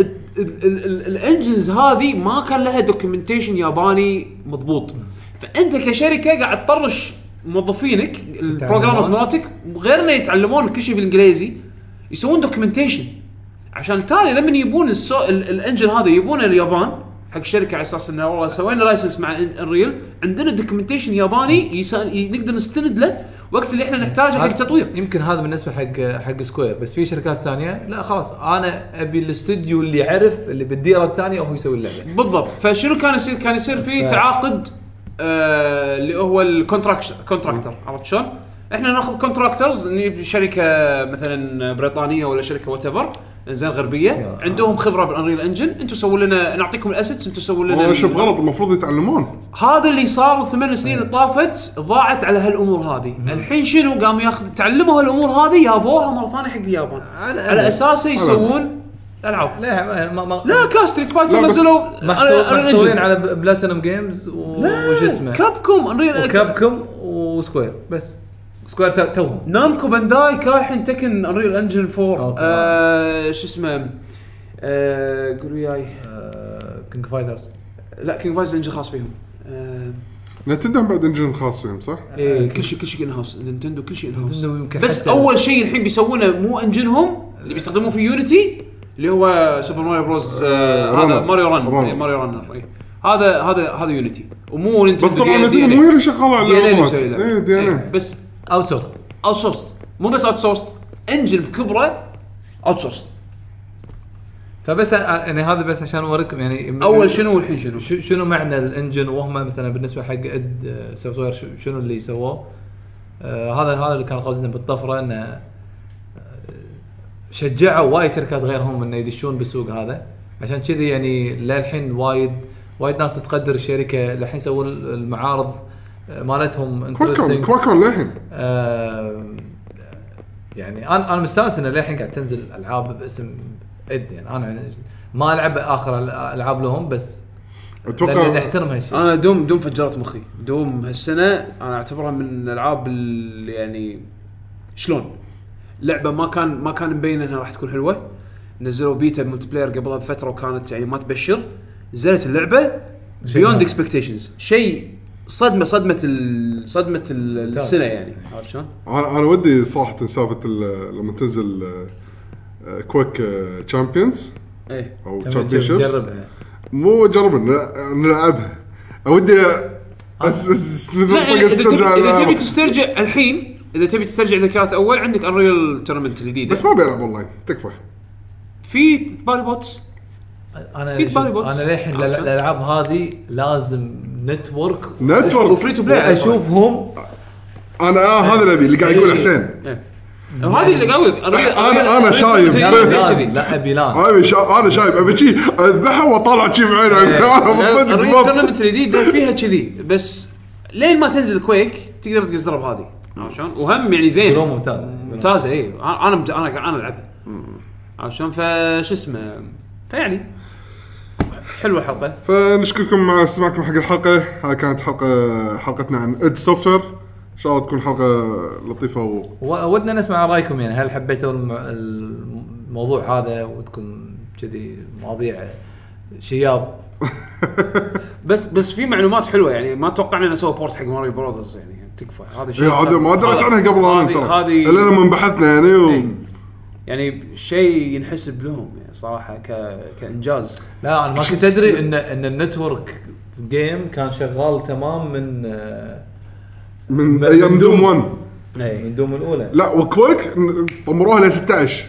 الانجنز هذه ما كان لها دوكيومنتيشن ياباني مضبوط. فانت كشركه قاعد تطرش موظفينك البروجرامرز مالتك غير انه يتعلمون كل شيء بالانجليزي يسوون دوكيومنتيشن عشان تالي لما يبون الانجن هذا يبون اليابان حق الشركه على اساس انه والله سوينا لايسنس مع انريل عندنا دوكيومنتيشن ياباني يسال نقدر نستند له وقت اللي احنا نحتاجه حق التطوير. يمكن هذا بالنسبه حق حق سكوير بس في شركات ثانيه لا خلاص انا ابي الاستوديو اللي يعرف اللي بالديره الثانيه وهو يسوي اللعبه بالضبط. فشنو كان يصير كان يصير في ف... تعاقد آه اللي هو الكونتراكتر كونتراكتر عرفت شلون. احنا ناخذ كونتراكترز نجيب شركه مثلا بريطانيه ولا شركه واتيفر زين غربيه عندهم خبره بالانريل انجن انتم سووا لنا نعطيكم الاسيتس انتم سووا لنا. شوف غلط المفروض يتعلمون. هذا اللي صار الثمان سنين اللي طافت ضاعت على هالامور هذه. الحين شنو قاموا ياخذ تعلموا هالامور هذه يابوها مره ثانيه حق اليابان على, على اساسه يسوون العاب. لا ما ما لا كاستريت فايتر نزلوا محصورين على بلاتينوم جيمز وش اسمه كابكوم انريل كابكوم وسكوير بس سكوير تو نامكو بانداي كاحين تكن انريل انجن فور آه شو اسمه آه قولوا وياي آه كينج فايترز. لا كينج فايترز انجن خاص فيهم. آه نينتندو بعد انجن خاص فيهم صح؟ ايه كل شيء كل شيء ان هاوس نينتندو كل شيء ان هاوس بس اول شيء الحين بيسوونه مو انجنهم اللي بيستخدموه في يونيتي اللي هو سوبر ماريو بروز آه هذا ماريو ران رن. ماريو رانر إيه. هذا هذا هذا يونيتي ومو نينتندو بس طبعا نينتندو مو اللي شغال على الاوتومات ايه دي انا بس اوت سورس اوت سورس مو بس اوت سورس انجن بكبره اوت سورس. فبس يعني هذا بس عشان اوريكم يعني اول شنو والحين شنو شنو معنى الانجن وهم مثلا بالنسبه حق اد سوفت وير شنو اللي سووه آه هذا هذا اللي كان قصدنا بالطفره، انه شجعوا وايد شركات غيرهم انه يدشون بالسوق هذا. عشان كذي يعني للحين وايد وايد ناس تقدر الشركه. الحين سووا المعارض مالتهم انترستينج. كواكون للحين آه يعني انا انا مستانس ان للحين قاعد تنزل العاب باسم اد. يعني انا ما العب اخر العاب لهم، بس اتوقع نحترم هالشيء. انا دوم دوم فجرت مخي. دوم هالسنه انا اعتبرها من الالعاب اللي يعني شلون لعبه ما كان ما كان مبين انها راح تكون حلوه. نزلوا بيتا ملتي بلاير قبلها بفتره وكانت يعني ما تبشر. نزلت اللعبه بيوند اكسبكتيشنز، شيء صدمه صدمه ال... صدمه ال... السنه يعني. عارف شلون؟ انا انا ودي صراحه سالفه لما تنزل كويك تشامبيونز ايه او تشامبيونشيبس، مو جربنا نلعبها. ودي استرجع اذا تبي تسترجع الحين، اذا تبي تسترجع ذكريات اول، عندك انريل تورنمنت الجديده، بس ما بيلعب اونلاين تكفى. في باري بوتس. انا انا للحين الالعاب هذه لازم نتورك نتورك وفري تو بلاي اشوفهم. انا آه هذا اللي اللي قاعد يقول حسين. وهذه اللي قاعد اقول انا انا شايب لا ابي لا انا شا... انا شايب ابي شيء اذبحه واطلع شيء بعينه. انا بالضبط التورنمنت الجديد فيها كذي، بس لين ما تنزل كويك تقدر تقزرها بهذه عشان وهم يعني زين ممتاز ممتاز. اي انا انا انا العبها عشان فش اسمه. فيعني حلوه الحلقه. فنشكركم مع استماعكم حق الحلقه. هاي كانت حلقه حلقتنا عن اد سوفتوير. ان شاء الله تكون حلقه لطيفه و... ودنا نسمع رايكم. يعني هل حبيتوا الموضوع هذا وتكون كذي مواضيع شياب؟ بس بس في معلومات حلوه يعني ما توقعنا انه سووا بورت حق ماريو براذرز يعني تكفى. هذا شيء هذا ما دريت عنه قبل انا ترى الا لما بحثنا يعني و... يعني شيء ينحسب لهم يعني صراحه ك... كانجاز. لا انا ما كنت ادري ان ان النتورك جيم كان شغال تمام من من ايام دوم واحد من دوم الاولى. لا وكويك طمروها ل ستة عشر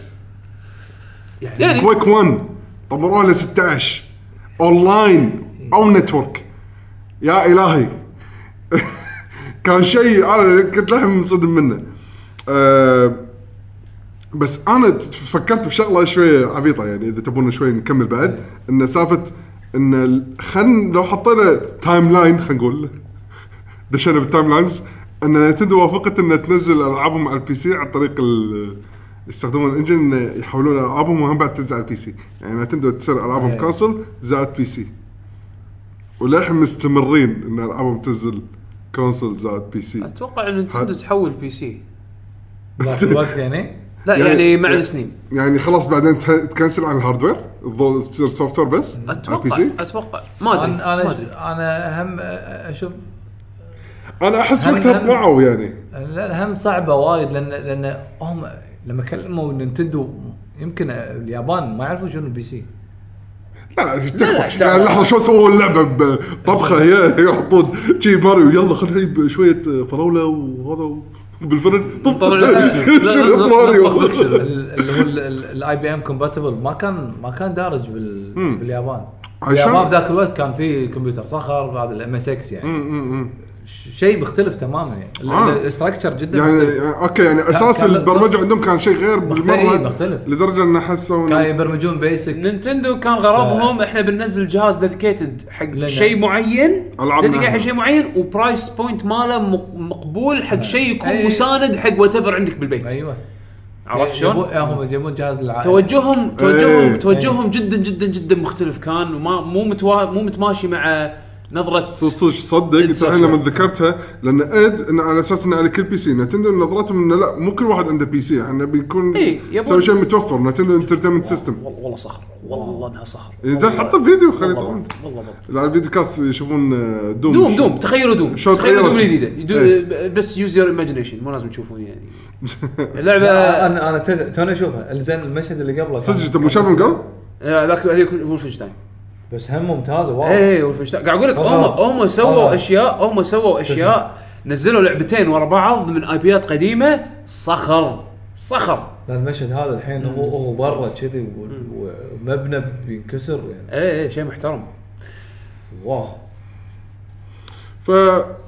يعني كويك واحد طمروها ل ستة عشر اونلاين او نتورك. يا الهي كان شيء انا كنت لحم منصدم منه. أه بس انا فكرت بشغله شويه عبيطه يعني اذا تبون شوي نكمل بعد. ان سالفه ان خن لو حطينا تايم لاين خلينا نقول دشنا بالتايم لاينز ان نتندو وافقت ان تنزل العابهم على البي سي عن طريق يستخدمون الانجن يحولون العابهم وهم بعد تنزل على البي سي. يعني نتندو تصير العابهم كونسول زائد بي سي ولحين مستمرين ان العابهم تنزل كونسول زائد بي سي. اتوقع ان نتندو تحول بي سي ذاك الوقت يعني لا يعني, يعني مع السنين يعني خلاص بعدين تكنسل عن الهاردوير تظل تصير سوفت وير بس على البي سي. اتوقع ما ادري انا انا, أنا هم اشوف انا احس وقتها طلعوا يعني لا هم صعبه وايد لان لان هم لما كلموا نينتندو يمكن اليابان ما يعرفون شنو البي سي. لا تكفى يعني لحظه شو سووا اللعبه بطبخه هي يحطون شي ماريو يلا خلينا نجيب شويه فراوله وهذا بالفرن طلع ماريو اللي هو الاي بي ام كومباتبل ما كان ما كان دارج باليابان. اليابان ذاك الوقت كان في كمبيوتر صخر هذا الام اس اكس يعني شيء مختلف تماما يعني آه. الاستراكشر جدا يعني مختلف. اوكي يعني اساس البرمجه عندهم كان شيء غير بالمره مختلف لدرجه ان حسوا كانوا يبرمجون بيسك. نينتندو كان غرضهم ف... احنا بننزل جهاز ديديكيتد حق شيء معين ديديكيتد حق شيء معين وبرايس بوينت ماله مقبول حق شيء يكون أي... مساند حق واتيفر عندك بالبيت. ايوه عرفت شلون هم يجيبون جهاز للعائله. توجههم توجههم أي... توجههم أي... جدا جدا جدا مختلف كان وما مو متوا... مو متماشي مع نظرة صدق صدق صحيح لما ذكرتها لأن إد إن على أساس إن على كل بي سي نتندو نظرتهم إنه لا مو كل واحد عنده بي سي إحنا بنكون إيه سوي شيء متوفر نتندو انترتينمنت سيستم. والله صخر والله إنها صخر. إذا حط الفيديو خلي طبعا والله بط. لا الفيديو كاست يشوفون دوم دوم دوم تخيلوا دوم تخيلوا دوم جديدة ايه. بس use your imagination مو لازم تشوفون يعني اللعبة. أنا أنا توني أشوفها الزين المشهد اللي قبله صدق تبغى شافهم قبل؟ لا ذاك هذيك وولفنشتاين بس هم ممتازه واو. ايه وولفنشتاين قاعد اقول لك هم هم سووا اشياء هم سووا اشياء نزلوا لعبتين ورا بعض من اي بيات قديمه صخر صخر. المشهد هذا الحين هو هو برا كذي ومبنى بينكسر يعني ايه ايه شيء محترم واو. ف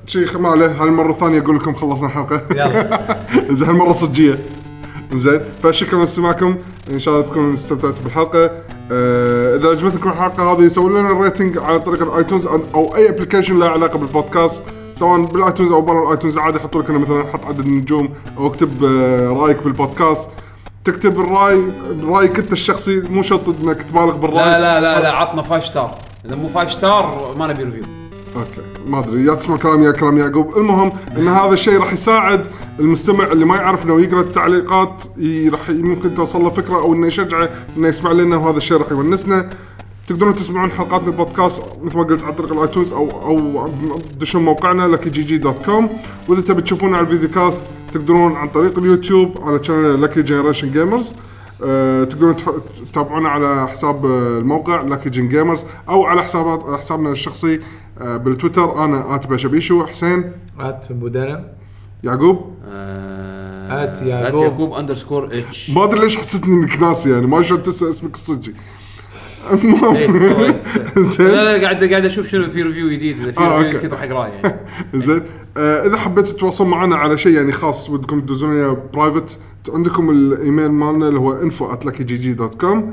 شيء ما عليه هالمره الثانيه اقول لكم خلصنا الحلقه. يلا زين هالمره صجيه. زين فشكرا لاستماعكم ان شاء الله تكونوا استمتعتوا بالحلقه. آه اذا عجبتكم الحلقه هذه سووا لنا الريتنج على طريق الايتونز او, أو اي ابلكيشن له علاقه بالبودكاست سواء بالايتونز او برا الايتونز عادي حطوا لك مثلا حط عدد النجوم او اكتب آه رايك بالبودكاست. تكتب الراي رايك انت الشخصي مو شرط انك تبالغ بالراي. لا لا لا لا عطنا فايف ستار اذا مو فايف ستار ما نبي ريفيو. اوكي ما ادري يا تسمع كلام يا كلام يعقوب. المهم ان هذا الشيء راح يساعد المستمع اللي ما يعرف انه يقرا التعليقات راح ممكن توصل له فكره او انه يشجعه انه يسمع لنا وهذا الشيء راح يونسنا. تقدرون تسمعون حلقاتنا البودكاست مثل ما قلت عن طريق الايتونز او او تدشون موقعنا lucky g g dot com. واذا تبي تشوفونا على الفيديو كاست تقدرون عن طريق اليوتيوب على قناه lucky generation gamers. أه تقدرون تتابعونا على حساب الموقع lucky gen gamers او على حسابات حسابنا الشخصي أه بالتويتر. انا @بشبيشو حسين @بودنم يعقوب آه ات يعقوب يعقوب اندرسكور اتش. ما ادري ليش حسيتني انك ناسي يعني ما شلون تنسى اسمك الصجي. المهم لا لا قاعد قاعد اشوف شنو في ريفيو جديد اذا في آه ريفيو كذا راح اقراه يعني. زين آه اذا حبيتوا تتواصلون معنا على شيء يعني خاص ودكم تدزون اياه برايفت عندكم الايميل مالنا اللي هو info at lucky g g dot com.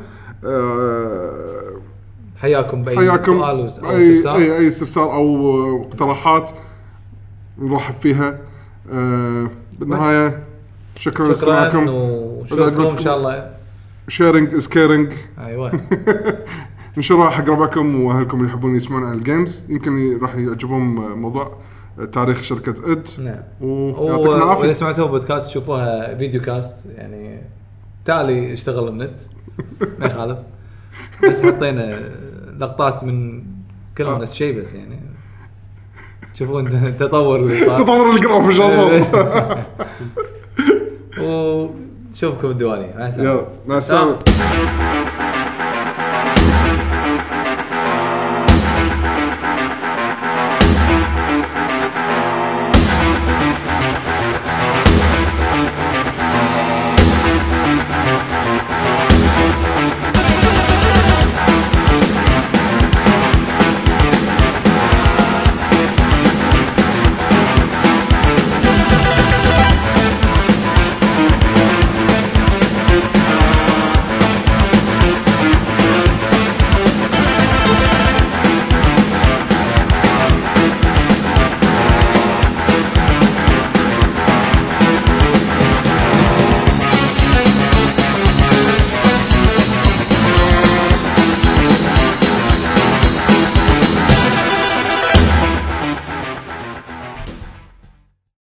آه حياكم باي حياكم سؤال او أي استفسار اي اي استفسار او اقتراحات نرحب فيها. آه بالنهايه شكرا لاستماعكم وشكرا ان شاء الله. شيرنج از كيرنج. ايوه نشرها حق ربعكم واهلكم اللي يحبون يسمعون عن الجيمز يمكن راح يعجبهم موضوع تاريخ شركه اد. نعم ويعطيكم العافيه. واذا سمعتوا بودكاست تشوفوها فيديو كاست يعني تالي اشتغل النت ما يخالف بس حطينا لقطات من كل نفس شيء بس يعني تشوفون تطور اللي صار تطور الجراف ايش صار. وشوفكم الديوانيه. مع السلامه. يلا مع السلامه.